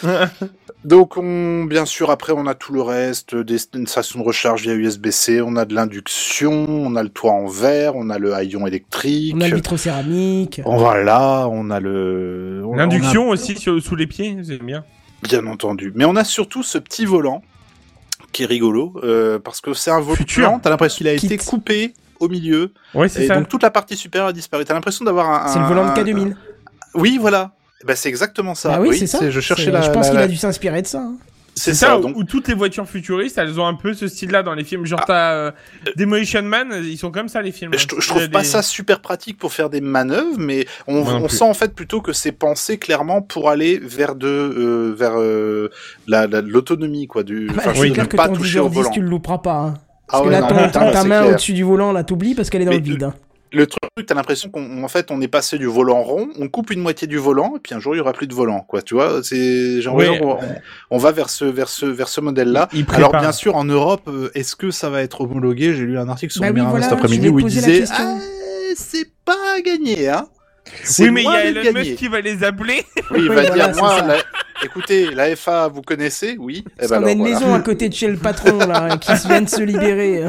Donc, on, bien sûr, après, on a tout le reste, des une station de recharge via U S B C, on a de l'induction, on a le toit en verre, on a le haillon électrique. On a le vitrocéramique. On va là, on a le... on- L'induction aussi sur, sous les pieds, c'est bien. on a- Bien entendu. Mais on a surtout ce petit volant, qui est rigolo, euh, parce que c'est un volant, Futur. t'as l'impression qu'il a été Kit. coupé au milieu, Ouais, c'est et ça. donc toute la partie supérieure a disparu. T'as l'impression d'avoir un... C'est le volant de un- K deux mille. Oui, voilà. Bah, c'est exactement ça. Bah oui, c'est ça. Je cherchais C'est- la... Je pense la- qu'il la- a dû s'inspirer de ça. hein. C'est ça, ça, où, donc... où toutes les voitures futuristes, elles ont un peu ce style-là dans les films. Genre, t'as euh, Demolition Man, ils sont comme ça, les films. Je, je trouve Les- pas ça super pratique pour faire des manœuvres, mais on, Moi non on plus. sent en fait plutôt que c'est pensé clairement pour aller vers de euh, vers euh, la, la- l'autonomie quoi, du Bah, enfin, c'est de clair ne que pas ton toucher au dix, volant. tu le louperas pas. hein. Ah Parce que ouais, là, non, ton- non, ta, non, ta c'est main clair. au-dessus du volant, là, t'oublies parce qu'elle est dans Mais le vide. hein. Le truc, t'as l'impression qu'on en fait on est passé du volant rond, on coupe une moitié du volant et puis un jour il y aura plus de volant quoi, tu vois, c'est j'ai l'impression Ouais. qu'on- on, on va vers ce vers ce vers ce modèle là. Ils- ils Alors préparent. bien sûr en Europe, euh, est-ce que ça va être homologué? J'ai lu un article sur Bah oui, Numéro un voilà, cet je après-midi vais où il poser la disait question. ah, c'est pas gagné hein. C'est Oui, mais il y loin a d'être Elon gagné. Musk qui va les appeler. Oui, il Oui, va voilà, dire, c'est moi, ça. la- écoutez, la F A, vous connaissez? Oui. Eh Parce ben qu'on a alors, une voilà. maison à côté de chez le patron, là, qui vient de se libérer.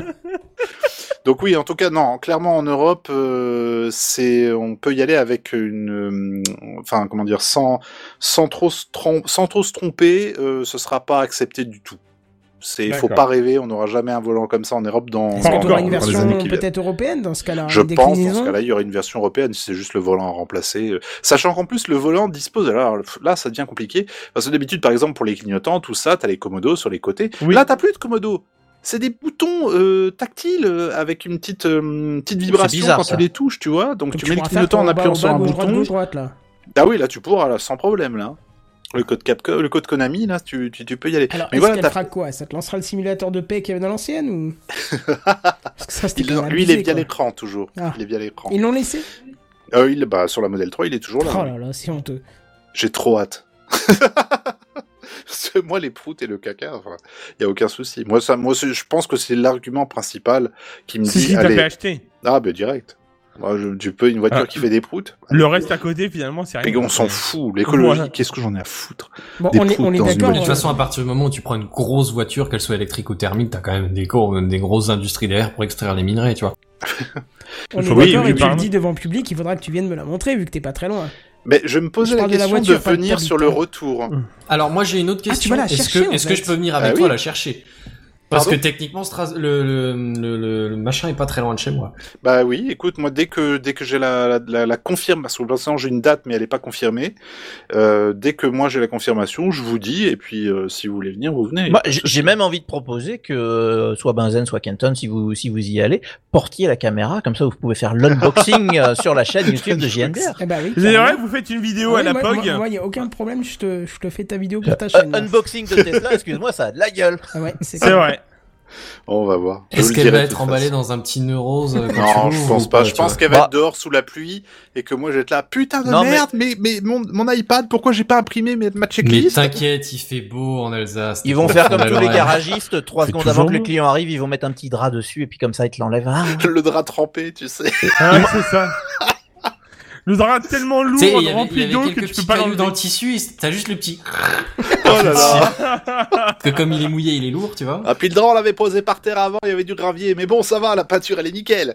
Donc oui, en tout cas, non, clairement, en Europe, euh, c'est, on peut y aller avec une, euh, enfin, comment dire, sans, sans trop se trom- sans trop se tromper, euh, ce sera pas accepté du tout. C'est, faut D'accord. pas rêver, on n'aura jamais un volant comme ça en Europe dans, Est-ce que encore, tu auras dans une les version années qui viennent. peut-être européenne dans ce cas-là? Je une pense, dans déclinaison ce cas-là, il y aurait une version européenne si c'est juste le volant à remplacer. Euh, Sachant qu'en plus, le volant dispose, alors là, ça devient compliqué, parce que d'habitude, par exemple, pour les clignotants, tout ça, t'as les commodos sur les côtés. Oui. Là, t'as plus de commodos. C'est des boutons euh, tactiles euh, avec une petite, euh, une petite vibration bizarre, quand ça. tu les touches, tu vois. Donc, Donc tu mets le pourras faire clignotant en ton appuyant bas, sur bas, un gauche, droite, bouton. gauche, droite, là. Ah oui, là, tu pourras, là, sans problème, là. Le code Capcom, le code Konami, là, tu, tu, tu peux y aller. Alors, Mais est-ce voilà, qu'elle t'as- fera quoi? Ça te lancera le simulateur de paix qu'il y avait dans l'ancienne ou Parce que ça, c'était il- quand même lui, il est abusé, via quoi. l'écran, toujours. Ah. Il est via l'écran. Ils l'ont laissé? Euh, il, bah, sur la Model trois, il est toujours là. Oh oui. là là, c'est honteux. J'ai trop hâte. Parce que moi, les proutes et le caca, enfin, y a aucun souci. Moi, ça, moi, c'est- je pense que c'est l'argument principal qui me C'est ce dit, qu'il t'a allez, fait acheter. ah, ben, direct. Moi, je, tu peux une voiture Ah. qui fait des proutes. Le reste à côté, finalement, c'est rien. Mais on s'en fout. L'écologie, Voilà. qu'est-ce que j'en ai à foutre? Bon, Des on est, proutes on est dans une d'accord. De toute euh, façon, à partir du moment où tu prends une grosse voiture, qu'elle soit électrique ou thermique, t'as quand même des, gros, des grosses industries derrière pour extraire les minerais, tu vois. on est Faut- oui, d'accord oui, et tu le pardon. dis devant le public, il faudra que tu viennes me la montrer vu que t'es pas très loin. Mais je me posais Je la parle de la question de, voiture, pas de venir ta sur le bite, hein. retour. Alors moi j'ai une autre Ah, tu question. vas la Est-ce chercher, que, en est-ce fait. que je peux venir avec Ah toi oui. la chercher? Parce Pardon que techniquement, Stras- le, le, le, le, le machin est pas très loin de chez moi. Bah oui, écoute, moi dès que dès que j'ai la la, la, la confirme, parce que pour l'instant j'ai une date mais elle est pas confirmée. Euh, dès que moi j'ai la confirmation, je vous dis et puis euh, si vous voulez venir, vous venez. Moi, j'ai j'ai même envie de proposer que euh, soit Benzen, soit Kenton, si vous si vous y allez, portiez la caméra, comme ça vous pouvez faire l'unboxing euh, sur la chaîne YouTube de J N B R. Eh bah oui. C'est vrai, carrément. vous faites une vidéo Oui, à la moi, P O moi, G. moi, y a aucun problème, je te, je te fais ta vidéo pour ta Euh, chaîne. unboxing de Tesla, excuse-moi, ça a de la gueule. Ah ouais, c'est C'est vrai. On va voir. Je Est-ce vous le qu'elle dirai va de être toute emballée façon. dans un petit neurose euh, quand Non, tu je l'ouvres pense ou pas. pas, Je tu pense vois qu'elle va Bah. être dehors sous la pluie et que moi je vais être là. Putain de Non, mais- merde, mais mais, mon, mon iPad, pourquoi j'ai pas imprimé mes- ma Mais checklist? t'inquiète, il fait beau en Alsace. Ils vont faire comme tous les Fondamentalement. garagistes, trois C'est secondes avant toujours que le bon. client arrive, ils vont mettre un petit drap dessus et puis comme ça ils te l'enlèvent. Ah, Le drap trempé, tu sais. Ah, ouais, c'est ça. Le drap tellement Tu sais, lourd, il y avait, il y rempli avait d'eau quelques que tu petits peux pas cailloux l'enlever. dans le tissu, et t'as juste le petit. Oh là là. Parce que comme il est mouillé, il est lourd, tu vois. Ah, puis le drap, on l'avait posé par terre avant, il y avait du gravier. Mais bon, ça va, la peinture, elle est nickel.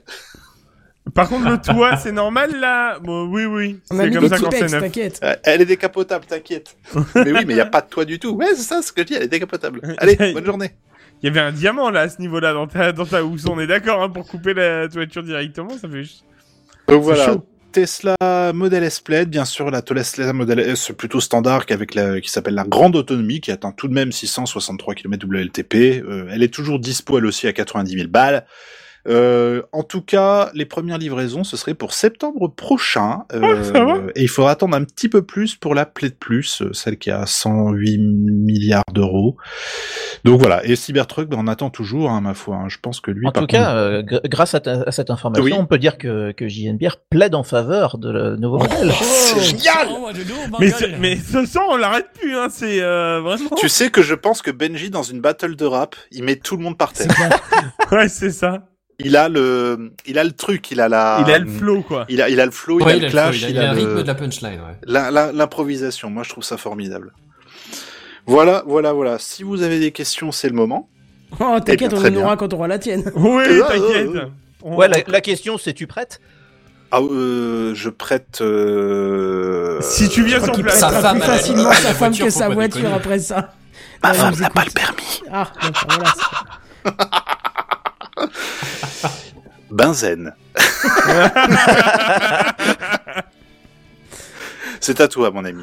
Par contre, le toit, c'est normal là bon, Oui, oui. On a C'est mis comme des ça petits quand c'est pecs, neuf. t'inquiète. Euh, Elle est décapotable, t'inquiète. Mais oui, mais il y a pas de toit du tout. Ouais, c'est ça ce que je dis, elle est décapotable. Allez, bonne journée. Il y avait un diamant là à ce niveau-là dans ta, dans ta housse, on est d'accord hein, pour couper la toiture directement, ça fait juste. Donc voilà. chaud. Tesla Model S Plaid, bien sûr, la Tesla Model S plutôt standard qu'avec la, qui s'appelle la grande autonomie, qui atteint tout de même six cent soixante-trois kilomètres W L T P. Euh, elle est toujours dispo elle aussi à quatre-vingt-dix mille balles. Euh, en tout cas, les premières livraisons, ce serait pour septembre prochain. Euh, Ouais, ça va. et il faudra attendre un petit peu plus pour la Plaid Plus, euh, celle qui a cent huit milliards d'euros. Donc voilà. Et Cybertruck, ben, on attend toujours, hein, ma foi. hein. Je pense que lui, En par tout contre- cas, euh, gr- grâce à, ta- à cette information, Oui. on peut dire que, que J N B R plaide en faveur de le nouveau modèle. c'est génial! Oh, de dos, ma Mais, gueule. ce- mais ce son, on l'arrête plus, hein, c'est euh, vraiment. Tu sais que je pense que Benji, dans une battle de rap, il met tout le monde par terre. C'est clair. Ouais, c'est ça. Il a le, il a le truc, il a la, Il a le flow, quoi. il a, il a le flow, il Ouais, a il le a le clash, flow, il il a, il a a le le, rythme de la punchline, ouais. la- la- l'improvisation. Moi, je trouve ça formidable. Voilà, voilà, voilà. Si vous avez des questions, c'est le moment. Oh, t'inquiète, Eh bien, on très en aura bien. quand on aura la tienne. Oui, Euh, t'inquiète. euh, On- Ouais, la, la question c'est tu prêtes? Ah, euh, je prête. Euh... Si tu viens Je crois sur qu'il place. Sa prêtera femme, plus à la facilement limite, sa la femme voiture, que faut sa pas voiture déconner. après ça. Ma Ouais, femme nous n'a pas le écoute. permis. Ah, d'accord, voilà. Benzen. C'est à toi, mon ami.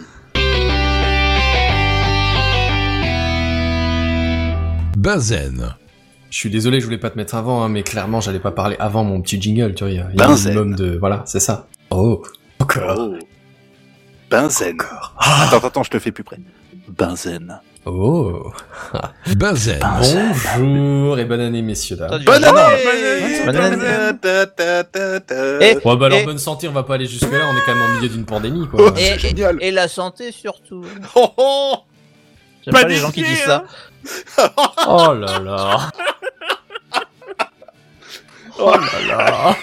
Benzen. Je suis désolé, je voulais pas te mettre avant, hein, mais clairement, j'allais pas parler avant mon petit jingle, tu vois. Il y a, il y a un Benzen. minimum de, voilà, c'est ça. Oh, encore, Oh. Benzen. encore. Attends, attends, je te fais plus près. Benzen. Oh. Benzen. Bonjour et bonne année, messieurs dames. Attends, Bonne non, non, année! Bonne année. Ta, ta, ta, ta. Et- Ouais, bah alors Et- bonne santé, on va pas aller jusque là, on est quand même au milieu d'une pandémie, quoi. Oh, c'est Et, génial. et, et la santé surtout. Oh, oh. J'aime Pas pas, les gens qui dédié, disent ça. Oh là là. Oh là là.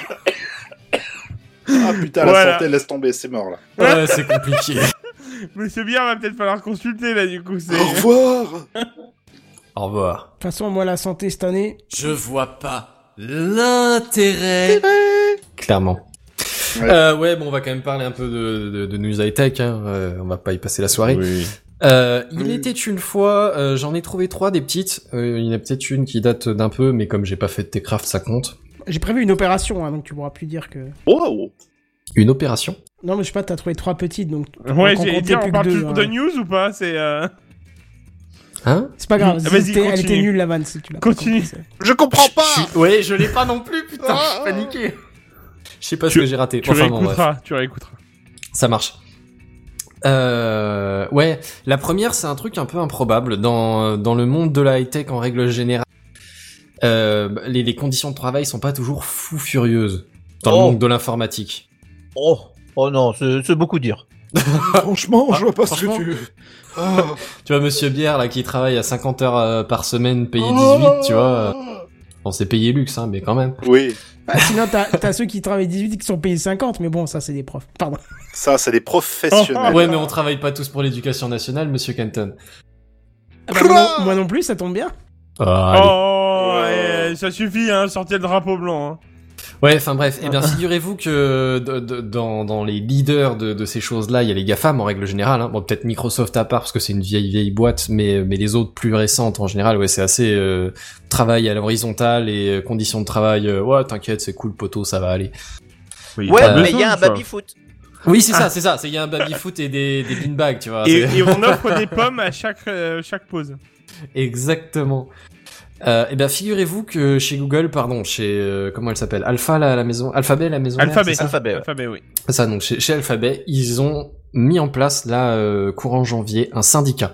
Ah putain, la Voilà. santé, laisse tomber, c'est mort là. Ouais, c'est compliqué. Monsieur Bière va peut-être falloir consulter là, du coup. C'est... Au revoir. Au revoir. De toute façon, moi, la santé cette année. Je vois pas l'intérêt. Clairement. Ouais. Euh, ouais, bon, on va quand même parler un peu de, de, de news high-tech, hein. Euh, on va pas y passer la soirée. Oui. Euh, il Oui. était une fois, euh, j'en ai trouvé trois des petites. Euh, il y en a peut-être une qui date d'un peu, mais comme j'ai pas fait de Techcraft, ça compte. J'ai prévu une opération, hein, donc tu pourras plus dire que. Wow. Une opération. Non, mais je sais pas, t'as trouvé trois petites, donc. Ouais, on j'ai comptait dit, on plus que parle deux, toujours hein. de news ou pas? C'est, euh... Hein? C'est pas grave, Ah, vas-y, c'était- elle continue. était nulle la vanne si tu l'as pas Continue. compris, c'est- Je comprends pas. Je suis- Ouais, je l'ai pas non plus, putain, je suis paniqué. Je sais pas ce Tu- que j'ai raté. Tu Enfin, bon, bref. réécouteras, tu réécouteras. Ça marche. Euh, ouais, la première, c'est un truc un peu improbable dans dans le monde de la high tech en règle générale. Euh, les, les conditions de travail sont pas toujours fou furieuses dans Oh. le monde de l'informatique. Oh, oh non, c'est c'est beaucoup dire. Franchement, je vois pas ce que franchement. tu. Ah. Tu vois, Monsieur Bière là qui travaille à cinquante heures euh, par semaine, payé dix-huit, tu vois. euh, Bon, c'est payé luxe, hein, mais quand même. Oui, Ah, sinon, t'as t'as ceux qui travaillent dix-huit et qui sont payés cinquante, mais bon, ça, c'est des profs. Pardon. ça, c'est des professionnels. Ouais, mais on travaille pas tous pour l'éducation nationale, Monsieur Kenton. Ah bah, moi, non, moi non plus, ça tombe bien. Ah, allez. Oh, Ouais. eh, ça suffit, hein, sortez le drapeau blanc. Hein. Ouais, enfin bref, eh bien figurez-vous que de, de, dans, dans les leaders de, de ces choses-là, il y a les GAFAM en règle générale. Hein. Bon, peut-être Microsoft à part parce que c'est une vieille vieille boîte, mais mais les autres plus récentes en général, ouais, c'est assez euh, travail à l'horizontale et euh, conditions de travail. Euh, ouais, t'inquiète, c'est cool, poteau, ça va aller. Oui, Ouais, pas mais il besoin, y a un tu vois. baby-foot. Oui, c'est ça, c'est ça. C'est il y a un baby-foot et des des beanbags, tu vois. Et, c'est- et on offre des pommes à chaque euh, chaque pause. Exactement. Euh, eh bien, figurez-vous que chez Google, pardon, chez euh, comment elle s'appelle, Alpha la, la maison, Alphabet la maison. mère, Alphabet. c'est ça Alphabet, ouais. Alphabet, oui. C'est ça. Donc chez, chez Alphabet, ils ont mis en place là euh, courant janvier un syndicat.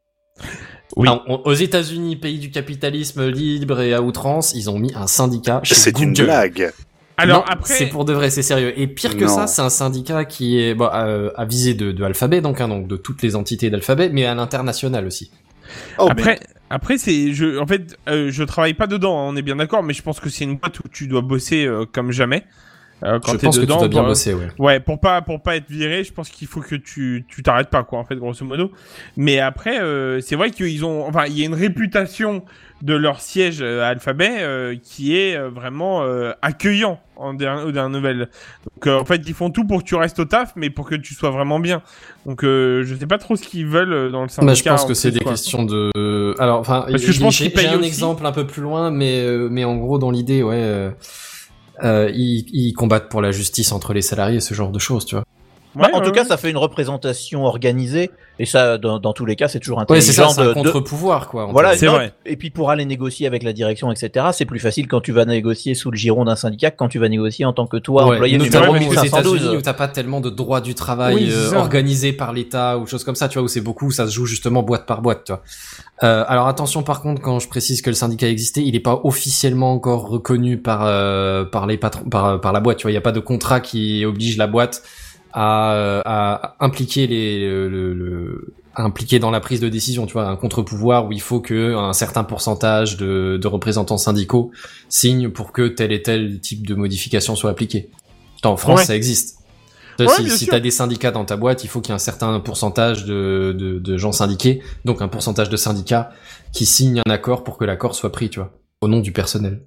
Oui. Alors, on- aux États-Unis, pays du capitalisme libre et à outrance, ils ont mis un syndicat chez C'est Google. une blague. Alors Non, après, c'est pour de vrai, c'est sérieux. Et pire que Non. ça, c'est un syndicat qui est bon, euh, à visée de, de Alphabet, donc hein, donc de toutes les entités d'Alphabet, mais à l'international aussi. Oh, après, après c'est, je, en fait, euh, je travaille pas dedans, hein, on est bien d'accord, mais je pense que c'est une boîte où tu dois bosser euh, comme jamais. Euh, quand Je t'es pense dedans, que tu dois bien pour- bosser, ouais. Ouais, pour pas pour pas être viré, je pense qu'il faut que tu tu t'arrêtes pas quoi en fait grosso modo. Mais après euh, c'est vrai qu'ils ont enfin il y a une réputation de leur siège euh, à Alphabet euh, qui est euh, vraiment euh, accueillant en dernière, dernière nouvelle. Donc euh, en fait, ils font tout pour que tu restes au taf mais pour que tu sois vraiment bien. Donc euh, je sais pas trop ce qu'ils veulent euh, dans le syndicat. Bah, je pense en que c'est plus, des quoi. questions de. Alors, enfin, Parce que je j'ai- pense j'ai qu'ils payent j'ai un aussi. exemple un peu plus loin, mais euh, mais en gros dans l'idée, ouais, euh, euh, ils, ils combattent pour la justice entre les salariés, ce genre de choses, tu vois. Ouais, Bah, en ouais, tout cas, ouais. ça fait une représentation organisée, et ça, dans, dans tous les cas, c'est toujours Ouais, intelligent c'est ça, c'est de, un de- contre-pouvoir, quoi. en Voilà, fait. C'est non, vrai. Et puis pour aller négocier avec la direction, et cetera, c'est plus facile quand tu vas négocier sous le giron d'un syndicat que quand tu vas négocier en tant que toi, Ouais, employé notamment numéro aux mille cinq cent douze. États-Unis où t'as pas tellement de droits du travail Oui, c'est euh, ça. organisés par l'État ou choses comme ça, tu vois, où c'est beaucoup, où ça se joue justement boîte par boîte, tu vois. Euh, alors attention par contre, quand je précise que le syndicat existait, il est pas officiellement encore reconnu par euh, par les patrons, par par la boîte, tu vois. Il y a pas de contrat qui oblige la boîte à, euh, à impliquer les le, le, le- à impliquer dans la prise de décision, tu vois, un contre-pouvoir où il faut que un certain pourcentage de, de représentants syndicaux signent pour que tel et tel type de modification soit appliqué. En France, Ouais. ça existe. Ouais, si bien si sûr. t'as des syndicats dans ta boîte, il faut qu'il y ait un certain pourcentage de, de, de gens syndiqués, donc un pourcentage de syndicats qui signent un accord pour que l'accord soit pris, tu vois, au nom du personnel.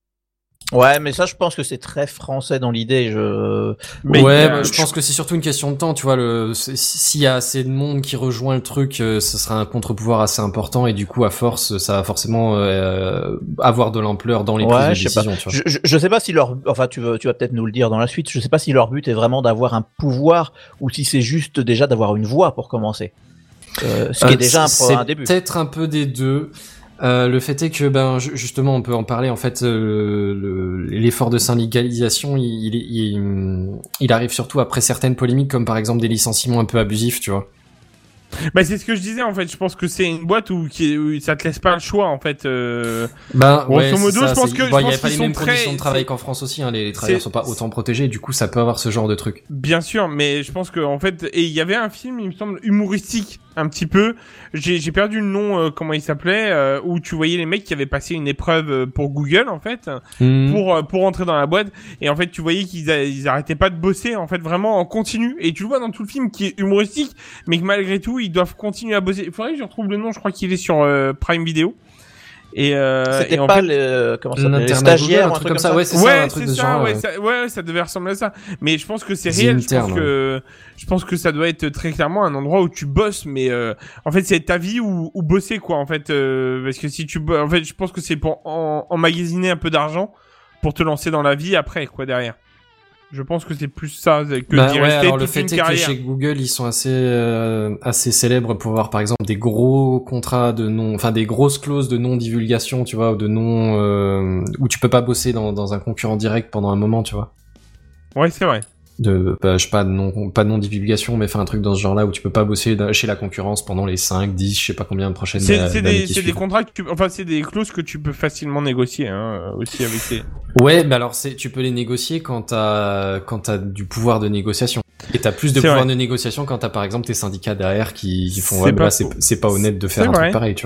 Ouais, mais ça, je pense que c'est très français dans l'idée. Je... Mais ouais, euh, bah, je pense que c'est surtout une question de temps, tu vois. Le, c'est- s'il y a assez de monde qui rejoint le truc, euh, ce sera un contre-pouvoir assez important et du coup, à force, ça va forcément euh, avoir de l'ampleur dans les Ouais, prises de je sais pas. décision, tu vois. Je, je, je sais pas si leur, enfin, tu vas, tu vas peut-être nous le dire dans la suite. Je sais pas si leur but est vraiment d'avoir un pouvoir ou si c'est juste déjà d'avoir une voix pour commencer. Euh, ce qui Euh, est déjà un, pro- c'est un début. peut-être un peu des deux. Euh, le fait est que, ben, ju- justement, on peut en parler. En fait, euh, le- l'effort de syndicalisation, il, il, il, il arrive surtout après certaines polémiques, comme par exemple des licenciements un peu abusifs, tu vois. bah c'est ce que je disais en fait. Je pense que c'est une boîte où, qui, où ça te laisse pas le choix en fait. Euh... Ben, Grosso ouais, c'est modo, ça, je pense c'est- que- je bon, il y pense avait pas qu'ils les mêmes sont très- conditions de travail c'est- c'est- qu'en France aussi. Hein, les, les travailleurs c'est- sont pas autant protégés. Du coup, ça peut avoir ce genre de truc. Bien sûr, mais je pense que en fait, et il y avait un film, il me semble, humoristique un petit peu. J'ai j'ai perdu le nom, euh, comment il s'appelait, euh, où tu voyais les mecs qui avaient passé une épreuve euh, pour Google en fait, pour euh, pour entrer dans la boîte. Et en fait, tu voyais qu'ils a- ils arrêtaient pas de bosser en fait vraiment en continu. Et tu le vois dans tout le film qui est humoristique, mais que malgré tout, ils doivent continuer à bosser. Il faudrait que je retrouve le nom. Je crois qu'il est sur euh, Prime Video. Et, euh, C'était et en pas fait, le, comment ça s'appelle, les L'Internet stagiaires, Google, ou un truc comme ça. ouais, c'est ça, ouais, un truc c'est de ce ça, genre. ouais, ouais. ça, ouais, ça devait ressembler à ça. Mais je pense que c'est The réel. Je pense Intern, que, je pense que ça doit être très clairement un endroit où tu bosses, mais euh, en fait, c'est ta vie ou, ou bosser quoi. En fait, euh, parce que si tu, bo- en fait, je pense que c'est pour en, emmagasiner un peu d'argent pour te lancer dans la vie après quoi derrière. Je pense que c'est plus ça que Bah d'y ouais, rester alors le toute fait une est que carrière. chez Google, ils sont assez euh, assez célèbres pour avoir par exemple des gros contrats de non, enfin des grosses clauses de non divulgation, tu vois, ou de non euh, où tu peux pas bosser dans dans un concurrent direct pendant un moment, tu vois. Ouais, c'est vrai. De bah, je sais pas de non pas de non divulgation, mais faire un truc dans ce genre-là où tu peux pas bosser dans- chez la concurrence pendant les cinq, dix, je sais pas combien de prochaines C'est années c'est des, qui c'est des suivent. contrats que tu, enfin, c'est des clauses que tu peux facilement négocier hein, aussi avec les. Ouais, mais alors c'est tu peux les négocier quand t'as quand t'as du pouvoir de négociation. Et t'as plus de C'est pouvoir vrai. de négociation quand t'as par exemple tes syndicats derrière qui, qui font C'est ouais, pas bah là c'est faux. c'est pas honnête de faire C'est un vrai. truc pareil, tu vois.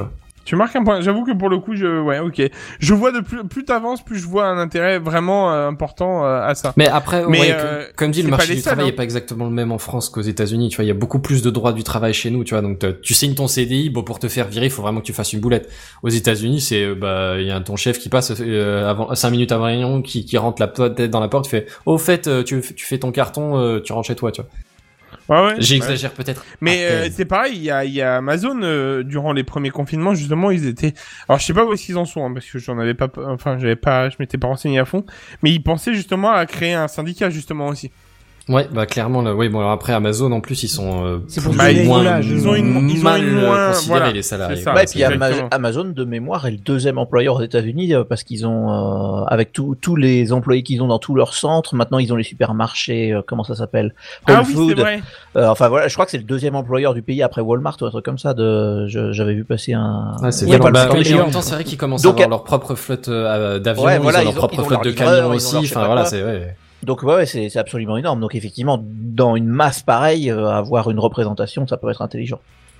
Tu marques un point. J'avoue que pour le coup, je, ouais, ok. Je vois de plus, plus t'avances, plus je vois un intérêt vraiment euh, important euh, à ça. Mais après, Mais, ouais, euh, comme dit, c'est le pas marché les du seuls, travail hein. est pas exactement le même en France qu'aux États-Unis. Tu vois, il y a beaucoup plus de droits du travail chez nous. Tu vois, donc t'as- tu signes ton C D I, bon, pour te faire virer, il faut vraiment que tu fasses une boulette. Aux États-Unis, c'est, euh, bah, il y a ton chef qui passe euh, avant cinq minutes avant la réunion, qui, qui rentre la tête dans la porte, fait, au fait, euh, tu, tu fais ton carton, euh, tu rentres chez toi. Tu vois. Ouais, ouais. J'exagère ouais. peut-être. Mais Après... euh, c'est pareil, il y a, il y a Amazon euh, durant les premiers confinements justement, ils étaient. Alors je sais pas où est-ce qu'ils en sont, hein, parce que j'en avais pas, enfin j'avais pas, je m'étais pas renseigné à fond, mais ils pensaient justement à créer un syndicat justement aussi. Ouais, bah clairement là, oui, bon alors après Amazon en plus ils sont euh, C'est pour bah, ils, moins, là, ils ont une, ils ont mal une moins, considérés voilà, les salariés. c'est ça, Ouais, et puis exactement. Ama- Amazon de mémoire est le deuxième employeur aux États-Unis euh, parce qu'ils ont euh, avec tous tous les employés qu'ils ont dans tous leurs centres. Maintenant ils ont les supermarchés, euh, comment ça s'appelle, Whole Ah oui, Food. c'est vrai. Euh, enfin voilà, je crois que c'est le deuxième employeur du pays après Walmart ou un truc comme ça. De, je, j'avais vu passer un. Ah, c'est il y a violent. pas Bah, longtemps. et en même temps, c'est vrai qu'ils commencent Donc, à avoir leur propre flotte euh, d'avions, ouais, voilà, ils ont leur ils ont- propre ils ont flotte leur de livreur, camions ils ont aussi. leur je sais Enfin pas voilà, quoi. c'est ouais. Donc ouais, ouais, c'est c'est absolument énorme. Donc effectivement, dans une masse pareille, euh, avoir une représentation, ça peut être intelligent.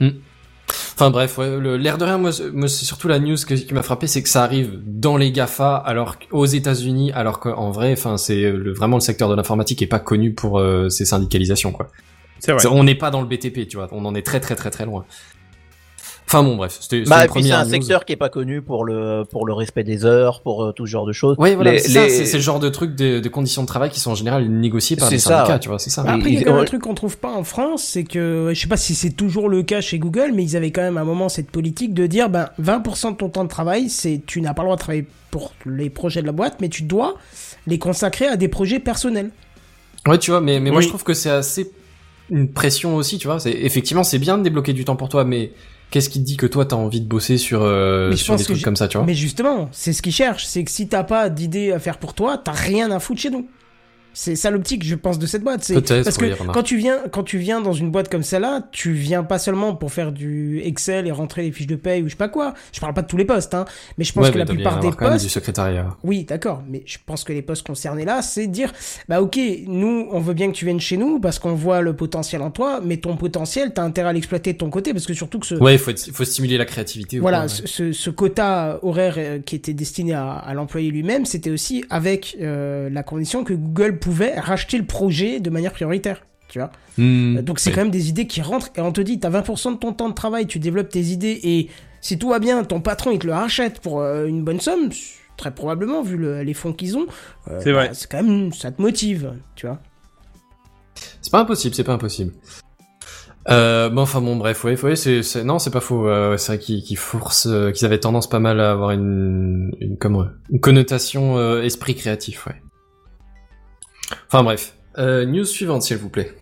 Enfin bref, ouais, le- l'air de rien, moi, c'est- moi c'est surtout la news que- qui m'a frappé, c'est que ça arrive dans les GAFA, alors qu'aux États-Unis, alors qu'en vrai, enfin c'est le, vraiment le secteur de l'informatique est pas connu pour euh, ses syndicalisations quoi. C'est vrai. C'est- On n'est pas dans le B T P, tu vois, on en est très très très très loin. Enfin bon, bref, c'était c'était Bah, une et puis c'est première un news. secteur qui est pas connu pour le pour le respect des heures, pour euh, tout ce genre de choses. Ouais, voilà, Les- c'est ça, les- c'est c'est le genre de truc de, de conditions de travail qui sont en général négociées par C'est les ça, syndicats, ouais. tu vois, c'est ça. Bah, Après, il y a ils- quand même ouais. un truc qu'on trouve pas en France, c'est que, je sais pas si c'est toujours le cas chez Google, mais ils avaient quand même à un moment cette politique de dire, ben, vingt pour cent de ton temps de travail, c'est, tu n'as pas le droit de travailler pour les projets de la boîte, mais tu dois les consacrer à des projets personnels. Ouais, tu vois, mais, mais moi Oui. je trouve que c'est assez une pression aussi, tu vois. C'est, effectivement, c'est bien de débloquer du temps pour toi, mais qu'est-ce qui te dit que toi t'as envie de bosser sur, euh, Mais je sur pense des que trucs je- comme ça, tu vois? Mais justement, c'est ce qu'ils cherchent, c'est que si t'as pas d'idée à faire pour toi, t'as rien à foutre chez nous. C'est ça l'optique, je pense, de cette boîte. C'est Peut-être, parce oui, que remarque. quand tu viens, quand tu viens dans une boîte comme celle-là, tu viens pas seulement pour faire du Excel et rentrer les fiches de paye ou je sais pas quoi. Je parle pas de tous les postes, hein, mais je pense Ouais, que mais la il doit bien plupart y des avoir quand même postes, du secrétariat. oui, d'accord, mais je pense que les postes concernés là, c'est de dire, bah ok, nous, on veut bien que tu viennes chez nous parce qu'on voit le potentiel en toi, mais ton potentiel, t'as intérêt à l'exploiter de ton côté parce que surtout que ce, Ouais, il faut, être- faut stimuler la créativité. ou voilà, quoi, ouais. ce, ce- ce quota horaire euh, qui était destiné à, à l'employé lui-même, c'était aussi avec euh, la condition que Google pouvait racheter le projet de manière prioritaire, tu vois. Hmm, Euh, Donc c'est ouais. quand même des idées qui rentrent et on te dit, t'as vingt pour cent de ton temps de travail, tu développes tes idées et si tout va bien, ton patron il te le rachète pour euh, une bonne somme, très probablement vu le- les fonds qu'ils ont. euh, C'est vrai. bah, c'est quand même, ça te motive, tu vois. C'est pas impossible, c'est pas impossible. Euh, bon, enfin bon, bref, ouais, ouais, c'est, c'est, non, c'est pas faux. Euh, c'est vrai qu'ils, qu'ils forcent, euh, qu'ils avaient tendance pas mal à avoir une, une, comme, une connotation euh, esprit créatif, ouais. Enfin bref, euh, news suivante, s'il vous plaît.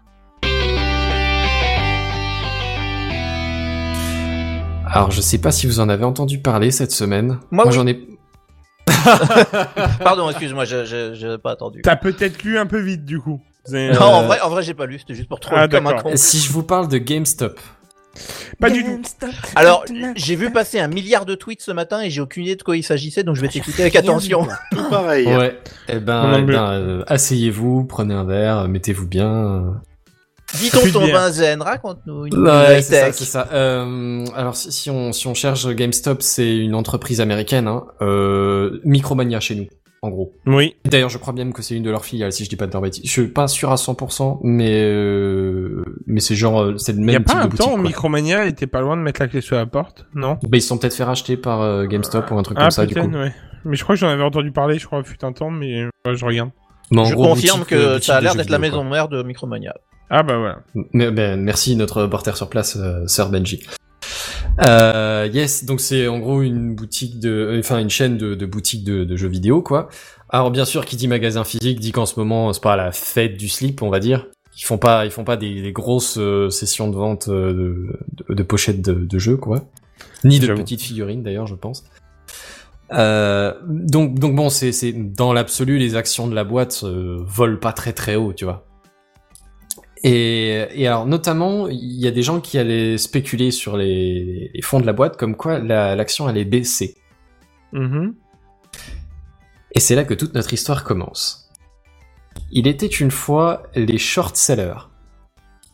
Alors, je sais pas si vous en avez entendu parler cette semaine. Moi, oui. j'en ai. Pardon, excuse-moi, je je j'avais pas attendu. T'as peut-être lu un peu vite du coup. C'est- Non, en Euh, vrai, en vrai, j'ai pas lu, c'était juste pour trouver Ah, comme un d'accord. con. Si je vous parle de GameStop. Pas du tout. Alors, j'ai vu passer un milliard de tweets ce matin et j'ai aucune idée de quoi il s'agissait, donc je vais t'écouter avec attention. Tout pareil. Ouais. Eh ben, Mon eh Dieu. ben, euh, asseyez-vous, prenez un verre, euh, mettez-vous bien. Dis-donc Plus de ton bière. vin zen, raconte-nous une Ouais, une c'est ça, high-tech. c'est ça. Euh, alors si, si on si on cherche GameStop, c'est une entreprise américaine, hein, euh, Micromania chez nous, en gros. Oui. D'ailleurs, je crois bien que c'est une de leurs filiales, si je dis pas de bêtises. Je suis pas sûr à cent pour cent, mais euh, mais c'est genre euh, c'est le Il y a même type pas de un boutique. temps, quoi. Micromania était pas loin de mettre la clé sur la porte, non? Bah, ils se sont peut-être fait racheter par euh, GameStop ou un truc Ah, comme ça du peut-être, coup. ouais. Mais je crois que j'en avais entendu parler, je crois, fut un temps, mais euh, je regarde. Mais en Je gros, confirme boutique, que euh, boutique ça a de l'air jeux d'être la vidéo, maison mère de Micromania. Ah bah voilà. Mais, ben, merci notre reporter sur place, euh, Sir Benji. Euh, yes, donc c'est en gros une boutique de, enfin une chaîne de, de boutiques de, de jeux vidéo, quoi. Alors bien sûr, qui dit magasin physique dit qu'en ce moment c'est pas la fête du slip, on va dire. Ils font pas, ils font pas des, des grosses euh, sessions de vente euh, de, de, de pochettes de, de jeux, quoi. Ni de J'avoue. petites figurines d'ailleurs, je pense. Euh, donc, donc bon, c'est, c'est dans l'absolu, les actions de la boîte euh, volent pas très très haut, tu vois. Et, et alors notamment, il y a des gens qui allaient spéculer sur les, les fonds de la boîte, comme quoi la, l'action allait baisser. Mhm. Et c'est là que toute notre histoire commence. Il était une fois les short sellers.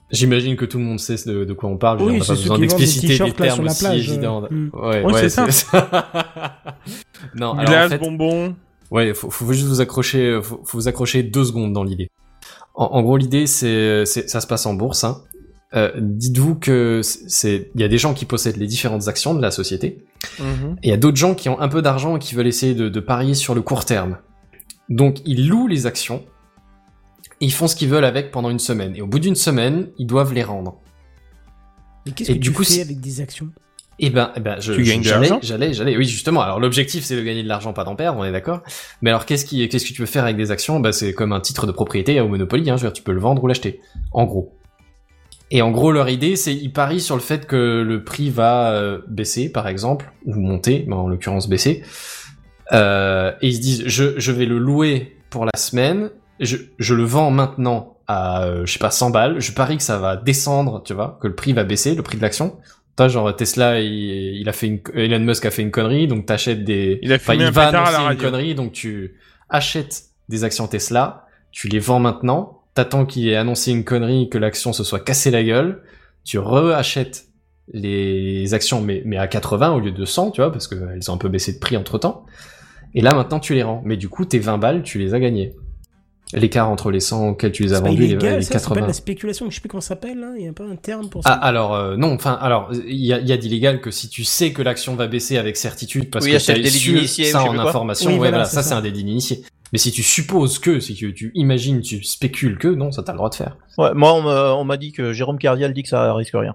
J'imagine que tout le monde sait de, de quoi on parle. Oui, on n'a c'est pas ceux besoin qui vendent des d'expliciter des t-shirts, là, termes sur la aussi plage, évidents. euh, mm. Ouais, Ouais, ouais, c'est ça. ça. Non, alors Glace, en fait, bonbons. ouais, faut, faut juste vous accrocher, faut, faut vous accrocher deux secondes dans l'idée. En, en gros, l'idée, c'est, c'est, ça se passe en bourse. Hein. Euh, dites-vous que c'est, il y a des gens qui possèdent les différentes actions de la société, Mhm. et il y a d'autres gens qui ont un peu d'argent et qui veulent essayer de, de parier sur le court terme. Donc, ils louent les actions. Et ils font ce qu'ils veulent avec pendant une semaine. Et au bout d'une semaine, ils doivent les rendre. Et qu'est-ce Et que du tu coup, fais c'est- avec des actions? Eh ben, eh ben, je, Tu je- gagnes de j'allais, l'argent j'allais, j'allais. Oui, justement. Alors, l'objectif, c'est de gagner de l'argent, pas d'en perdre, on est d'accord. Mais alors, qu'est-ce qui, qu'est-ce que tu peux faire avec des actions? Bah, c'est comme un titre de propriété au Monopoly, hein. Je veux dire, tu peux le vendre ou l'acheter. En gros. Et en gros, leur idée, c'est, ils parient sur le fait que le prix va euh, baisser, par exemple, ou monter, mais en l'occurrence baisser. Euh, et ils se disent, je, je vais le louer pour la semaine, je, je le vends maintenant à, euh, je sais pas, cent balles, je parie que ça va descendre, tu vois, que le prix va baisser, le prix de l'action. Toi, genre, Tesla, il, il a fait une, Elon Musk a fait une connerie, donc t'achètes des, Il a enfin, fumé il un va pétard à la annoncer une radio. connerie, donc tu achètes des actions Tesla, tu les vends maintenant, t'attends qu'il ait annoncé une connerie, que l'action se soit cassée la gueule, tu re-achètes les actions, mais, mais à quatre-vingts au lieu de cent, tu vois, parce qu'elles ont un peu baissé de prix entre temps. Et là, maintenant, tu les rends. Mais du coup, tes vingt balles, tu les as gagnées. L'écart entre les cent auxquels tu les as C'est pas vendus et les, illégal, les ça, c'est pas de quatre-vingts. la spéculation, je sais plus comment ça s'appelle, là. Il y a pas un terme pour Ah, ça. alors, euh, non, enfin, alors, il y a, il y a d'illégal que si tu sais que l'action va baisser avec certitude parce Oui, que c'est le tu as délit su d'initié, ça ou je sais en plus quoi. information, Oui, ouais, voilà, voilà, c'est ça, ça. c'est un délit d'initié. Mais si tu supposes que, si tu, tu imagines, tu spécules que, non, ça t'as le droit de faire. Ouais, moi, on m'a, on m'a dit que Jérôme Cardial dit que ça risque rien.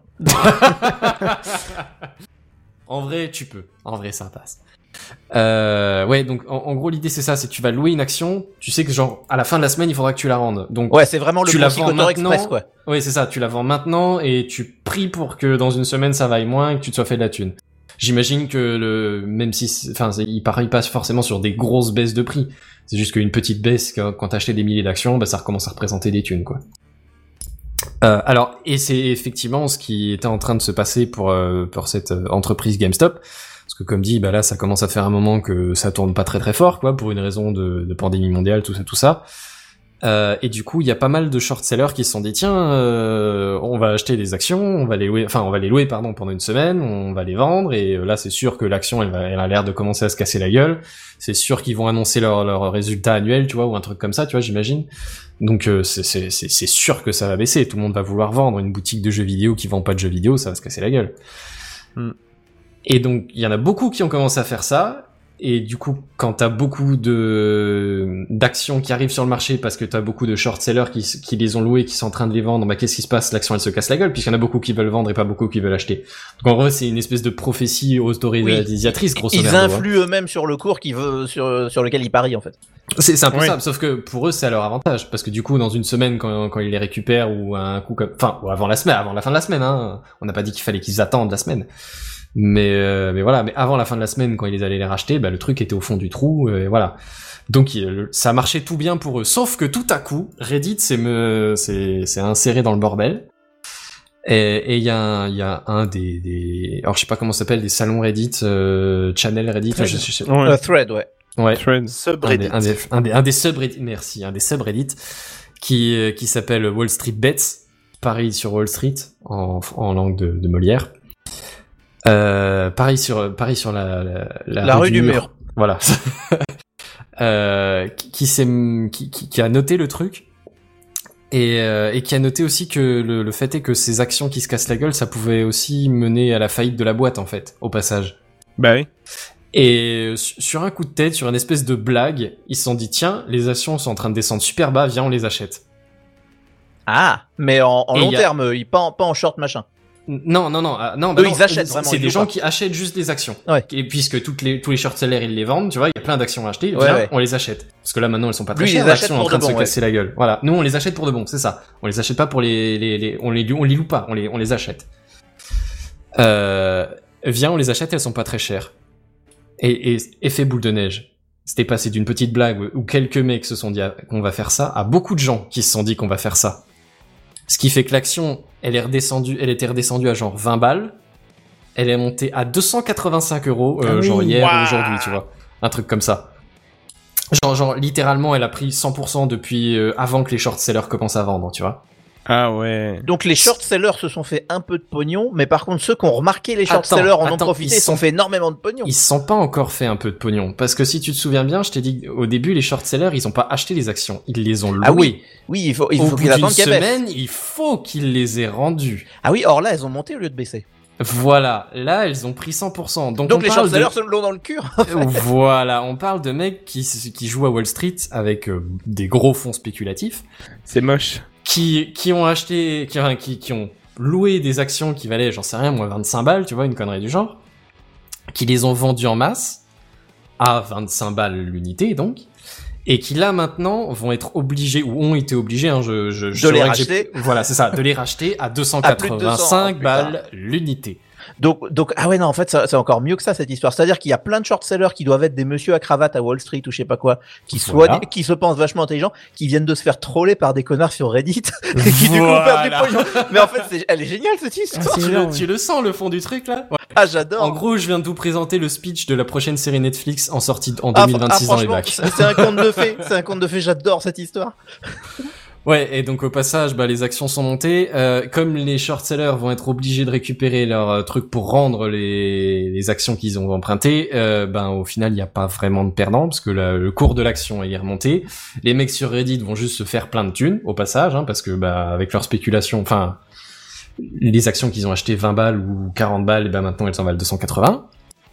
En vrai, tu peux. En vrai, ça passe. Euh, ouais, donc en, en gros l'idée c'est ça, c'est que tu vas louer une action, tu sais que genre à la fin de la semaine il faudra que tu la rendes. Donc Ouais, c'est vraiment le tu la Conti vends Cotor maintenant. Express, quoi. ouais c'est ça, tu la vends maintenant et tu pries pour que dans une semaine ça vaille moins et que tu te sois fait de la thune. J'imagine que le même si c'est- enfin c'est- il parie pas forcément sur des grosses baisses de prix, c'est juste qu'une petite baisse quand, quand t'achetais des milliers d'actions, bah ça recommence à représenter des thunes quoi. Euh, alors et c'est effectivement ce qui était en train de se passer pour euh, pour cette euh, entreprise GameStop. Parce que comme dit, bah là, ça commence à faire un moment que ça tourne pas très très fort, quoi, pour une raison de, de pandémie mondiale, tout ça, tout ça. Euh, et du coup, il y a pas mal de short-sellers qui se sont dit, tiens, euh, on va acheter des actions, on va les louer, enfin, on va les louer, pardon, pendant une semaine, on va les vendre, et là, c'est sûr que l'action, elle, va, elle a l'air de commencer à se casser la gueule. C'est sûr qu'ils vont annoncer leurs leur résultats annuels, tu vois, ou un truc comme ça, tu vois, j'imagine. Donc, euh, c'est, c'est, c'est, c'est sûr que ça va baisser. Tout le monde va vouloir vendre une boutique de jeux vidéo qui vend pas de jeux vidéo, ça va se casser la gueule. Hmm. Et donc, il y en a beaucoup qui ont commencé à faire ça. Et du coup, quand t'as beaucoup de d'actions qui arrivent sur le marché parce que t'as beaucoup de short-sellers qui, qui les ont loués, qui sont en train de les vendre, bah qu'est-ce qui se passe? L'action, elle se casse la gueule puisqu'il y en a beaucoup qui veulent vendre et pas beaucoup qui veulent acheter. Donc en vrai, c'est une espèce de prophétie autoritatrice, grosso Ils merdo, hein. influent eux-mêmes sur le cours qui veut, sur, sur lequel ils parient, en fait. C'est, c'est un peu Oui. ça, sauf que pour eux, c'est à leur avantage. Parce que du coup, dans une semaine, quand, quand ils les récupèrent ou un coup comme, enfin, ou avant la semaine, avant la fin de la semaine, hein. On n'a pas dit qu'il fallait qu'ils attendent la semaine. Mais, euh, mais voilà, mais avant la fin de la semaine, quand ils allaient les racheter, bah, le truc était au fond du trou, et voilà. Donc, il, ça marchait tout bien pour eux. Sauf que tout à coup, Reddit s'est me, s'est, s'est inséré dans le bordel. Et il y a un, il y a un des, des, alors je sais pas comment ça s'appelle, des salons Reddit, euh, channel Reddit, je, je, je, Ouais. Euh, thread, ouais. ouais. Threads. Un Subreddit. des, un des, un des, un des subreddits, merci, un des subreddits qui, euh, qui s'appelle Wall Street Bets, Paris sur Wall Street, en, en langue de, de Molière. Euh, Paris sur, Paris sur la, la, la, La rue du mur. Voilà. euh, qui, qui, s'est, qui, qui, qui a noté le truc. Et, euh, et qui a noté aussi que le, le fait est que ces actions qui se cassent la gueule, ça pouvait aussi mener à la faillite de la boîte, en fait, au passage. Bah oui. Et euh, sur un coup de tête, sur une espèce de blague, ils se sont dit, tiens, les actions sont en train de descendre super bas, viens, on les achète. Ah, mais en, en Et long y a- terme, euh, ils pas en, pas en short machin. Non, non, non, ah, non, bah Eux, non, ils achètent c'est- vraiment, C'est ils des louent gens pas. qui achètent juste des actions. Ouais. Et puisque toutes les, tous les short-sellers, ils les vendent, tu vois, il y a plein d'actions à acheter, Ouais, viens, ouais. on les achète. Parce que là, maintenant, elles sont pas très Lui, il chères, les achète l'action est en pour train de de se bon, ouais. casser la gueule. Voilà. Nous, on les achète pour de bon, c'est ça. On les achète pas pour les, les, les on les, on les loue pas, on les, on les achète. Euh, viens, on les achète, elles sont pas très chères. Et, et effet boule de neige. C'était passé d'une petite blague où quelques mecs se sont dit ah, qu'on va faire ça, à beaucoup de gens qui se sont dit qu'on va faire ça. Ce qui fait que l'action, elle est redescendue, elle était redescendue à genre vingt balles. Elle est montée à deux cent quatre-vingt-cinq euros, euh, Ah oui. genre hier Waouh. ou aujourd'hui, tu vois. Un truc comme ça. Genre, genre, littéralement, elle a pris cent pour cent depuis euh, avant que les short-sellers commencent à vendre, tu vois. Ah ouais. Donc les short-sellers se sont fait un peu de pognon, mais par contre ceux qui ont remarqué les short-sellers en ont attends, profité, ils se sont sont- fait énormément de pognon. Ils se sont pas encore fait un peu de pognon. Parce que si tu te souviens bien, je t'ai dit au début, les short-sellers, ils ont pas acheté les actions. Ils les ont louées. Ah oui, oui, il faut, il Au faut bout qu'ils d'une attendent qu'elles baissent. semaine, il faut qu'ils les aient rendues. Ah oui, or là, elles ont monté au lieu de baisser. Voilà. Là, elles ont pris cent pour cent. Donc, Donc on les parle short-sellers de... se l'ont dans le cul. Voilà. On parle de mecs qui, qui jouent à Wall Street avec euh, des gros fonds spéculatifs. C'est moche. Qui, qui ont acheté, qui, enfin, qui, qui ont loué des actions qui valaient, j'en sais rien, moi, vingt-cinq balles, tu vois, une connerie du genre. Qui les ont vendues en masse. À vingt-cinq balles l'unité, donc. Et qui là maintenant vont être obligés ou ont été obligés, hein, je, je, je De les saurais que j'ai- racheter. Voilà, c'est ça, de les racheter à deux cent À plus de deux cents, quatre-vingt-cinq oh, putain. balles l'unité. Donc, donc, ah ouais, non, en fait, ça- c'est encore mieux que ça, cette histoire. C'est-à-dire qu'il y a plein de short-sellers qui doivent être des messieurs à cravate à Wall Street ou je sais pas quoi, qui Voilà. soient, qui se pensent vachement intelligents, qui viennent de se faire troller par des connards sur Reddit, et qui du coup perdent du Voilà. pognon. Mais en fait, c'est, elle est géniale, cette histoire. Ah, c'est Tu le, énorme, tu le sens le fond du truc là Ah, j'adore. En gros, je viens de vous présenter le speech de la prochaine série Netflix en sortie en Ah, deux mille vingt-six ah, dans les franchement, bacs. c'est c'est un conte de fées. C'est un conte de fées. J'adore cette histoire. Ouais, et donc au passage, bah, les actions sont montées. Euh, comme les short-sellers vont être obligés de récupérer leurs euh, trucs pour rendre les, les actions qu'ils ont empruntées, euh, ben au final, il n'y a pas vraiment de perdant parce que la- le cours de l'action est remonté. Les mecs sur Reddit vont juste se faire plein de thunes au passage, hein, parce que bah avec leur spéculation, enfin les actions qu'ils ont achetées vingt balles ou quarante balles, et ben maintenant elles en valent deux cent quatre-vingts.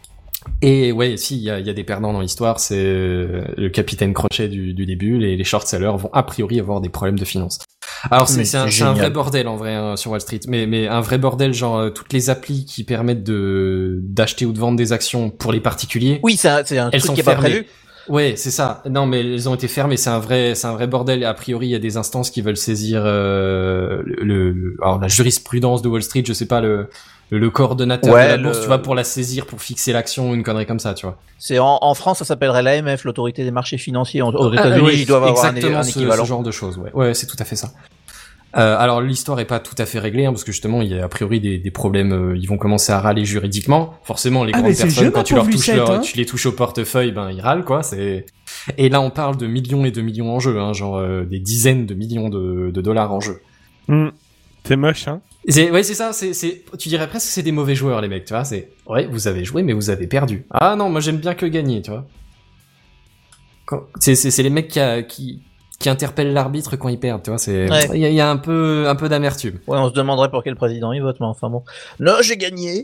Et ouais, si, il y a, il y a des perdants dans l'histoire, c'est euh, le capitaine Crochet du, du début, les, les short-sellers vont a priori avoir des problèmes de finances. Alors c'est, Mais c'est, un, c'est c'est un génial. vrai bordel en vrai hein, sur Wall Street, mais, mais un vrai bordel genre euh, toutes les applis qui permettent de d'acheter ou de vendre des actions pour les particuliers. Oui, c'est un, c'est un Elles truc sont qui est pas fermées. prévu. Ouais, c'est ça. Non, mais elles ont été fermées. C'est un vrai, c'est un vrai bordel. A priori, il y a des instances qui veulent saisir euh, le, le, alors la jurisprudence de Wall Street. Je sais pas le, le coordonnateur Ouais, de la le- bourse, tu vois, pour la saisir, pour fixer l'action, ou une connerie comme ça, tu vois. C'est en, en France, ça s'appellerait l'A M F, l'autorité des marchés financiers. En- Aux Ah, États-Unis, oui, ils doivent avoir un, exactement un ce, équivalent. ce genre de choses. Ouais, ouais, c'est tout à fait ça. Euh, alors l'histoire est pas tout à fait réglée hein, parce que justement il y a a priori des, des problèmes. Euh, ils vont commencer à râler juridiquement. Forcément les Ah, grandes mais c'est personnes jeune, quand hein, tu leur pour touches Lucette, leur, hein. tu les touches au portefeuille, ben ils râlent quoi. C'est et là on parle de millions et de millions en jeu, hein, genre euh, des dizaines de millions de, de dollars en jeu. Hmm. C'est moche, hein. C'est, ouais, c'est ça, c'est, c'est, tu dirais presque que c'est des mauvais joueurs, les mecs, tu vois, c'est, ouais, vous avez joué, mais vous avez perdu. Ah non, moi j'aime bien que gagner, tu vois. Quand, c'est, c'est, c'est les mecs qui, a- qui, qui interpellent l'arbitre quand ils perdent, tu vois, c'est, il Ouais. y, a, il y a un peu, un peu d'amertume. Ouais, on se demanderait pour quel président il vote, mais enfin bon. Non, j'ai gagné.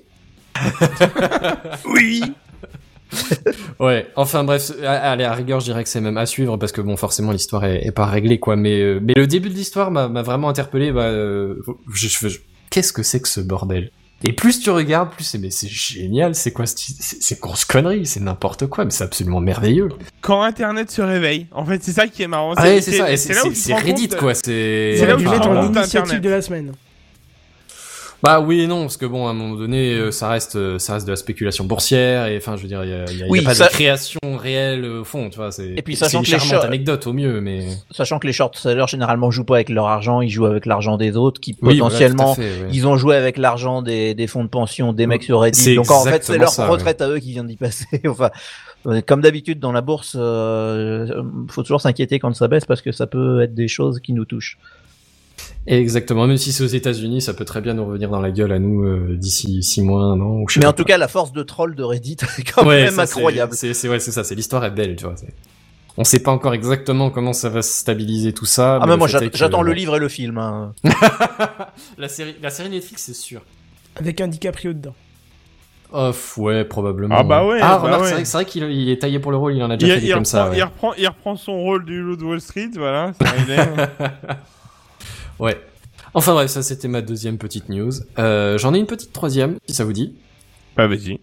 Oui. Ouais, enfin bref, à- allez, à rigueur, je dirais que c'est même à suivre, parce que bon, forcément, l'histoire est, est pas réglée, quoi, mais, euh, mais le début de l'histoire m'a, m'a vraiment interpellé, bah, euh, je, je, je- qu'est-ce que c'est que ce bordel? Et plus tu regardes, plus c'est, mais c'est génial, c'est quoi, ce- c'est, c'est grosse connerie, c'est n'importe quoi, mais c'est absolument merveilleux. Quand Internet se réveille, en fait, c'est ça qui est marrant. Ah ouais, c'est ça, et c'est, là où c'est, tu te c'est rends Reddit, compte- quoi, c'est... Ils C'est là auraient où dû tu te mettre rends en compte initiative d'Internet. de la semaine. Bah oui et non, parce que bon, à un moment donné, euh, ça reste, euh, ça reste de la spéculation boursière, et enfin, je veux dire, il y a, il y a- il Oui, y a pas ça- de création réelle euh, au fond, tu vois, c'est, Et puis, c'est sachant une que les charmante cho- anecdote au mieux, mais... Sachant que les short-sellers, généralement, jouent pas avec leur argent, ils jouent avec l'argent des autres, qui Oui, potentiellement, voilà, tout à fait, ouais. ils ont joué avec l'argent des, des fonds de pension, des mecs sur Reddit. C'est Donc en fait, c'est exactement leur ça, retraite à eux qui vient d'y passer. Enfin, euh, comme d'habitude dans la bourse, euh, faut toujours s'inquiéter quand ça baisse parce que ça peut être des choses qui nous touchent. Exactement, même si c'est aux États-Unis, ça peut très bien nous revenir dans la gueule à nous euh, d'ici six mois, un an. Ou je sais Mais pas en tout quoi. cas, la force de troll de Reddit est quand Ouais, même ça, c'est- incroyable. C'est, c'est, ouais, c'est ça, c'est l'histoire est belle, tu vois. C'est... On sait pas encore exactement comment ça va se stabiliser tout ça. Ah mais mais le moi fait j'att- est que- j'attends le livre et le film. Hein. la série, la série Netflix, c'est sûr. Avec un DiCaprio dedans. Oh, f- ouais, probablement. Ah bah ouais, Ah, bah remarque, ouais. c'est vrai, que- c'est vrai qu'il il est taillé pour le rôle, il en a déjà Il, fait des il comme reprend, ça. Ouais. il, reprend, il reprend son rôle du loup de Wall Street, voilà. c'est réglé. Ouais. Enfin bref, ça c'était ma deuxième petite news. Euh, j'en ai une petite troisième, si ça vous dit. Bah vas-y.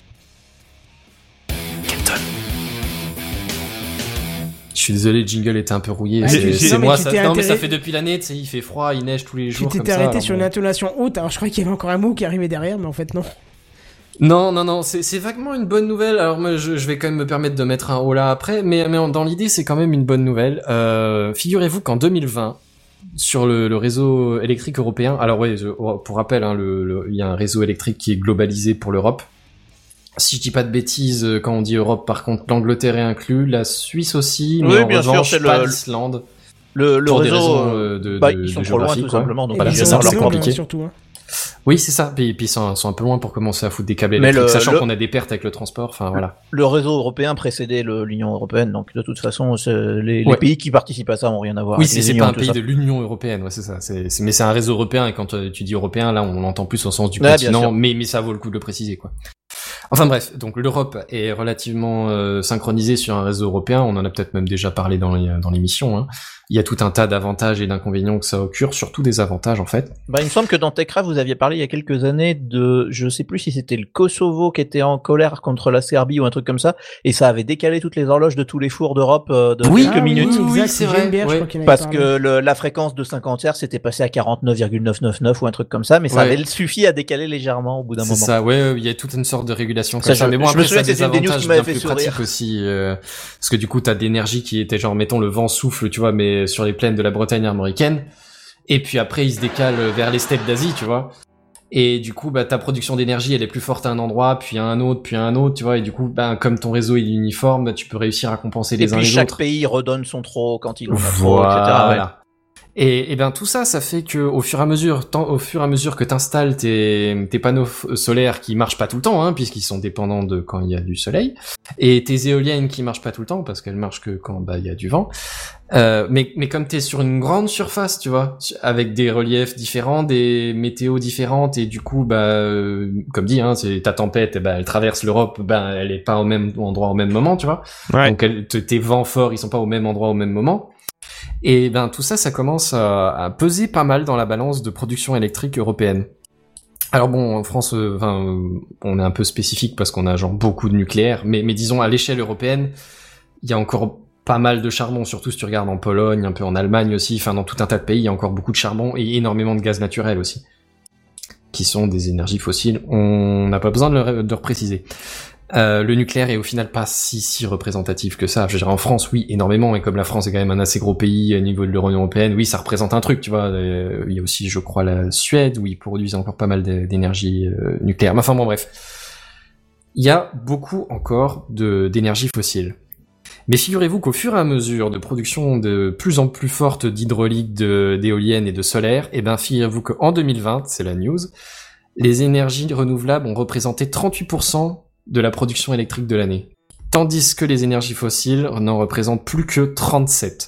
Je suis désolé, le jingle était un peu rouillé. Ah, c'est, j'ai- c'est non, mais moi, tu ça, t'es non mais ça intéressé- fait depuis l'année, tu sais, il fait froid, il neige tous les Tu jours comme t'étais ça. arrêté alors sur bon. une intonation haute, alors je crois qu'il y avait encore un mot qui arrivait derrière, mais en fait non. Non, non, non, c'est, c'est vaguement une bonne nouvelle. Alors moi, je, je vais quand même me permettre de mettre un haut là après, mais, mais en- dans l'idée, c'est quand même une bonne nouvelle. Euh, figurez-vous qu'en deux mille vingt, sur le, le réseau électrique européen, alors ouais, je- pour rappel, hein, le, le- il y a un réseau électrique qui est globalisé pour l'Europe. Si je dis pas de bêtises, euh, quand on dit Europe, par contre, l'Angleterre est inclus, la Suisse aussi, mais Oui, en bien sûr, revanche, c'est pas le- l'Islande. Le, le pour réseau, des raisons euh, euh, de, bah, de, ils sont de trop loin géographie, tout quoi. simplement, donc Voilà, ils c'est gèrent ça, leur c'est propre compliqué. surtout. Hein. Oui, c'est ça. Puis, puis ils sont, sont un peu loin pour commencer à foutre des câbles Mais électriques, le- sachant le- qu'on a des pertes avec le transport. Enfin voilà. Le réseau européen précédait le- l'Union européenne, donc de toute façon, c'est- les, les Ouais. pays qui participent à ça ont rien à voir. Oui, avec c'est les c'est unions, pas un tout pays ça. de l'Union européenne, ouais, c'est ça. C'est, c'est- mais c'est un réseau européen et quand euh, tu dis européen, là, on l'entend plus au sens du Ouais, bien continent, sûr. mais mais ça vaut le coup de le préciser, quoi. Enfin bref, donc l'Europe est relativement euh, synchronisée sur un réseau européen. On en a peut-être même déjà parlé dans les- dans l'émission. Hein. Il y a tout un tas d'avantages et d'inconvénients que ça occure, surtout des avantages en fait. Bah, il me semble que dans Techcraft, vous aviez parlé il y a quelques années de, je sais plus si c'était le Kosovo qui était en colère contre la Serbie ou un truc comme ça, et ça avait décalé toutes les horloges de tous les fours d'Europe euh, de Oui, quelques Ah minutes. oui, Oui, exact, c'est c'est vrai, G M B R, je ouais. crois qu'il en avait Parce parlé. que le, la fréquence de cinquante hertz s'était passée à quarante-neuf virgule neuf cent quatre-vingt-dix-neuf ou un truc comme ça, mais ça Ouais. avait suffi à décaler légèrement au bout d'un C'est moment. ça, ouais, euh, il y a toute une sorte de régulation comme Ça, ça. je- Mais bon, je me après, ça souviens a que des c'était une des news avantages qui m'avait bien fait plus sourire. pratiques aussi, euh, parce que du coup, t'as d'énergie qui était genre, mettons, le vent souffle, tu vois, mais sur les plaines de la Bretagne armoricaine. Et puis après, il se décale vers les steppes d'Asie, tu vois. Et du coup, bah, ta production d'énergie, elle est plus forte à un endroit, puis à un autre, puis à un autre, tu vois. Et du coup, bah, comme ton réseau est uniforme, bah, tu peux réussir à compenser Et les uns puis les chaque autres. pays redonne son trop quand il en a trop, et cetera. ouais. Voilà. Et, et ben tout ça, ça fait que au fur et à mesure, tant, au fur et à mesure que t'installes tes, tes panneaux f- solaires qui marchent pas tout le temps, hein, puisqu'ils sont dépendants de quand il y a du soleil, et tes éoliennes qui marchent pas tout le temps parce qu'elles marchent que quand bah il y a du vent. Euh, mais mais comme t'es sur une grande surface, tu vois, avec des reliefs différents, des météos différentes, et du coup bah euh, comme dit, hein, c'est ta tempête, eh ben elle traverse l'Europe, ben elle est pas au même endroit au même moment, tu vois. Ouais. Donc elle, t- tes vents forts, ils sont pas au même endroit au même moment. Et ben tout ça, ça commence à, à peser pas mal dans la balance de production électrique européenne. Alors bon, en France, euh, enfin, euh, on est un peu spécifique parce qu'on a genre beaucoup de nucléaire, mais, mais disons à l'échelle européenne, il y a encore pas mal de charbon, surtout si tu regardes en Pologne, un peu en Allemagne aussi, enfin dans tout un tas de pays, il y a encore beaucoup de charbon et énormément de gaz naturel aussi, qui sont des énergies fossiles. On n'a pas besoin de le, de le repréciser. Euh, le nucléaire est au final pas si si représentatif que ça. Je veux dire, en France, oui, énormément, et comme la France est quand même un assez gros pays au niveau de l'Union européenne, oui, ça représente un truc, tu vois. Euh, il y a aussi, je crois, la Suède, où ils produisent encore pas mal de- d'énergie euh, nucléaire. Mais enfin bon, bref. Il y a beaucoup encore de d'énergie fossile. Mais figurez-vous qu'au fur et à mesure de production de plus en plus forte d'hydraulique, de- d'éoliennes et de solaire, eh ben, figurez-vous qu'en deux mille vingt, c'est la news, les énergies renouvelables ont représenté trente-huit pour cent de la production électrique de l'année. Tandis que les énergies fossiles n'en représentent plus que trente-sept.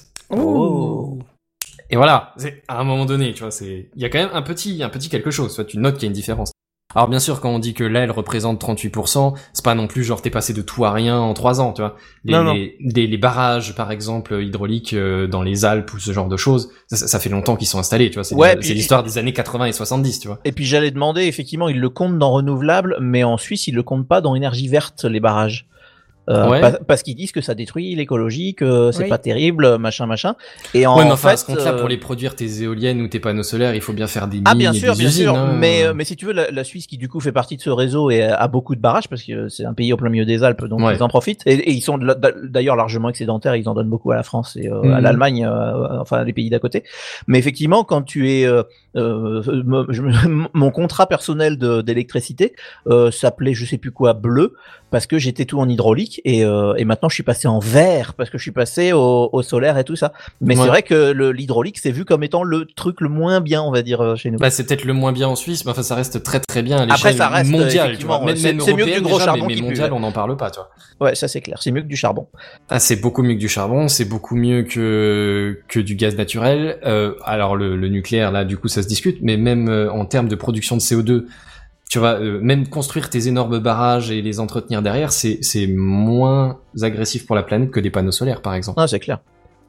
Oh. Et voilà, c'est, à un moment donné, tu vois, c'est, il y a quand même un petit, un petit quelque chose, tu vois, tu notes qu'il y a une différence. Alors bien sûr, quand on dit que là, elle représente trente-huit pour cent, c'est pas non plus genre t'es passé de tout à rien en trois ans, tu vois. Les, Non, non. les, les- les barrages, par exemple, hydrauliques euh, dans les Alpes ou ce genre de choses, ça, ça- ça fait longtemps qu'ils sont installés, tu vois. C'est, Ouais, des- puis- c'est l'histoire des années quatre-vingts et soixante-dix, tu vois. Et puis j'allais demander, effectivement, ils le comptent dans renouvelable, mais en Suisse, ils le comptent pas dans énergie verte, les barrages. Euh, Ouais. pa- parce qu'ils disent que ça détruit l'écologie, que c'est Oui. pas terrible, machin, machin. Et en ouais, mais enfin, fait, à ce compte-là, euh, pour les produire tes éoliennes ou tes panneaux solaires, il faut bien faire des mines Ah bien et sûr, des bien usines, sûr, hein. mais euh, mais si tu veux la, la Suisse qui du coup fait partie de ce réseau et a beaucoup de barrages parce que c'est un pays au plein milieu des Alpes donc Ouais. ils en profitent et, et ils sont de- d'ailleurs largement excédentaires, ils en donnent beaucoup à la France et euh, à Mhm. l'Allemagne, euh, enfin les pays d'à côté. Mais effectivement quand tu es euh, euh, me- je me- mon contrat personnel de- d'électricité euh, s'appelait je sais plus quoi bleu parce que j'étais tout en hydraulique et, euh, et maintenant je suis passé en vert parce que je suis passé au, au solaire et tout ça. Mais Ouais. c'est vrai que le- l'hydraulique c'est vu comme étant le truc le moins bien on va dire euh, chez nous. Bah, c'est peut-être le moins bien en Suisse, mais enfin, ça reste très très bien à Après, l'échelle ça reste, mondiale, tu effectivement, vois. Même, c'est- même c'est mieux que du européenne gros déjà, charbon mais, qui mais pue, mondial, ouais. on n'en parle pas, tu vois. Ouais, ça c'est clair, c'est mieux que du charbon. Ah, c'est beaucoup mieux que du charbon, c'est beaucoup mieux que que du gaz naturel. Euh, alors le, le nucléaire, là, du coup, ça se discute, mais même euh, en termes de production de C O deux, tu vois, euh, même construire tes énormes barrages et les entretenir derrière, c'est c'est moins agressif pour la planète que des panneaux solaires, par exemple. Ah, c'est clair.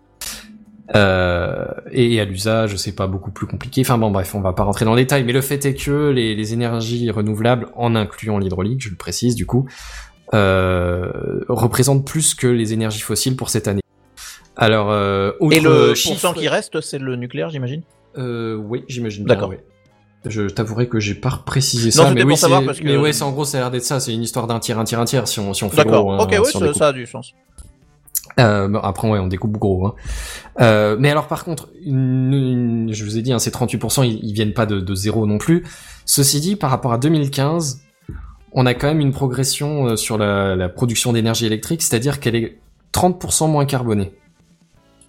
Euh, et à l'usage, c'est pas beaucoup plus compliqué. Enfin bon, bref, on va pas rentrer dans le détail, mais le fait est que les, les énergies renouvelables, en incluant l'hydraulique, je le précise du coup, euh, représentent plus que les énergies fossiles pour cette année. Alors, euh, autre Et le chiffre, pourcent qui reste, c'est le nucléaire, j'imagine. euh, oui, j'imagine bien. D'accord. Ouais. Je t'avouerai que j'ai pas précisé Non, ça, c'était mais pour oui, savoir c'est, parce que- mais ouais, c'est en gros, ça a l'air d'être ça. C'est une histoire d'un tiers, un tiers, un tiers, si on, si on fait D'accord. gros. hein, ok, oui, si on ça, découpe. ça a du sens. Euh, bon, après, ouais, on découpe gros. Hein. Euh, mais alors, par contre, une, une- je vous ai dit, hein, ces trente-huit pour cent, ils, ils viennent pas de, de zéro non plus. Ceci dit, par rapport à deux mille quinze, on a quand même une progression euh, sur la, la production d'énergie électrique, c'est-à-dire qu'elle est trente pour cent moins carbonée.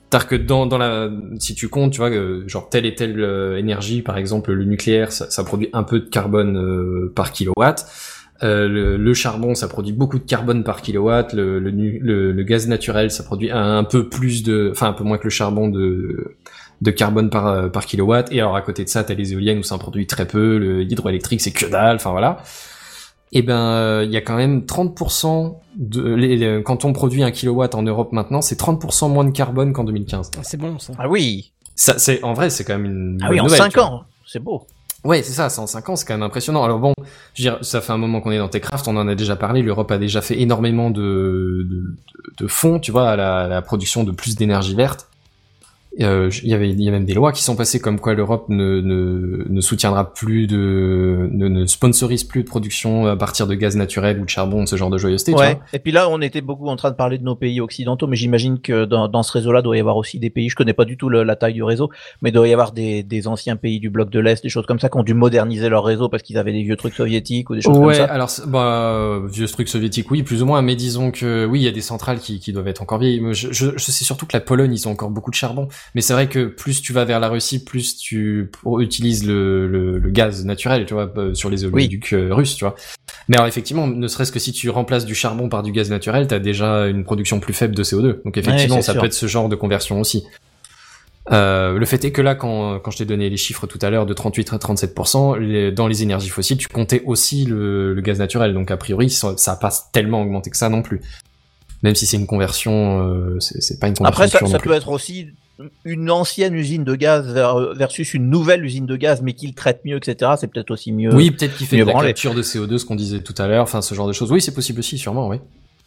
C'est-à-dire que dans, dans la, si tu comptes, tu vois, euh, genre telle et telle euh, énergie, par exemple, le nucléaire, ça, ça produit un peu de carbone euh, par kilowatt. Euh, le, le charbon, ça produit beaucoup de carbone par kilowatt. Le, le, le, le gaz naturel, ça produit un, un peu plus de, enfin un peu moins que le charbon de, de carbone par par kilowatt. Et alors à côté de ça, t'as les éoliennes où ça en produit très peu. Le hydroélectrique, c'est que dalle. Enfin voilà. Et ben, il euh, y a quand même trente pour cent de les, les, quand on produit un kilowatt en Europe maintenant, c'est trente pour cent moins de carbone qu'en deux mille quinze. Ah, c'est bon ça. Ah oui. Ça, c'est en vrai, c'est quand même une Ah bonne oui, en nouvelle, cinq tu vois. ans, c'est beau. Ouais, c'est ça, c'est en cinq ans, c'est quand même impressionnant. Alors bon, je veux dire, ça fait un moment qu'on est dans Techcraft, on en a déjà parlé, l'Europe a déjà fait énormément de, de, de fonds, tu vois, à la, à la production de plus d'énergie verte. Euh, il y avait, il y a même des lois qui sont passées comme quoi l'Europe ne, ne, ne soutiendra plus de, ne, ne sponsorise plus de production à partir de gaz naturel ou de charbon, ce genre de joyeuseté, tu Ouais. vois. Et puis là, on était beaucoup en train de parler de nos pays occidentaux, mais j'imagine que dans, dans ce réseau-là, doit y avoir aussi des pays. Je connais pas du tout le, la taille du réseau, mais il doit y avoir des, des anciens pays du bloc de l'Est, des choses comme ça, qui ont dû moderniser leur réseau parce qu'ils avaient des vieux trucs soviétiques ou des choses Ouais, comme ça. alors c'est- bah euh, vieux truc soviétique, oui, plus ou moins, mais disons que oui, il y a des centrales qui, qui doivent être encore vieilles. Mais Je, je, je sais surtout que la Pologne, ils ont encore beaucoup de charbon, mais c'est vrai que plus tu vas vers la Russie, plus tu pour- utilises le, le, le gaz naturel, tu vois, euh, sur les oléoducs euh, russes, tu vois. Mais alors effectivement, ne serait-ce que si tu remplaces du charbon par du gaz naturel, t'as déjà une production plus faible de C O deux. Donc effectivement, Ouais, c'est ça sûr. peut être ce genre de conversion aussi. Euh, le fait est que là, quand, quand je t'ai donné les chiffres tout à l'heure de trente-huit à trente-sept pour cent, les, dans les énergies fossiles, tu comptais aussi le, le gaz naturel. Donc a priori, ça, ça a pas tellement augmenté que ça non plus. Même si c'est une conversion, euh, c'est, c'est pas une conversion Après, ça, pure non ça plus. peut être aussi une ancienne usine de gaz ver- versus une nouvelle usine de gaz, mais qui le traite mieux, et cetera. C'est peut-être aussi mieux. Oui, peut-être qu'il fait mieux de la branlé. capture de C O deux, ce qu'on disait tout à l'heure, enfin ce genre de choses. Oui, c'est possible aussi, sûrement, oui.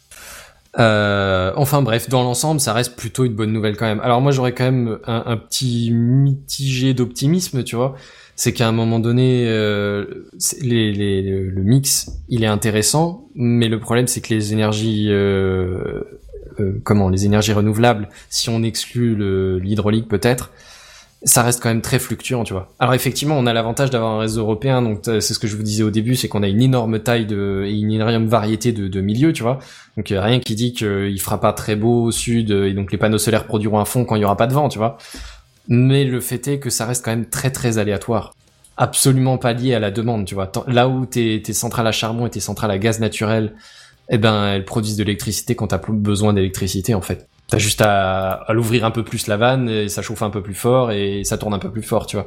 Euh, enfin bref, dans l'ensemble, ça reste plutôt une bonne nouvelle quand même. Alors moi, j'aurais quand même un, un petit mitigé d'optimisme, tu vois. C'est qu'à un moment donné, euh, c'est- les, les, le le mix, il est intéressant, mais le problème, c'est que les énergies, euh, euh, comment, les énergies renouvelables, si on exclut le, l'hydraulique peut-être, ça reste quand même très fluctuant, tu vois. Alors effectivement, on a l'avantage d'avoir un réseau européen, donc euh, c'est ce que je vous disais au début, c'est qu'on a une énorme taille de, et une énorme variété de, de milieux, tu vois. Donc euh, rien qui dit qu'il fera pas très beau au sud, euh, et donc les panneaux solaires produiront à fond quand il y aura pas de vent, tu vois. Mais le fait est que ça reste quand même très très aléatoire. Absolument pas lié à la demande, tu vois. Tant- Là où tes, tes centrales à charbon et tes centrales à gaz naturel, eh ben, elles produisent de l'électricité quand t'as plus besoin d'électricité, en fait. T'as juste à, à l'ouvrir un peu plus la vanne, et ça chauffe un peu plus fort, et ça tourne un peu plus fort, tu vois.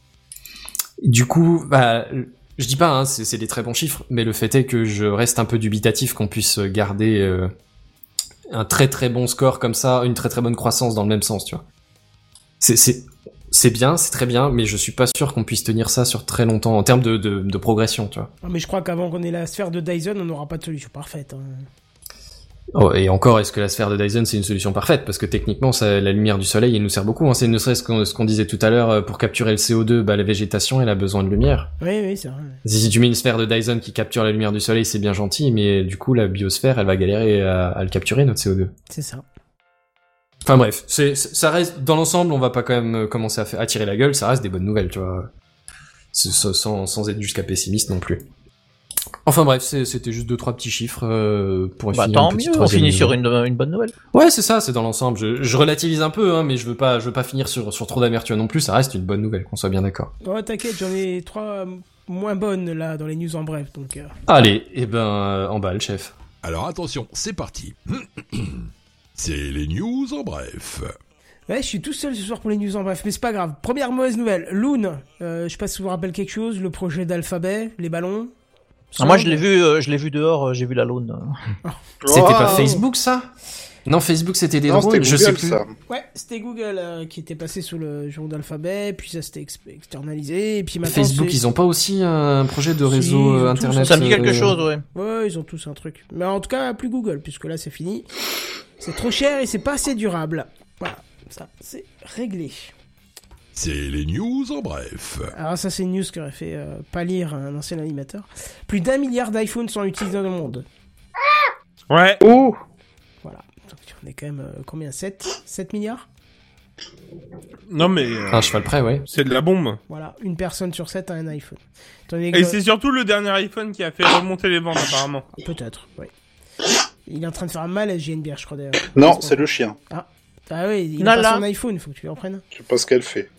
Du coup, bah, je dis pas, hein, c'est, c'est des très bons chiffres, mais le fait est que je reste un peu dubitatif qu'on puisse garder euh, un très très bon score comme ça, une très très bonne croissance dans le même sens, tu vois. C'est, c'est, c'est bien, c'est très bien, mais je suis pas sûr qu'on puisse tenir ça sur très longtemps, en termes de, de, de progression, tu vois. Ah, mais je crois qu'avant qu'on ait la sphère de Dyson, on n'aura pas de solution parfaite. hein. Oh, et encore, est-ce que la sphère de Dyson c'est une solution parfaite? Parce que techniquement, ça, la lumière du soleil, elle nous sert beaucoup. Hein. C'est ne serait-ce que ce qu'on disait tout à l'heure, euh, pour capturer le C O deux, bah, la végétation, elle a besoin de lumière. Oui, oui, c'est vrai. Si si tu mets une sphère de Dyson qui capture la lumière du soleil, c'est bien gentil, mais du coup, la biosphère, elle va galérer à, à le capturer, notre C O deux. C'est ça. Enfin bref, c'est, c'est- ça reste, dans l'ensemble, on va pas quand même euh, commencer à, faire, à tirer la gueule, ça reste des bonnes nouvelles, tu vois. C'est- c'est- sans, sans être jusqu'à pessimiste non plus. Enfin bref, c'est- c'était juste deux trois petits chiffres euh, pour Bah, finir tant une petite mieux, on troisième finit nouvelle. sur une, une bonne nouvelle. Ouais, c'est ça, c'est dans l'ensemble. Je, je relativise un peu, hein, mais je veux pas, je veux pas finir sur, sur trop d'amertume non plus. Ça reste une bonne nouvelle, qu'on soit bien d'accord. Ouais, t'inquiète, j'en ai trois euh, moins bonnes là dans les news en bref. Donc, euh, Allez, et ben, euh, emballe, chef. Alors attention, c'est parti. C'est les news en bref. ouais, je suis tout seul ce soir pour les news en bref, mais c'est pas grave. Première mauvaise nouvelle, Loon. Euh, je sais pas si vous vous rappelez quelque chose, le projet d'Alphabet, les ballons. Ah, moi, je l'ai vu, euh, je l'ai vu dehors, euh, j'ai vu la lune. C'était pas Oh. Facebook, ça? Non, Facebook, c'était des Non, drones, c'était je sais Google, plus. ça. Ouais, c'était Google euh, qui était passé sous le jour d'Alphabet, puis ça s'était ex- externalisé, et puis maintenant Facebook, c'est- ils ont pas aussi un projet de Si, réseau ils ont euh, tous internet? Ça me dit quelque euh, chose, ouais. Ouais, ils ont tous un truc. Mais en tout cas, plus Google, puisque là c'est fini. C'est trop cher et c'est pas assez durable. Voilà, ça c'est réglé. C'est les news en bref. Alors ça c'est une news qui aurait fait euh, pâlir un ancien animateur. Plus d'un milliard d'iPhones sont utilisés dans le monde. Ouais. Oh Voilà. Donc on est quand même euh, combien sept milliards. Non mais euh, Un cheval près, ouais. c'est de la bombe. Voilà, une personne sur sept a un iPhone. Étant donné que- Et c'est surtout le dernier iPhone qui a fait remonter les ventes apparemment. Peut-être, oui. Il est en train de faire un malaise, j'ai une bière, je crois d'ailleurs. Non, c'est le chien. Ah oui, il Là, a pas là. son iPhone, faut que tu en prennes. Je sais pas ce qu'elle fait.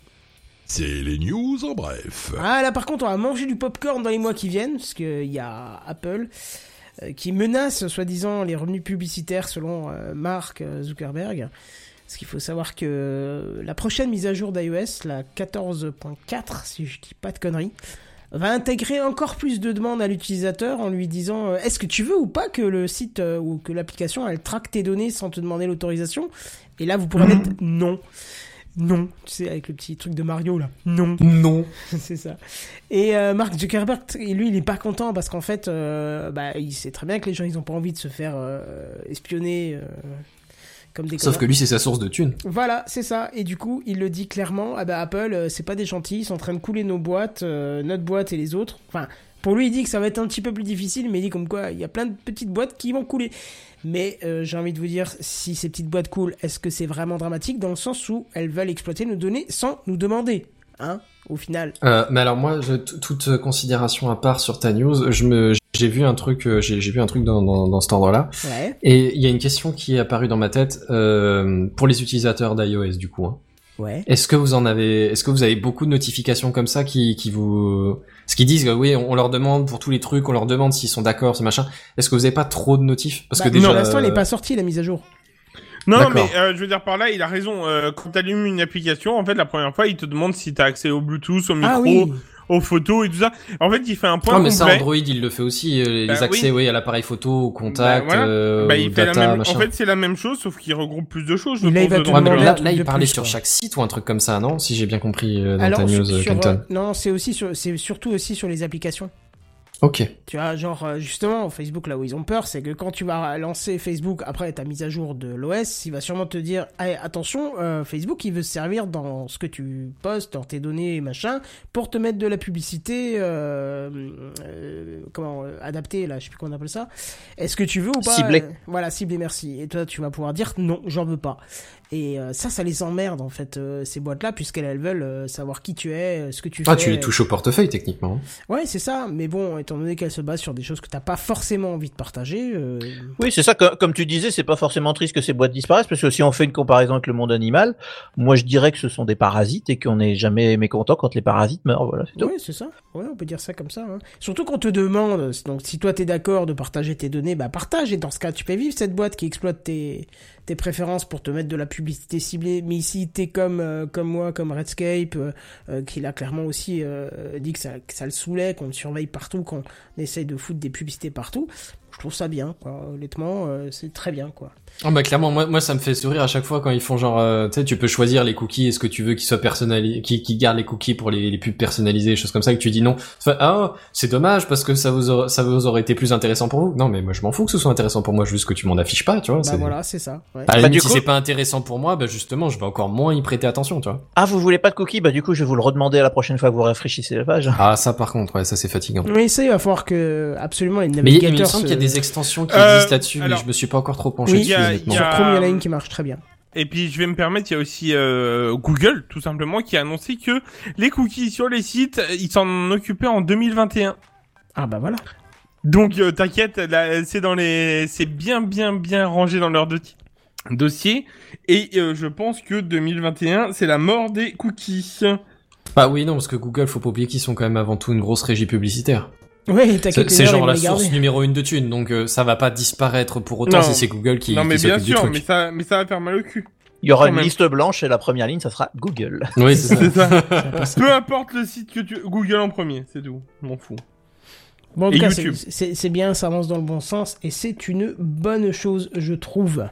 C'est les news en bref. Ah là par contre on va manger du popcorn dans les mois qui viennent, parce qu'il y a Apple euh, qui menace soi-disant les revenus publicitaires selon euh, Mark Zuckerberg. Parce qu'il faut savoir que euh, la prochaine mise à jour d'iOS, la quatorze point quatre, si je dis pas de conneries, va intégrer encore plus de demandes à l'utilisateur en lui disant euh, est-ce que tu veux ou pas que le site euh, ou que l'application elle traque tes données sans te demander l'autorisation. Et là vous pourrez mettre non. Non, tu sais, avec le petit truc de Mario, là. Non. Non. C'est ça. Et euh, Mark Zuckerberg, lui, il est pas content parce qu'en fait, euh, bah, il sait très bien que les gens, ils ont pas envie de se faire euh, espionner euh, comme des Sauf connards. que lui, c'est sa source de thunes. Voilà, c'est ça. Et du coup, il le dit clairement, ah bah Apple, euh, c'est pas des gentils, ils sont en train de couler nos boîtes, euh, notre boîte et les autres. Enfin, pour lui, il dit que ça va être un petit peu plus difficile, mais il dit comme quoi, il y a plein de petites boîtes qui vont couler. Mais euh, j'ai envie de vous dire, si ces petites boîtes coulent, est-ce que c'est vraiment dramatique dans le sens où elles veulent exploiter nos données sans nous demander, hein, au final. Euh, mais alors moi, je, t- toute considération à part sur ta news, je me, j'ai vu un truc, euh, j'ai, j'ai vu un truc dans, dans, dans cet ordre-là. Ouais. Et il y a une question qui est apparue dans ma tête euh, pour les utilisateurs d'iOS du coup. Hein. Ouais. Est-ce que vous en avez, est-ce que vous avez beaucoup de notifications comme ça qui, qui vous, ce qu'ils disent, oui, on, on leur demande pour tous les trucs, on leur demande s'ils sont d'accord, ce machin. Est-ce que vous avez pas trop de notifs? Parce Bah, que déjà, pour l'instant, elle euh, est pas sortie la mise à jour. Non, non, D'accord. mais euh, je veux dire par là, il a raison. Euh, quand t'allumes une application, en fait, la première fois, il te demande si t'as accès au Bluetooth, au micro, Ah oui. aux photos et tout ça. En fait, il fait un point Ah, mais ça, complet. Android, il le fait aussi, euh, les Bah, accès, oui. oui, à l'appareil photo, au contact, Bah, voilà. euh, Bah, au il fait data, la même. machin. En fait, c'est la même chose, sauf qu'il regroupe plus de choses. Je Il a- pense, il va te dedans. Ouais, mais demander là, un truc là, il de parlait plus, sur quoi. chaque site ou un truc comme ça, non? Si j'ai bien compris euh, dans Alors, ta news, sur, sur, Kenton. euh, non, c'est aussi sur, c'est surtout aussi sur les applications. Ok. Tu vois, genre, euh, justement, Facebook, là où ils ont peur, c'est que quand tu vas lancer Facebook après ta mise à jour de l'O S, il va sûrement te dire, hey, attention, euh, Facebook, il veut se servir dans ce que tu postes, dans tes données et machin, pour te mettre de la publicité, euh, euh, comment, euh, adaptée, là, je sais plus comment on appelle ça. Est-ce que tu veux ou pas? Ciblé. euh, Voilà, ciblé, merci. Et toi, tu vas pouvoir dire, non, j'en veux pas. Et euh, ça, ça les emmerde, en fait, euh, ces boîtes-là, puisqu'elles elles veulent euh, savoir qui tu es, euh, ce que tu Ah, fais. tu les touches au portefeuille, techniquement. Ouais, c'est ça. Mais bon, étant donné qu'elle se base sur des choses que t'as pas forcément envie de partager. Euh... Oui, c'est ça. Comme, comme tu disais, c'est pas forcément triste que ces boîtes disparaissent, parce que si on fait une comparaison avec le monde animal, moi je dirais que ce sont des parasites et qu'on n'est jamais mécontent quand les parasites meurent. Voilà, c'est tout. Ouais, c'est ça. Ouais, on peut dire ça comme ça. Hein. Surtout qu'on te demande, donc si toi t'es d'accord de partager tes données, bah partage. Et dans ce cas, tu peux vivre cette boîte qui exploite tes tes préférences pour te mettre de la publicité ciblée. Mais ici, t'es comme euh, comme moi, comme Redscape, euh, euh, qui l'a clairement aussi euh, dit que ça que ça le saoulait, qu'on le surveille partout, qu'on essaye de foutre des publicités partout. Je trouve ça bien, quoi. Honnêtement, euh, c'est très bien, quoi. Ah bah clairement, moi, moi ça me fait sourire à chaque fois quand ils font genre, euh, tu sais, tu peux choisir les cookies, est-ce que tu veux qu'ils soient personnalisés, qui qui gardent les cookies pour les, les pubs personnalisées, des choses comme ça, et que tu dis non. Enfin, ah, c'est dommage parce que ça vous aurait, ça vous aurait été plus intéressant pour vous. Non, mais moi je m'en fous que ce soit intéressant pour moi, juste que tu m'en affiches pas, tu vois. Bah c'est... voilà, c'est ça. Ouais. À la Bah, limite, du si coup- c'est pas intéressant pour moi, bah justement, je vais encore moins y prêter attention, tu vois. Ah, vous voulez pas de cookies? Bah du coup, je vais vous le redemander à la prochaine fois que vous rafraîchissez la page. Ah, ça par contre, ouais, ça c'est fatigant. Mais ça, il va falloir que absolument les Mais il il navigateurs. me semble se- qu'il y a des extensions qui Euh, existent là-dessus, alors- mais je me suis pas encore trop penché Oui, dessus, il y a- honnêtement. il y Sur a- Chrome, il y en a une qui marche très bien. Et puis je vais me permettre, il y a aussi euh, Google, tout simplement, qui a annoncé que les cookies sur les sites, ils s'en occupaient en deux mille vingt et un. Ah bah voilà. Donc euh, t'inquiète, là, c'est dans les, c'est bien, bien, bien rangé dans leur dossier. Dossier. Et euh, je pense que deux mille vingt et un, c'est la mort des cookies. Bah oui, non, parce que Google, faut pas oublier qu'ils sont quand même avant tout une grosse régie publicitaire. Ouais, t'inquiète, C'est, c'est les gens, genre ils la vont les source garder. numéro une de thunes, donc euh, ça va pas disparaître pour autant Non. si c'est Google qui, non mais qui bien s'occupe du sûr, truc. mais ça, mais ça va faire mal au cul. Il y aura Quand une même. liste blanche et la première ligne, ça sera Google. Oui, c'est ça. C'est ça. Ça va passer. Peu importe le site que tu, Google en premier, c'est tout. Je m'en fous. Bon, en tout Et cas, YouTube. c'est, c'est, c'est bien, ça avance dans le bon sens et c'est une bonne chose, je trouve.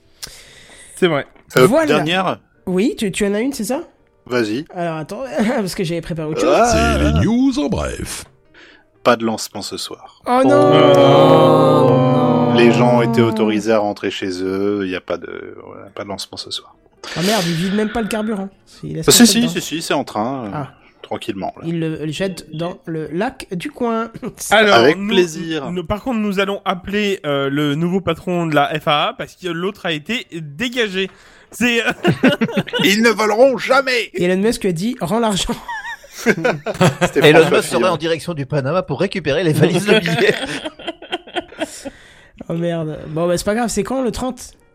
C'est vrai. Euh, Voilà. Dernière, Oui, tu, tu en as une, c'est ça? vas-y. Alors attends, parce que j'avais préparé autre chose. Ah, C'est les news en bref. pas de lancement ce soir. Oh non, Oh. Les gens ont été autorisés à rentrer chez eux, il n'y a pas de, voilà, pas de lancement ce soir. Ah merde, il vide même pas le carburant. Il laisse Ah, si, ça si, dedans. si, si, c'est en train, euh, Ah. tranquillement. Là. Il le, le jette dans le lac du coin. Alors, Avec nous- plaisir. nous- par contre, nous allons appeler euh, le nouveau patron de la F A A parce que l'autre a été dégagé. C'est Ils ne voleront jamais. Et Elon Musk a dit, rends l'argent. C'était Elon François Musk serait Fillon. en direction du Panama pour récupérer les valises de billets. Oh merde. Bon bah c'est pas grave, c'est quand le trente?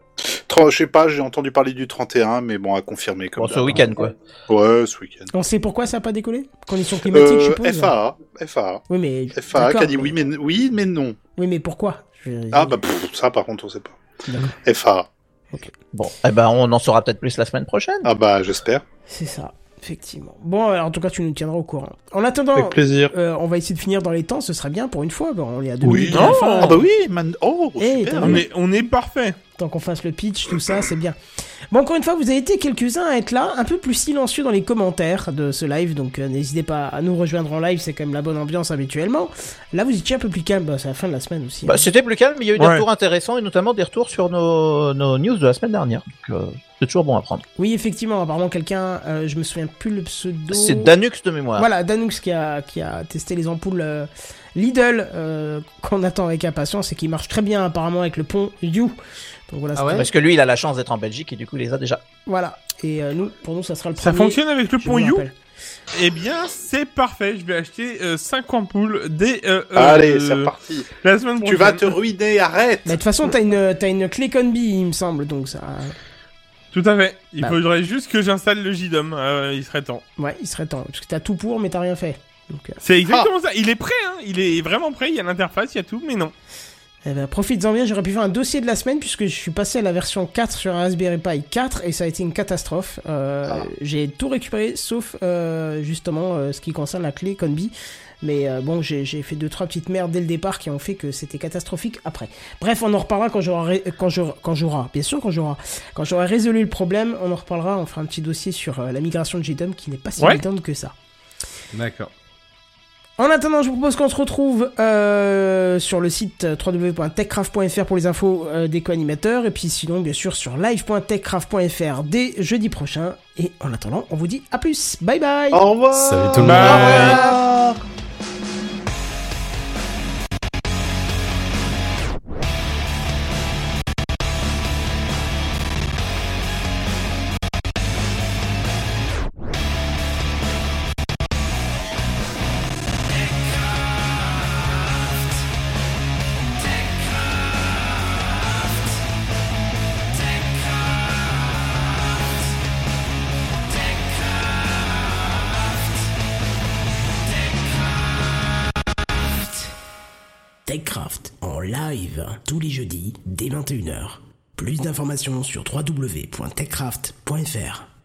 Tr- Je sais pas, j'ai entendu parler du trente et un, mais bon, à confirmer comme Bon, ça. ce week-end, quoi. Ouais, ce week-end. On sait pourquoi ça a pas décollé? Conditions climatiques, je Euh, suppose. F A A, F A A. Oui, mais. F A A qui a d'accord, dit oui, mais, oui, mais non. Oui, mais pourquoi? Je veux dire, Ah, bah, pff, ça, par contre, on sait pas. D'accord. F A A. Bon, eh ben, on en saura peut-être plus la semaine prochaine. Ah, bah, j'espère. C'est ça, effectivement. Bon, alors, en tout cas, tu nous tiendras au courant. En attendant, Avec plaisir. euh, on va essayer de finir dans les temps, ce serait bien pour une fois. Bon, on est à deux Oui. minutes de la Non. fin. Ah, bah oui, man. Oh, Eh, super. t'as On est, on est parfait. Tant qu'on fasse le pitch, tout ça, c'est bien. Bon, encore une fois, vous avez été quelques-uns à être là, un peu plus silencieux dans les commentaires de ce live, donc euh, n'hésitez pas à nous rejoindre en live, c'est quand même la bonne ambiance habituellement. Là, vous étiez un peu plus calme, bah, c'est la fin de la semaine aussi. Bah, hein. c'était plus calme, mais il y a eu des Ouais. retours intéressants et notamment des retours sur nos, nos news de la semaine dernière. Donc, euh, c'est toujours bon à prendre. Oui, effectivement, apparemment quelqu'un, euh, je me souviens plus le pseudo... C'est Danux de mémoire. Voilà, Danux qui a, qui a testé les ampoules euh, Lidl, euh, qu'on attend avec impatience et qui marche très bien apparemment avec le pont You. Donc voilà, Ah c'est- ouais Parce que lui, il a la chance d'être en Belgique et du coup, il les a déjà. voilà. Et euh, nous, pour nous, ça sera le Ça premier. fonctionne avec le je vous pont le You? rappelle. Eh bien, c'est parfait. Je vais acheter euh, cinq ampoules dès euh, euh, Allez, euh, c'est reparti. la semaine prochaine. Tu vas te ruiner, arrête. Mais de toute façon, t'as une, t'as une clé Conbi, il me semble, donc ça... Tout à fait. Il Bah. faudrait juste que j'installe le J D O M. Euh, il serait temps. Ouais, il serait temps, parce que t'as tout pour, mais t'as rien fait. Donc, euh, C'est exactement ça. Il est prêt, hein. Il est vraiment prêt. Il y a l'interface, il y a tout, mais non. eh ben, profites-en bien, j'aurais pu faire un dossier de la semaine, puisque je suis passé à la version quatre sur un Raspberry Pi quatre, et ça a été une catastrophe. Euh, Ah. J'ai tout récupéré, sauf euh, justement euh, ce qui concerne la clé Conbi. Mais euh, bon, j'ai j'ai fait deux trois petites merdes dès le départ qui ont fait que c'était catastrophique après. Bref, on en reparlera quand j'aurai quand j'aurai quand j'aurai bien sûr quand j'aurai quand j'aurai résolu le problème, on en reparlera, on fera un petit dossier sur euh, la migration de J D O M qui n'est pas si Ouais. évidente que ça. D'accord. En attendant, je vous propose qu'on se retrouve euh, sur le site w w w point techcraft point f r pour les infos euh, des co-animateurs, et puis sinon bien sûr sur live point techcraft point f r dès jeudi prochain. Et en attendant, on vous dit à plus, bye bye. Au revoir. Salut tout le monde. Bye. TechCraft en live tous les jeudis dès vingt et une heures. Plus d'informations sur w w w point techcraft point f r.